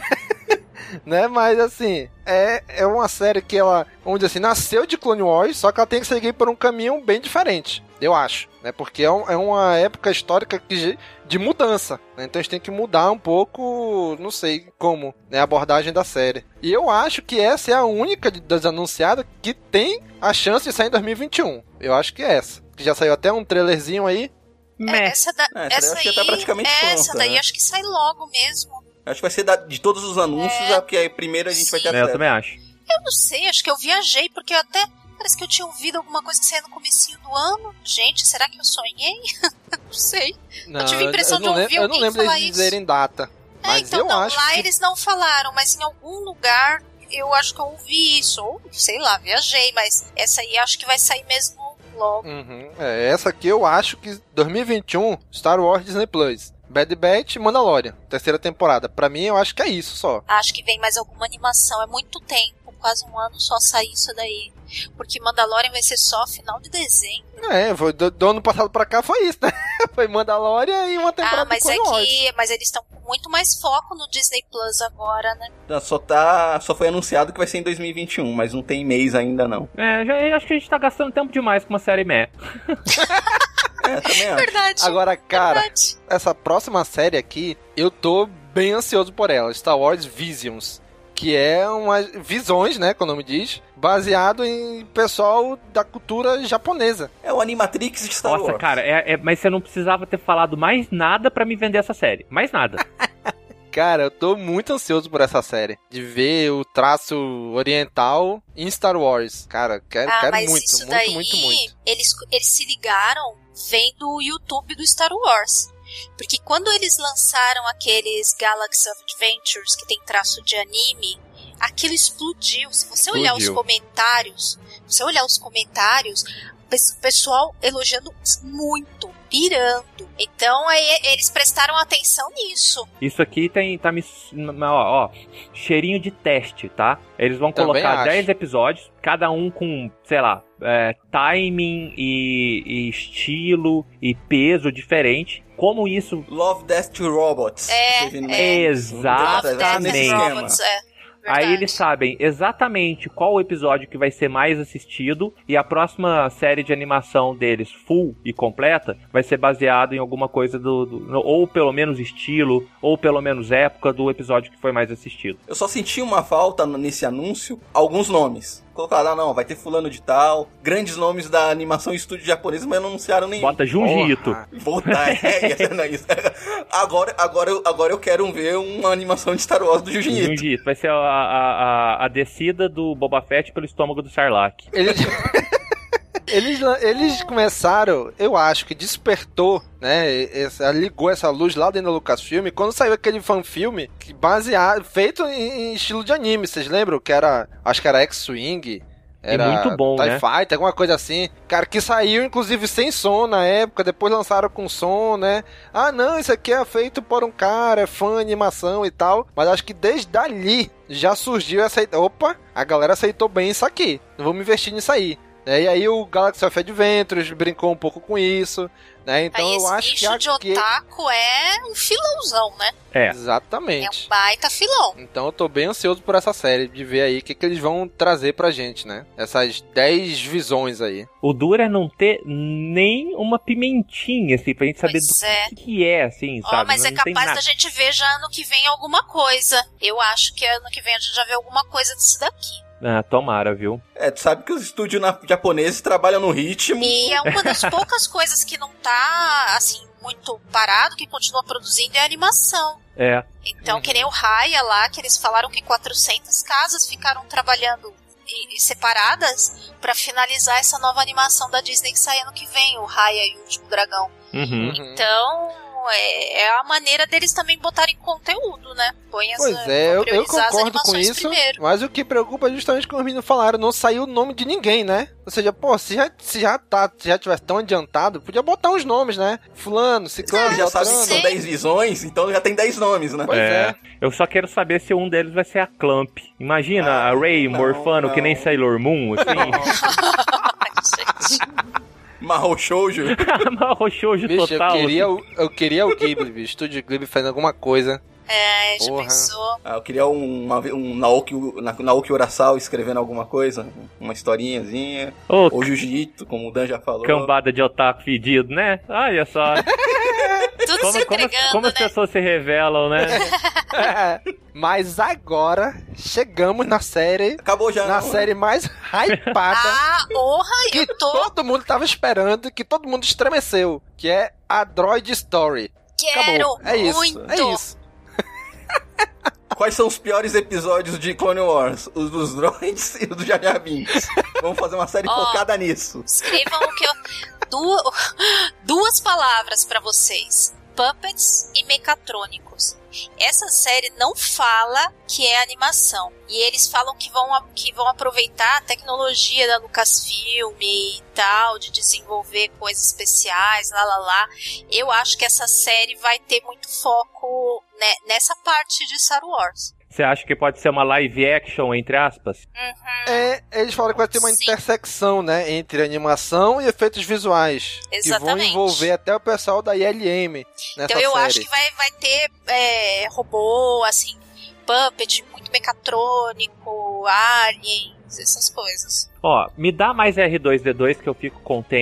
Speaker 10: Né, mas assim, é, é uma série que ela, vamos dizer assim, nasceu de Clone Wars, só que ela tem que seguir por um caminho bem diferente, eu acho, né, porque é, um, é uma época histórica que, de mudança, né, então a gente tem que mudar um pouco, não sei como, né, a abordagem da série. E eu acho que essa é a única das anunciadas que tem a chance de sair em dois mil e vinte e um, eu acho que é essa, que já saiu até um trailerzinho aí.
Speaker 13: É, essa da,
Speaker 11: é,
Speaker 13: essa
Speaker 11: acho
Speaker 13: aí,
Speaker 11: que tá praticamente
Speaker 13: é,
Speaker 11: pronta,
Speaker 13: essa daí
Speaker 11: né?
Speaker 13: acho que sai logo mesmo.
Speaker 11: Acho que vai ser da, de todos os anúncios, é, porque aí primeiro a gente
Speaker 13: sim.
Speaker 11: vai ter
Speaker 12: acesso. Eu também acho.
Speaker 13: Eu não sei, acho que eu viajei, porque eu até... Parece que eu tinha ouvido alguma coisa que saía no comecinho do ano. Gente, será que eu sonhei? Não sei.
Speaker 10: Não,
Speaker 13: eu tive a impressão
Speaker 10: eu
Speaker 13: de ouvir
Speaker 10: lembro,
Speaker 13: alguém
Speaker 10: Eu não lembro
Speaker 13: falar
Speaker 10: deles
Speaker 13: isso.
Speaker 10: dizerem data.
Speaker 13: É,
Speaker 10: mas
Speaker 13: então
Speaker 10: eu
Speaker 13: não,
Speaker 10: acho
Speaker 13: lá
Speaker 10: que...
Speaker 13: eles não falaram, mas em algum lugar eu acho que eu ouvi isso. Ou, sei lá, viajei, mas essa aí acho que vai sair mesmo logo.
Speaker 10: Uhum. É, essa aqui eu acho que dois mil e vinte e um, Star Wars Disney Plus. Bad Batch e Mandalorian, terceira temporada. Pra mim, eu acho que é isso só.
Speaker 13: Acho que vem mais alguma animação. É muito tempo, quase um ano só sair isso daí. Porque Mandalorian vai ser só final de dezembro.
Speaker 10: É, foi do, do ano passado pra cá foi isso, né? Foi Mandalorian e uma temporada
Speaker 13: ah, mas
Speaker 10: de Clone
Speaker 13: é
Speaker 10: Wars.
Speaker 13: que, mas eles estão com muito mais foco no Disney Plus agora, né?
Speaker 11: Não, só, tá, só foi anunciado que vai ser em dois mil e vinte e um, mas não tem mês ainda não.
Speaker 12: É, já, eu acho que a gente tá gastando tempo demais com uma série meh.
Speaker 11: É, também acho.
Speaker 13: Verdade.
Speaker 10: Agora, cara,
Speaker 13: verdade.
Speaker 10: Essa próxima série aqui, eu tô bem ansioso por ela. Star Wars Visions. que é umas visões, né, como o nome diz, baseado em pessoal da cultura japonesa.
Speaker 11: É o Animatrix de Star
Speaker 12: Nossa,
Speaker 11: Wars.
Speaker 12: Nossa, cara, é, é, mas você não precisava ter falado mais nada pra me vender essa série. Mais nada.
Speaker 10: Cara, eu tô muito ansioso por essa série. De ver o traço oriental em Star Wars. Cara, quero,
Speaker 13: ah,
Speaker 10: quero
Speaker 13: mas
Speaker 10: muito,
Speaker 13: isso
Speaker 10: muito,
Speaker 13: daí,
Speaker 10: muito, muito.
Speaker 13: Eles, eles se ligaram vendo o YouTube do Star Wars. Porque quando eles lançaram aqueles Galaxy of Adventures, que tem traço de anime, aquilo explodiu. Se você
Speaker 12: explodiu.
Speaker 13: olhar os comentários, se você olhar os comentários, o pessoal elogiando muito, pirando. Então aí, eles prestaram atenção nisso.
Speaker 12: Isso aqui tem, tá me... Ó, ó, cheirinho de teste, tá? Eles vão
Speaker 10: Também
Speaker 12: colocar
Speaker 10: acho.
Speaker 12: dez episódios, cada um com, sei lá, é, timing e, e estilo e peso diferente. Como isso...
Speaker 11: Love, Death to Robots.
Speaker 13: É,
Speaker 12: é. Exatamente.
Speaker 13: Love, Death Robots, é. Verdade.
Speaker 12: Aí eles sabem exatamente qual o episódio que vai ser mais assistido e a próxima série de animação deles, full e completa, vai ser baseado em alguma coisa do, do... ou pelo menos estilo, ou pelo menos época do episódio que foi mais assistido.
Speaker 11: Eu só senti uma falta nesse anúncio, alguns nomes. Colocaram, ah, não, vai ter fulano de tal, grandes nomes da animação e estúdio japonês, mas não anunciaram nenhum.
Speaker 12: Bota Junjito.
Speaker 11: Puta, é, não é isso. Agora, agora, eu, agora eu quero ver uma animação de Star Wars do Junjito.
Speaker 12: Junjito, vai ser a, a, a, a descida do Boba Fett pelo estômago do Sarlacc.
Speaker 10: Eles... Eles, eles começaram, eu acho que despertou, né, essa, ligou essa luz lá dentro da Lucasfilm, quando saiu aquele fanfilme que baseado, feito em, em estilo de anime, vocês lembram? Que era, acho que era X-Wing, era
Speaker 12: muito bom,
Speaker 10: TIE
Speaker 12: né?
Speaker 10: Fighter, alguma coisa assim. Cara, que saiu inclusive sem som na época, depois lançaram com som, né? Ah, não, isso aqui é feito por um cara, é fã de animação e tal, mas acho que desde ali já surgiu essa ideia, opa, a galera aceitou bem isso aqui, vamos investir nisso aí. É, e aí o Galaxy of Adventures brincou um pouco com isso, né? Então
Speaker 13: aí
Speaker 10: eu acho que
Speaker 13: aqui... de otaku é um filãozão, né?
Speaker 12: É.
Speaker 10: Exatamente.
Speaker 13: É um baita filão.
Speaker 10: Então eu tô bem ansioso por essa série, de ver aí o que, que eles vão trazer pra gente, né? Essas dez visões aí.
Speaker 12: O duro é não ter nem uma pimentinha, assim, pra gente saber
Speaker 13: pois
Speaker 12: do
Speaker 13: é.
Speaker 12: que, que é, assim,
Speaker 13: oh,
Speaker 12: sabe?
Speaker 13: Mas
Speaker 12: não,
Speaker 13: é
Speaker 12: não tem
Speaker 13: capaz
Speaker 12: nada.
Speaker 13: da gente ver já ano que vem alguma coisa. Eu acho que ano que vem a gente já vê alguma coisa disso daqui.
Speaker 12: Ah, tomara, viu?
Speaker 11: É, tu sabe que os estúdios na- japoneses trabalham no ritmo.
Speaker 13: E é uma das poucas coisas que não tá, assim, muito parado, que continua produzindo, é a animação.
Speaker 12: É.
Speaker 13: Então, que nem o Raya lá, que eles falaram que quatrocentas casas ficaram trabalhando e, e separadas pra finalizar essa nova animação da Disney que sai ano que vem, o Raya e o Último Dragão.
Speaker 12: Uhum.
Speaker 13: Então... É, é a maneira deles também botarem conteúdo, né? Põe as,
Speaker 10: Pois é, eu, eu
Speaker 13: priorizar as
Speaker 10: concordo com
Speaker 13: animações
Speaker 10: isso,
Speaker 13: primeiro.
Speaker 10: mas o que preocupa é justamente como os meninos falaram, não saiu o nome de ninguém, né? Ou seja, pô, se já, se já tá, se já tivesse tão adiantado, podia botar uns nomes, né? Fulano, Ciclano,
Speaker 11: Eles já sabem que
Speaker 10: Beltrano.
Speaker 11: são dez visões, então já tem dez nomes, né?
Speaker 10: Pois é.
Speaker 12: Eu só quero saber se um deles vai ser a Clamp. Imagina
Speaker 11: Ah,
Speaker 12: a Rey
Speaker 11: não,
Speaker 12: morfando
Speaker 11: não.
Speaker 12: que nem Sailor Moon, assim.
Speaker 11: Mahou Shoujo.
Speaker 12: Mahou Shoujo
Speaker 10: Bicho,
Speaker 12: total.
Speaker 10: eu queria,
Speaker 12: assim.
Speaker 10: o, eu queria o Ghibli, bicho. Estúdio Ghibli fazendo alguma coisa.
Speaker 13: É, já
Speaker 10: Porra.
Speaker 13: pensou?
Speaker 11: Ah, eu queria um, uma, um Naoki, Na- Naoki Urasawa escrevendo alguma coisa, uma historinhazinha.
Speaker 12: Ô,
Speaker 11: Ou Jiu-Jitsu, como o Dan já falou.
Speaker 12: Cambada de otaku fedido, né? Olha só.
Speaker 13: Tudo
Speaker 12: Como,
Speaker 13: se
Speaker 12: como,
Speaker 13: entregando,
Speaker 12: como as
Speaker 13: né?
Speaker 12: pessoas se revelam, né?
Speaker 10: Mas agora chegamos na série.
Speaker 11: Acabou já.
Speaker 10: Na
Speaker 11: não,
Speaker 10: série mais hypada.
Speaker 13: Ah, porra,
Speaker 10: que
Speaker 13: eu tô...
Speaker 10: todo mundo tava esperando, que todo mundo estremeceu. Que é a Droid Story.
Speaker 13: Quero
Speaker 10: Acabou. É isso.
Speaker 13: muito.
Speaker 10: É isso.
Speaker 11: Quais são os piores episódios de Clone Wars? Os dos droids e os dos Jar Jar Binks. Vamos fazer uma série
Speaker 13: Ó,
Speaker 11: focada nisso.
Speaker 13: Escrevam o que eu... Du... Duas palavras pra vocês. Puppets e mecatrônicos. Essa série não fala que é animação. E eles falam que vão, que vão aproveitar a tecnologia da Lucasfilm e tal, de desenvolver coisas especiais, lá, lá, lá. Eu acho que essa série vai ter muito foco, né, nessa parte de Star Wars.
Speaker 12: Você acha que pode ser uma live action, entre aspas?
Speaker 13: Uhum.
Speaker 10: É, eles falaram que vai ter uma
Speaker 13: Sim.
Speaker 10: intersecção, né, entre animação e efeitos visuais.
Speaker 13: Exatamente.
Speaker 10: Que vão envolver até o pessoal da I L M nessa
Speaker 13: Então eu
Speaker 10: série.
Speaker 13: acho que vai, vai ter é, robô, assim, puppet, muito mecatrônico, aliens, essas coisas.
Speaker 12: Ó, me dá mais R dois D dois que eu fico contente.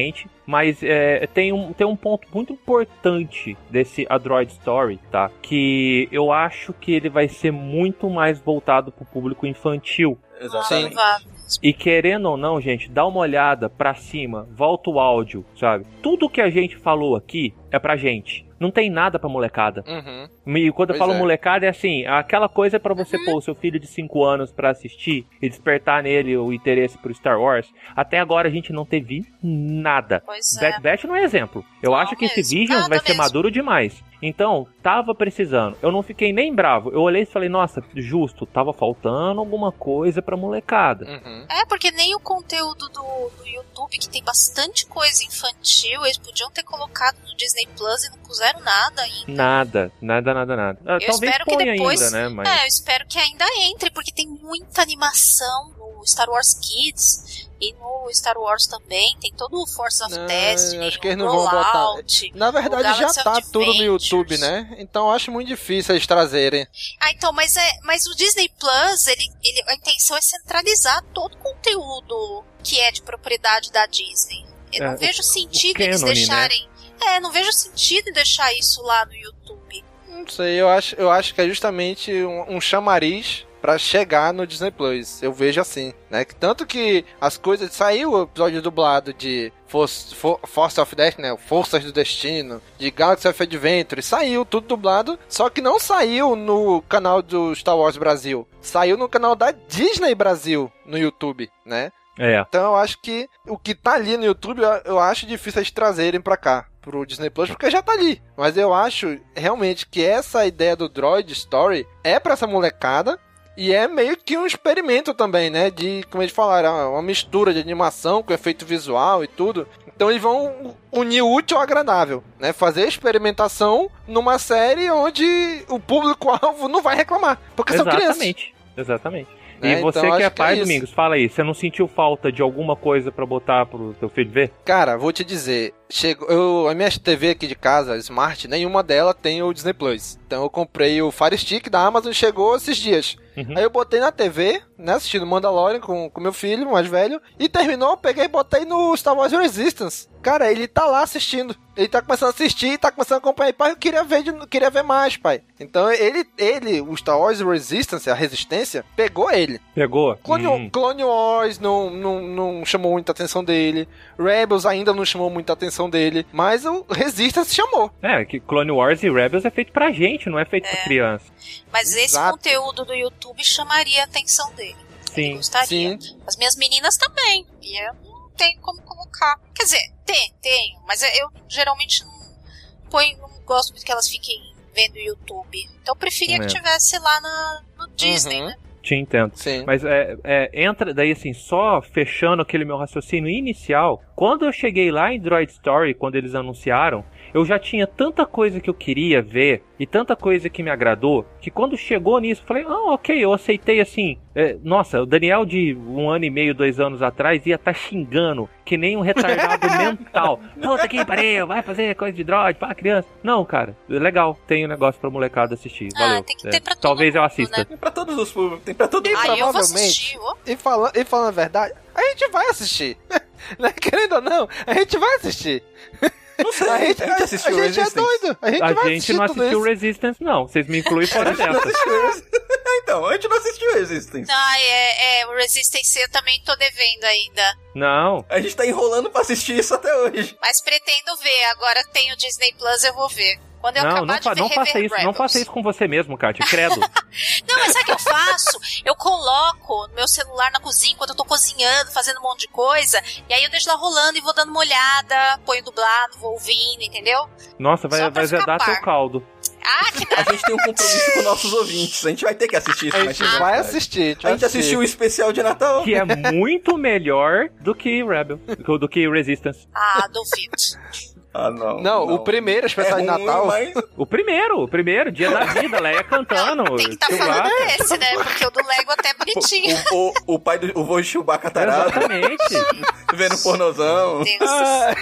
Speaker 12: Mas é, tem, um, tem um ponto muito importante desse A Droid Story, tá? Que eu acho que ele vai ser muito mais voltado pro público infantil.
Speaker 11: Exatamente.
Speaker 12: E querendo ou não, gente, dá uma olhada pra cima, volta o áudio, sabe? Tudo que a gente falou aqui é pra gente. Não tem nada pra molecada.
Speaker 10: Uhum.
Speaker 12: E quando eu
Speaker 10: Pois
Speaker 12: falo
Speaker 10: é.
Speaker 12: molecada, é assim, aquela coisa pra você pôr o seu filho de cinco anos pra assistir e despertar nele o interesse por Star Wars. Até agora a gente não teve nada.
Speaker 13: Pois é.
Speaker 12: Bad Batch não é exemplo. Eu
Speaker 13: Não
Speaker 12: acho que esse
Speaker 13: mesmo,
Speaker 12: Visions
Speaker 13: nada
Speaker 12: vai ser
Speaker 13: mesmo.
Speaker 12: maduro demais. Então, tava precisando. Eu não fiquei nem bravo. Eu olhei e falei, nossa, justo, tava faltando alguma coisa pra molecada.
Speaker 10: Uhum.
Speaker 13: É, porque nem o conteúdo do, do YouTube, que tem bastante coisa infantil, eles podiam ter colocado no Disney Plus e não puseram nada ainda.
Speaker 12: Nada, nada, nada, nada. Ah,
Speaker 13: Eu
Speaker 12: talvez
Speaker 13: espero que
Speaker 12: ponha
Speaker 13: depois.
Speaker 12: ainda, né? Mas...
Speaker 13: É, eu espero que ainda entre, porque tem muita animação no Star Wars Kids e no Star Wars também. Tem todo o Force of
Speaker 10: Não,
Speaker 13: Destiny,
Speaker 10: acho que eles
Speaker 13: o
Speaker 10: não vão botar.
Speaker 13: Rollout.
Speaker 10: Na verdade,
Speaker 13: o
Speaker 10: já
Speaker 13: Galaxy
Speaker 10: tá
Speaker 13: of
Speaker 10: tudo no
Speaker 13: Adventures.
Speaker 10: YouTube, né? Então eu acho muito difícil eles trazerem.
Speaker 13: Ah, então, mas, é, mas o Disney Plus, ele, ele, a intenção é centralizar todo o conteúdo que é de propriedade da Disney. Eu
Speaker 12: É,
Speaker 13: não
Speaker 12: o-
Speaker 13: vejo
Speaker 12: o
Speaker 13: sentido eles
Speaker 12: canon, né?
Speaker 13: deixarem. É, não vejo sentido em deixar isso lá no YouTube.
Speaker 10: Não sei, eu acho, eu acho que é justamente um, um chamariz pra chegar no Disney Plus. Eu vejo assim, né? Que tanto que as coisas... Saiu o episódio dublado de Force, For, Force of Destiny, né? Forças do Destino, de Galaxy of Adventure. Saiu tudo dublado, só que não saiu no canal do Star Wars Brasil. Saiu no canal da Disney Brasil, no YouTube, né?
Speaker 12: É.
Speaker 10: Então eu acho que o que tá ali no YouTube, eu, eu acho difícil eles trazerem pra cá, pro Disney Plus, porque já tá ali. Mas eu acho realmente que essa ideia do Droid Story é pra essa molecada. E é meio que um experimento também, né? De, como eles falaram, uma mistura de animação com efeito visual e tudo. Então eles vão unir o útil ao agradável, né? Fazer experimentação numa série onde o público-alvo não vai reclamar, porque são crianças.
Speaker 12: Exatamente, exatamente.
Speaker 10: Né?
Speaker 12: E você
Speaker 10: Então,
Speaker 12: que é
Speaker 10: acho que
Speaker 12: pai,
Speaker 10: é isso.
Speaker 12: Domingos, fala aí, você não sentiu falta de alguma coisa pra botar pro teu filho ver?
Speaker 10: Cara, vou te dizer, chegou, eu, a minha T V aqui de casa, Smart, nenhuma dela tem o Disney Plus. Então eu comprei o Fire Stick da Amazon, chegou esses dias.
Speaker 12: Uhum.
Speaker 10: Aí eu botei na T V, né, assistindo Mandalorian com, com meu filho mais velho, e terminou, eu peguei e botei no Star Wars Resistance. Cara, ele tá lá assistindo. Ele tá começando a assistir e tá começando a acompanhar. Pai, eu queria ver, de, queria ver mais, pai. Então ele, ele, o Star Wars Resistance, a Resistência, pegou ele.
Speaker 12: Pegou?
Speaker 10: Clone,
Speaker 12: Hum.
Speaker 10: Clone Wars não, não, não chamou muita atenção dele. Rebels ainda não chamou muita atenção dele. Mas o Resistance chamou.
Speaker 12: É, que Clone Wars e Rebels é feito pra gente, não é feito pra criança.
Speaker 13: Mas esse
Speaker 10: Exato.
Speaker 13: conteúdo do YouTube chamaria a atenção dele.
Speaker 12: Sim.
Speaker 13: Ele gostaria.
Speaker 10: Sim.
Speaker 13: As minhas meninas também. E eu não tenho como colocar. Quer dizer, tem, tenho. Mas eu geralmente não ponho, não gosto muito que elas fiquem vendo o YouTube. Então eu preferia
Speaker 12: É.
Speaker 13: que tivesse lá na, no Disney,
Speaker 10: Uhum.
Speaker 13: né?
Speaker 12: Te entendo.
Speaker 10: Sim.
Speaker 12: Mas é, é, entra daí assim, só fechando aquele meu raciocínio inicial. Quando eu cheguei lá em Droid Story, quando eles anunciaram, eu já tinha tanta coisa que eu queria ver e tanta coisa que me agradou, que quando chegou nisso, eu falei, ah, ok, eu aceitei assim. É, nossa, o Daniel de um ano e meio, dois anos atrás ia estar tá xingando que nem um retardado mental. Puta que pariu, vai fazer coisa de droid pra criança. Não, cara, legal, tem um negócio pra molecada assistir. Valeu.
Speaker 13: Ah, tem que ter
Speaker 12: É,
Speaker 13: pra todo
Speaker 12: talvez eu
Speaker 13: mundo,
Speaker 12: assista.
Speaker 13: né?
Speaker 11: Tem pra todos os públicos, tem pra todo
Speaker 10: E
Speaker 11: mundo.
Speaker 13: Ah, eu vou
Speaker 10: provavelmente,
Speaker 13: assistir, ó.
Speaker 10: e, fala, e falando a verdade, a gente vai assistir. Né? Querendo ou não, a gente vai assistir.
Speaker 11: Não sei,
Speaker 10: A gente,
Speaker 11: a gente assistiu
Speaker 10: a gente é
Speaker 11: Resistance.
Speaker 10: doido. A gente
Speaker 12: A
Speaker 10: vai
Speaker 12: gente
Speaker 10: assistir
Speaker 12: não
Speaker 10: tudo
Speaker 12: assistiu
Speaker 10: isso.
Speaker 12: Resistance, não. Vocês me incluem fora
Speaker 11: A gente não
Speaker 12: dessa.
Speaker 11: assistiu Resistance. Então, a gente não assistiu Resistance.
Speaker 13: Ah, é, é, o Resistance eu também tô devendo ainda.
Speaker 12: Não.
Speaker 11: A gente tá enrolando pra assistir isso até hoje.
Speaker 13: Mas pretendo ver. Agora tem o Disney Plus, eu vou ver. Quando eu
Speaker 12: Não,
Speaker 13: acabar
Speaker 12: não,
Speaker 13: de
Speaker 12: fa
Speaker 13: ver
Speaker 12: não faça
Speaker 13: Rever
Speaker 12: isso. Não
Speaker 13: Rebels.
Speaker 12: faça isso com você mesmo, Kátia. Credo.
Speaker 13: Não, mas sabe o que eu faço? Eu coloco no meu celular na cozinha enquanto eu tô cozinhando, fazendo um monte de coisa, e aí eu deixo lá rolando e vou dando uma olhada, ponho dublado, vou ouvindo, entendeu?
Speaker 12: Nossa, vai,
Speaker 13: Só pra
Speaker 12: vai
Speaker 13: ficar
Speaker 12: zedar
Speaker 13: par.
Speaker 12: teu caldo.
Speaker 13: Ah, que
Speaker 11: A gente tem um compromisso com nossos ouvintes. A gente vai ter que assistir isso.
Speaker 10: A
Speaker 11: mais
Speaker 10: gente
Speaker 11: cedo.
Speaker 10: vai assistir. A gente,
Speaker 11: A
Speaker 10: vai
Speaker 11: gente
Speaker 10: assistir.
Speaker 11: assistiu o especial de Natal.
Speaker 12: Que é muito melhor do que Rebel. Do, do que Resistance.
Speaker 13: Ah, duvido.
Speaker 11: Ah, não.
Speaker 10: Não, o primeiro especial
Speaker 11: É
Speaker 10: de
Speaker 11: ruim,
Speaker 10: Natal.
Speaker 11: mas-
Speaker 12: O primeiro, o primeiro, Dia da Vida, Leia cantando.
Speaker 13: Tem que estar tá
Speaker 12: Chewbacca.
Speaker 13: falando desse, né? Porque o do Lego até é bonitinho.
Speaker 11: O, o, o pai do o vô de Chewbacca tarado.
Speaker 12: Exatamente.
Speaker 11: Vendo pornozão.
Speaker 13: Meu Deus.
Speaker 10: Ah,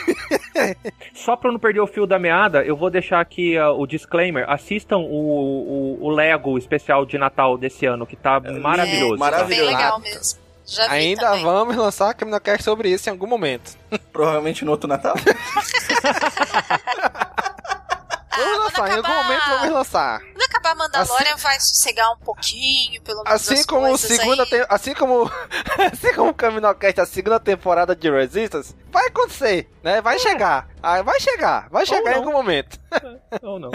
Speaker 12: Só pra eu não perder o fio da meada, eu vou deixar aqui uh, o disclaimer. Assistam o, o, o Lego especial de Natal desse ano, que tá maravilhoso.
Speaker 11: maravilhoso.
Speaker 13: Bem legal mesmo. Já vi
Speaker 10: Ainda
Speaker 13: também.
Speaker 10: vamos lançar CaminoCast sobre isso em algum momento.
Speaker 11: Provavelmente no outro Natal.
Speaker 10: Vamos
Speaker 13: Ah,
Speaker 10: lançar,
Speaker 13: quando
Speaker 10: em algum
Speaker 13: acabar-
Speaker 10: momento vamos lançar.
Speaker 13: Quando acabar Mandalorian vai sossegar um pouquinho, pelo menos
Speaker 10: Assim
Speaker 13: as
Speaker 10: como,
Speaker 13: coisas
Speaker 10: segunda
Speaker 13: aí.
Speaker 10: te... assim como assim como o CaminoCast, a segunda temporada de Resistance, vai acontecer, né? Vai chegar. Ah, vai chegar, vai chegar em algum momento.
Speaker 12: Ou não.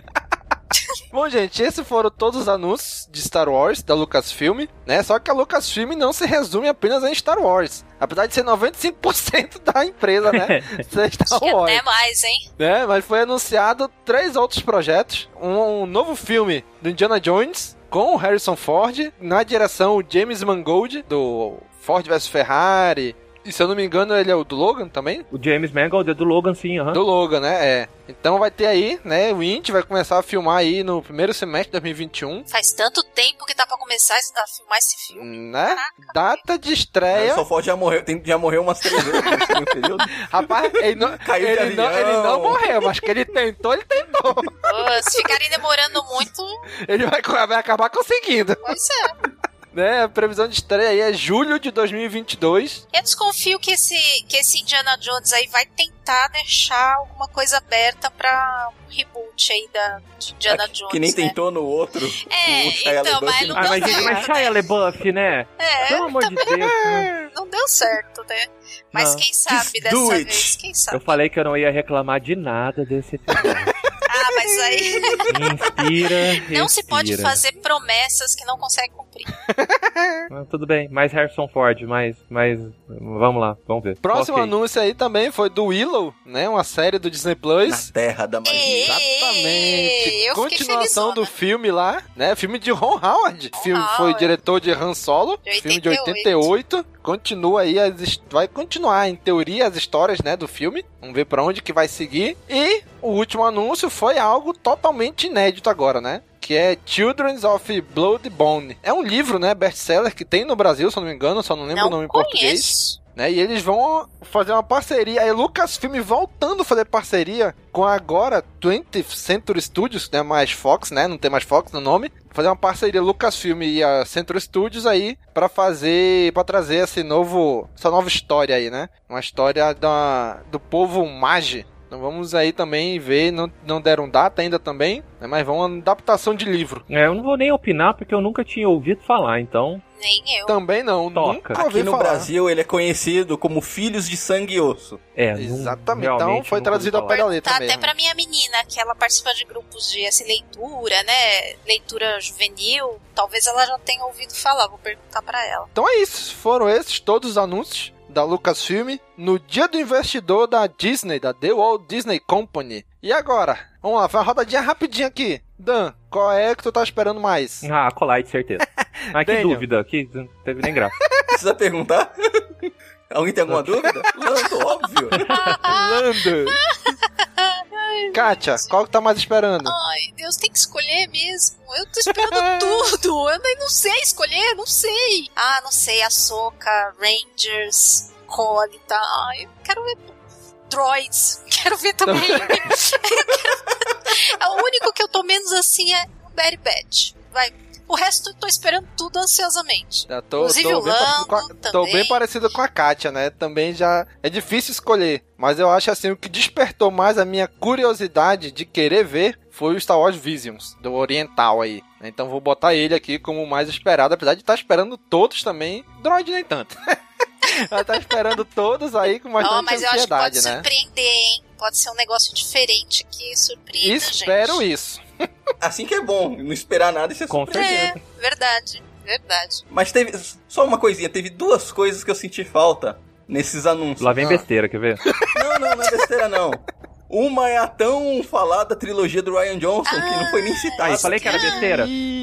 Speaker 10: Bom, gente, esses foram todos os anúncios de Star Wars da Lucasfilm, né? Só que a Lucasfilm não se resume apenas em Star Wars. Apesar de ser noventa e cinco por cento da empresa, né? Ser Star
Speaker 13: Tinha
Speaker 10: Wars.
Speaker 13: até mais, hein?
Speaker 10: Né? Mas foi anunciado três outros projetos. Um, um novo filme do Indiana Jones com o Harrison Ford. Na direção, o James Mangold, do Ford versus Ferrari. E se eu não me engano, ele é o do Logan também?
Speaker 12: O James Mangold é do Logan, sim, aham.
Speaker 10: Do Logan, né? É. Então vai ter aí, né? O Indy vai começar a filmar aí no primeiro semestre de dois mil e vinte e um.
Speaker 13: Faz tanto tempo que tá pra começar a filmar esse filme.
Speaker 10: Né? Data de estreia.
Speaker 11: O Ford já morreu, tem, já morreu umas três vezes nesse período.
Speaker 10: Rapaz, ele não,
Speaker 11: Caiu de
Speaker 10: ele, não,
Speaker 11: avião.
Speaker 10: ele não morreu, mas que ele tentou, ele tentou.
Speaker 13: Pô, se ficarem demorando muito,
Speaker 10: Ele vai, vai acabar conseguindo.
Speaker 13: pois é.
Speaker 10: Né? A previsão de estreia aí é julho de dois mil e vinte e dois.
Speaker 13: Eu desconfio que esse, que esse Indiana Jones aí vai tentar deixar alguma coisa aberta pra um reboot aí da, de Indiana Jones,
Speaker 11: Que nem
Speaker 13: né?
Speaker 11: tentou no outro.
Speaker 13: É,
Speaker 11: o Shia
Speaker 13: então,
Speaker 11: LaBeouf.
Speaker 13: mas não
Speaker 12: Ah,
Speaker 13: deu
Speaker 12: mas,
Speaker 13: certo,
Speaker 12: mas Shia LaBeouf, né?
Speaker 13: É,
Speaker 12: Pelo amor de Deus. Né?
Speaker 13: não deu certo, né? Mas
Speaker 12: Não.
Speaker 13: quem sabe
Speaker 11: Just
Speaker 13: dessa
Speaker 11: do it.
Speaker 13: vez, quem sabe?
Speaker 12: Eu falei que eu não ia reclamar de nada desse episódio.
Speaker 13: Ah, mas aí
Speaker 12: Inspira,
Speaker 13: não se pode
Speaker 12: respira.
Speaker 13: fazer promessas que não consegue cumprir.
Speaker 12: Ah, tudo bem, mais Harrison Ford, mais, mais... Vamos lá, vamos ver.
Speaker 10: Próximo
Speaker 12: Ok.
Speaker 10: anúncio aí também foi do Willow, né? Uma série do Disney Plus.
Speaker 11: Na Terra da Magia.
Speaker 10: Exatamente.
Speaker 13: Eu fiquei
Speaker 10: Continuação do
Speaker 13: felizona.
Speaker 10: filme lá, né? Filme de Ron Howard. O filme foi
Speaker 13: Howard.
Speaker 10: diretor de Han Solo.
Speaker 13: De
Speaker 10: Filme de oitenta e oito. Continua aí, as, his- vai continuar, em teoria, as histórias, né, do filme. Vamos ver pra onde que vai seguir. E o último anúncio foi algo totalmente inédito agora, né? Que é Children of Blood Bone. É um livro, né, best-seller que tem no Brasil, se eu não me engano, só não lembro
Speaker 13: Não
Speaker 10: o nome em
Speaker 13: conheço.
Speaker 10: português. Né, e eles vão fazer uma parceria. Aí Lucasfilm voltando a fazer parceria com a agora twentieth Century Studios, né? Mais Fox, né? Não tem mais Fox no nome. Fazer uma parceria Lucasfilm e a Century Studios aí pra fazer, pra trazer esse novo, essa nova história aí, né? Uma história da, do povo Magi. Então vamos aí também ver, não, não deram data ainda também, né? Mas vão uma adaptação de livro.
Speaker 12: É, eu não vou nem opinar porque eu nunca tinha ouvido falar, então...
Speaker 13: Nem eu.
Speaker 10: Também não,
Speaker 12: Toca.
Speaker 10: nunca ouvi
Speaker 11: Aqui no
Speaker 10: falar.
Speaker 11: Brasil ele é conhecido como Filhos de Sangue e Osso.
Speaker 12: É, não-
Speaker 10: Exatamente, então
Speaker 12: realmente
Speaker 10: foi
Speaker 12: nunca
Speaker 10: traduzido
Speaker 12: ouvi
Speaker 10: ao pé da
Speaker 12: falar.
Speaker 10: letra
Speaker 13: Tá
Speaker 10: mesmo.
Speaker 13: até pra minha menina, que ela participa de grupos de assim, leitura, né? Leitura juvenil. Talvez ela já tenha ouvido falar, vou perguntar pra ela.
Speaker 10: Então é isso, foram esses todos os anúncios da Lucasfilm no dia do investidor da Disney, da The Walt Disney Company. E agora? Vamos lá, foi uma rodadinha rapidinha aqui. Dan, qual é que tu tá esperando mais?
Speaker 12: Ah, Acolyte, certeza. Ah, que
Speaker 10: Daniel.
Speaker 12: dúvida, que não teve nem graça.
Speaker 11: Precisa perguntar? Alguém tem alguma dúvida? Lando, óbvio.
Speaker 10: Lando. Kátia, qual que tá mais esperando?
Speaker 13: Ai, Deus, tem que escolher mesmo. Eu tô esperando tudo. Eu nem não sei escolher, não sei. Ah, não sei, Ahsoka, Rangers, Colita. Ai, eu quero ver Droids. Quero ver também. Eu quero... O único que eu tô menos assim é o Bad Batch. Vai. O resto eu tô esperando tudo ansiosamente.
Speaker 10: Já tô,
Speaker 13: Inclusive
Speaker 10: tô,
Speaker 13: o
Speaker 10: bem parecido com a,
Speaker 13: Lando
Speaker 10: tô
Speaker 13: também.
Speaker 10: bem parecido com a Kátia, né? Também já é difícil escolher. Mas eu acho assim, o que despertou mais a minha curiosidade de querer ver foi o Star Wars Visions, do Oriental aí. Então vou botar ele aqui como o mais esperado, apesar de estar esperando todos também. Droid nem tanto. Ela tá esperando todos aí com bastante
Speaker 13: Não, mas eu acho que pode
Speaker 10: ansiedade, né?
Speaker 13: surpreender, hein? Pode ser um negócio diferente que surpreenda,
Speaker 10: Espero
Speaker 13: gente.
Speaker 10: isso.
Speaker 11: Assim que é bom, não esperar nada e ser
Speaker 12: Com
Speaker 11: surpreendido.
Speaker 13: É, verdade, verdade.
Speaker 11: Mas teve, só uma coisinha, teve duas coisas que eu senti falta nesses anúncios.
Speaker 12: Lá vem
Speaker 11: Ah.
Speaker 12: besteira, quer ver?
Speaker 11: Não, não, não é besteira não. Uma é a tão falada trilogia do Rian Johnson, que não foi nem citada.
Speaker 12: Ah, eu falei que era besteira.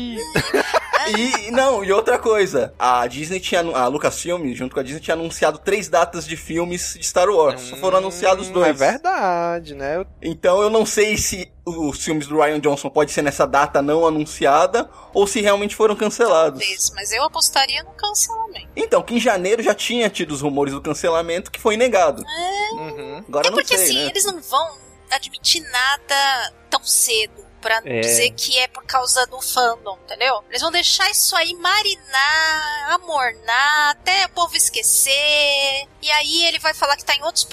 Speaker 11: E, não, e outra coisa, a Disney tinha, a Lucasfilm, junto com a Disney, tinha anunciado três datas de filmes de Star Wars. Só foram anunciados dois.
Speaker 10: É verdade, né? Eu-
Speaker 11: Então eu não sei se os filmes do Rian Johnson pode ser nessa data não anunciada, ou se realmente foram cancelados.
Speaker 13: Talvez, mas eu apostaria no cancelamento.
Speaker 11: Então, que em janeiro já tinha tido os rumores do cancelamento, que foi negado.
Speaker 13: É,
Speaker 10: Uhum.
Speaker 11: Agora
Speaker 13: é
Speaker 11: eu não
Speaker 13: porque
Speaker 11: sei,
Speaker 13: assim,
Speaker 11: né?
Speaker 13: eles não vão admitir nada tão cedo. pra
Speaker 12: É.
Speaker 13: dizer que é por causa do fandom, entendeu? Eles vão deixar isso aí marinar, amornar, até o povo esquecer. E aí ele vai falar que tá em outros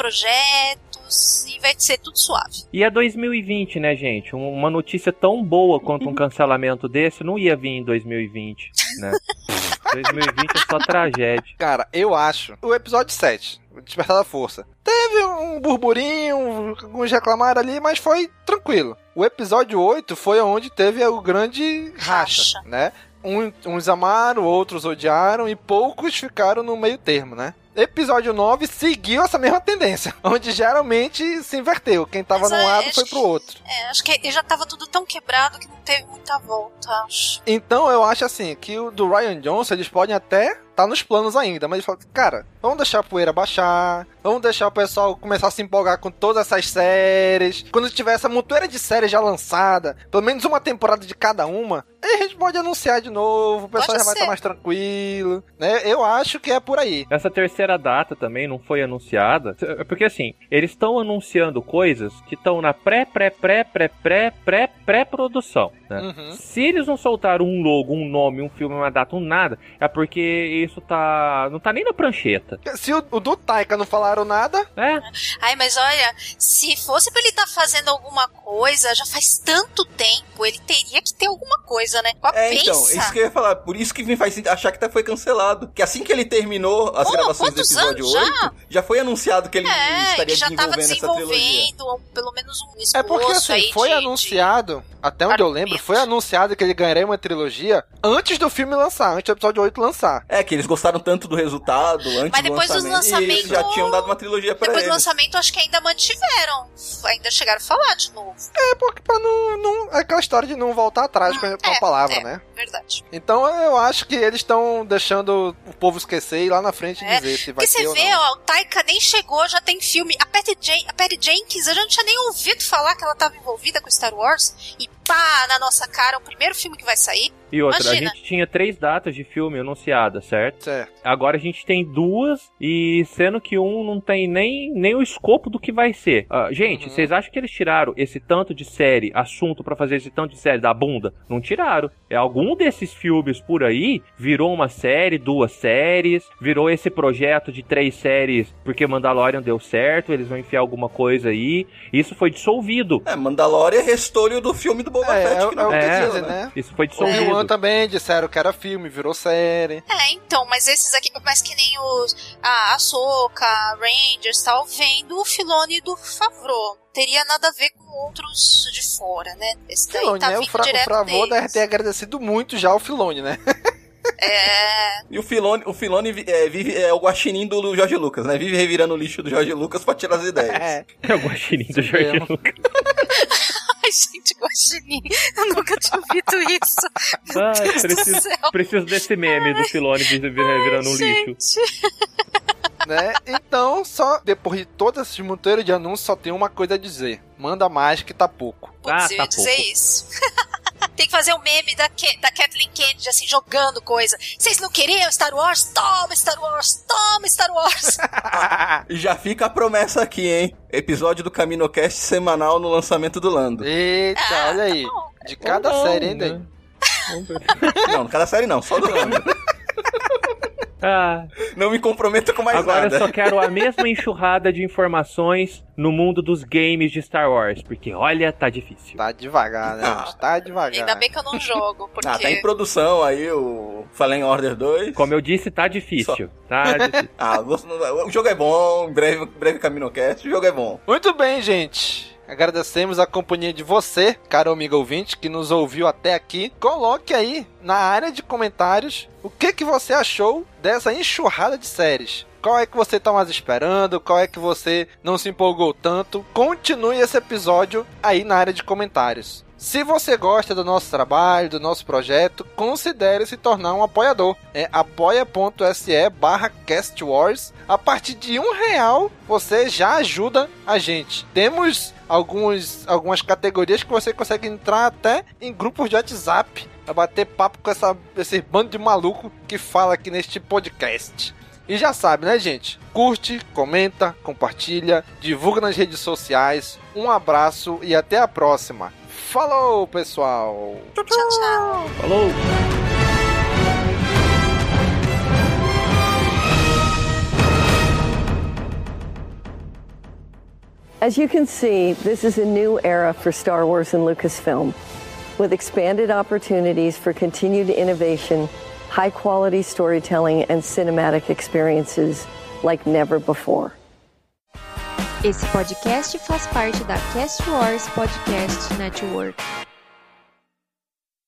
Speaker 13: projetos e vai ser tudo suave.
Speaker 12: E é dois mil e vinte, né, gente? Um- Uma notícia tão boa quanto um cancelamento desse não ia vir em dois mil e vinte, né? dois mil e vinte é só tragédia.
Speaker 10: Cara, eu acho. O episódio sete, o Despertar da Força, teve um burburinho, alguns reclamaram ali, mas foi tranquilo. O episódio oito foi onde teve o grande racha,
Speaker 13: Racha.
Speaker 10: né? Um- uns amaram, outros odiaram e poucos ficaram no meio termo, né? Episódio nove seguiu essa mesma tendência, onde geralmente se inverteu. Quem tava
Speaker 13: Mas,
Speaker 10: num
Speaker 13: é,
Speaker 10: lado
Speaker 13: acho
Speaker 10: foi pro outro.
Speaker 13: É, acho que já tava tudo tão quebrado que não teve muita volta, acho.
Speaker 10: Então eu acho assim, que o do Ryan Johnson, eles podem até tá nos planos ainda, mas eles falam, cara, vamos deixar a poeira baixar, vamos deixar o pessoal começar a se empolgar com todas essas séries. Quando tiver essa montoeira de séries já lançada, pelo menos uma temporada de cada uma, aí a gente pode anunciar de novo, o pessoal
Speaker 13: Pode
Speaker 10: já vai
Speaker 13: ser.
Speaker 10: estar mais tranquilo, né? Eu acho que é por aí.
Speaker 12: Essa terceira data também não foi anunciada. Porque assim, eles estão anunciando coisas que estão na pré, pré, pré, pré, pré, pré, pré-produção, né?
Speaker 10: Uhum.
Speaker 12: Se eles não soltaram um logo, um nome, um filme, uma data, um nada, é porque isso tá... não tá nem na prancheta.
Speaker 10: Se o, o do Taika não falaram nada...
Speaker 12: É.
Speaker 13: Ai, mas olha, se fosse pra ele estar fazendo alguma coisa, já faz tanto tempo, ele teria que ter alguma coisa, né? Ó,
Speaker 11: É,
Speaker 13: pensa.
Speaker 11: então, isso que eu ia falar. Por isso que me faz achar que até foi cancelado. Que assim que ele terminou as
Speaker 13: Pô,
Speaker 11: gravações do
Speaker 13: quantos
Speaker 11: episódio
Speaker 13: anos já?
Speaker 11: oito, já foi anunciado que ele
Speaker 13: É,
Speaker 11: estaria
Speaker 13: ele já tava
Speaker 11: desenvolvendo essa trilogia.
Speaker 13: desenvolvendo pelo menos um esboço
Speaker 10: É porque assim,
Speaker 13: aí
Speaker 10: foi
Speaker 13: de-
Speaker 10: anunciado, até onde eu lembro, foi anunciado que ele ganharia uma trilogia antes do filme lançar, antes do episódio oito lançar.
Speaker 11: É, que eles gostaram tanto do resultado antes
Speaker 13: Mas depois
Speaker 11: do
Speaker 13: dos
Speaker 11: lançamento. E eles já
Speaker 13: lançamentos-
Speaker 11: tinham dado uma trilogia pra
Speaker 13: Depois do
Speaker 11: eles.
Speaker 13: lançamento, acho que ainda mantiveram. Ainda chegaram a falar de novo.
Speaker 10: É, porque pra não, não... É aquela história de não voltar atrás com a com a
Speaker 13: é,
Speaker 10: palavra,
Speaker 13: é,
Speaker 10: né?
Speaker 13: Verdade.
Speaker 10: Então eu acho que eles estão deixando o povo esquecer e lá na frente
Speaker 13: É,
Speaker 10: dizer se vai
Speaker 13: porque
Speaker 10: ter
Speaker 13: você
Speaker 10: ou
Speaker 13: vê,
Speaker 10: não.
Speaker 13: ó, o Taika nem chegou, já tem filme. A Patty, Jen a Patty Jenkins, eu já não tinha nem ouvido falar que ela tava envolvida com Star Wars. E pá, na nossa cara, o primeiro filme que vai sair.
Speaker 12: E outra,
Speaker 13: Imagina.
Speaker 12: a gente tinha três datas de filme anunciadas, certo?
Speaker 10: Certo.
Speaker 12: Agora a gente tem duas, e sendo que um não tem nem, nem o escopo do que vai ser. Ah, gente,
Speaker 10: Uhum.
Speaker 12: vocês acham que eles tiraram esse tanto de série, assunto pra fazer esse tanto de série da bunda? Não tiraram. É algum desses filmes por aí virou uma série, duas séries, virou esse projeto de três séries porque Mandalorian deu certo, eles vão enfiar alguma coisa aí. Isso foi dissolvido.
Speaker 11: É, Mandalorian é restolho do filme do Boba
Speaker 10: É,
Speaker 11: Fett,
Speaker 10: é,
Speaker 11: que não
Speaker 10: é o que
Speaker 12: É,
Speaker 10: dizem, né?
Speaker 12: Isso foi
Speaker 10: O
Speaker 12: dissolvido.
Speaker 10: Obi-Wan também disseram que era filme, virou série.
Speaker 13: É, então, mas esses aqui, mas que nem os. A Ahsoka, a Rangers, tal, vem do Filoni e do Favreau. Não teria nada a ver com outros de fora, né? Esse daí
Speaker 10: Filoni,
Speaker 13: tá
Speaker 10: né? O,
Speaker 13: vindo
Speaker 10: Fra o
Speaker 13: direto
Speaker 10: Favreau
Speaker 13: deles.
Speaker 10: deve ter agradecido muito já ao Filoni, né?
Speaker 13: É.
Speaker 11: E o Filoni, o Filoni vi- é, vive, é o guaxinim do Jorge Lucas, né? Vive revirando o lixo do Jorge Lucas pra tirar as ideias.
Speaker 10: É.
Speaker 12: É o guaxinim do Jorge
Speaker 10: mesmo.
Speaker 12: Lucas.
Speaker 13: Ai, gente, Guaxinim, eu nunca tinha ouvido isso. Meu
Speaker 12: Ai,
Speaker 13: Deus do
Speaker 12: preciso,
Speaker 13: céu.
Speaker 12: preciso desse meme do Filoni vir- vir- virando um lixo.
Speaker 10: Né? Então, só depois de todas essas monteiras de anúncios, só tem uma coisa a dizer. Manda mais que tá pouco.
Speaker 13: Putz,
Speaker 12: Ah,
Speaker 13: eu
Speaker 12: tá
Speaker 13: ia dizer
Speaker 12: pouco.
Speaker 13: isso. Tem que fazer um meme da, Ke da Kathleen Kennedy, assim, jogando coisa. Vocês não queriam Star Wars? Toma Star Wars! Toma Star Wars!
Speaker 11: E já fica a promessa aqui, hein? Episódio do CaminoCast semanal no lançamento do Lando.
Speaker 10: Eita,
Speaker 13: Ah,
Speaker 10: olha aí.
Speaker 13: tá bom.
Speaker 10: De cada
Speaker 12: Ou não,
Speaker 10: série ainda
Speaker 12: né?
Speaker 10: aí.
Speaker 11: Não, cada série não, só do Lando.
Speaker 12: Ah,
Speaker 11: Não me comprometa com mais
Speaker 12: agora
Speaker 11: nada.
Speaker 12: eu só quero a mesma enxurrada de informações no mundo dos games de Star Wars, porque olha, tá difícil.
Speaker 10: Tá devagar, né?
Speaker 11: Ah.
Speaker 10: gente? Tá devagar.
Speaker 13: Ainda bem que eu não jogo, porque...
Speaker 11: Ah, tá em produção aí o Fallen Order dois.
Speaker 12: Como eu disse, tá difícil. Tá difícil.
Speaker 11: Ah, gosto- o jogo é bom, em breve, breve CaminoCast, o jogo é bom.
Speaker 10: Muito bem, gente. Agradecemos a companhia de você, caro amigo ouvinte, que nos ouviu até aqui. Coloque aí na área de comentários o que, que você achou dessa enxurrada de séries. Qual é que você tá mais esperando? Qual é que você não se empolgou tanto? Continue esse episódio aí na área de comentários. Se você gosta do nosso trabalho, do nosso projeto, considere se tornar um apoiador. É apoia.se barra castwars. A partir de um real, você já ajuda a gente. Temos alguns, algumas categorias que você consegue entrar até em grupos de WhatsApp para bater papo com essa, esse bando de maluco que fala aqui neste podcast. E já sabe, né, gente? Curte, comenta, compartilha, divulga nas redes sociais. Um abraço e até a próxima. falou, pessoal!
Speaker 13: Tchau, tchau!
Speaker 12: Falou!
Speaker 17: As you can see, this is a new era for Star Wars and Lucasfilm, with expanded opportunities for continued innovation, high-quality storytelling, and cinematic experiences like never before.
Speaker 18: Esse podcast faz parte da Cast Wars Podcast Network.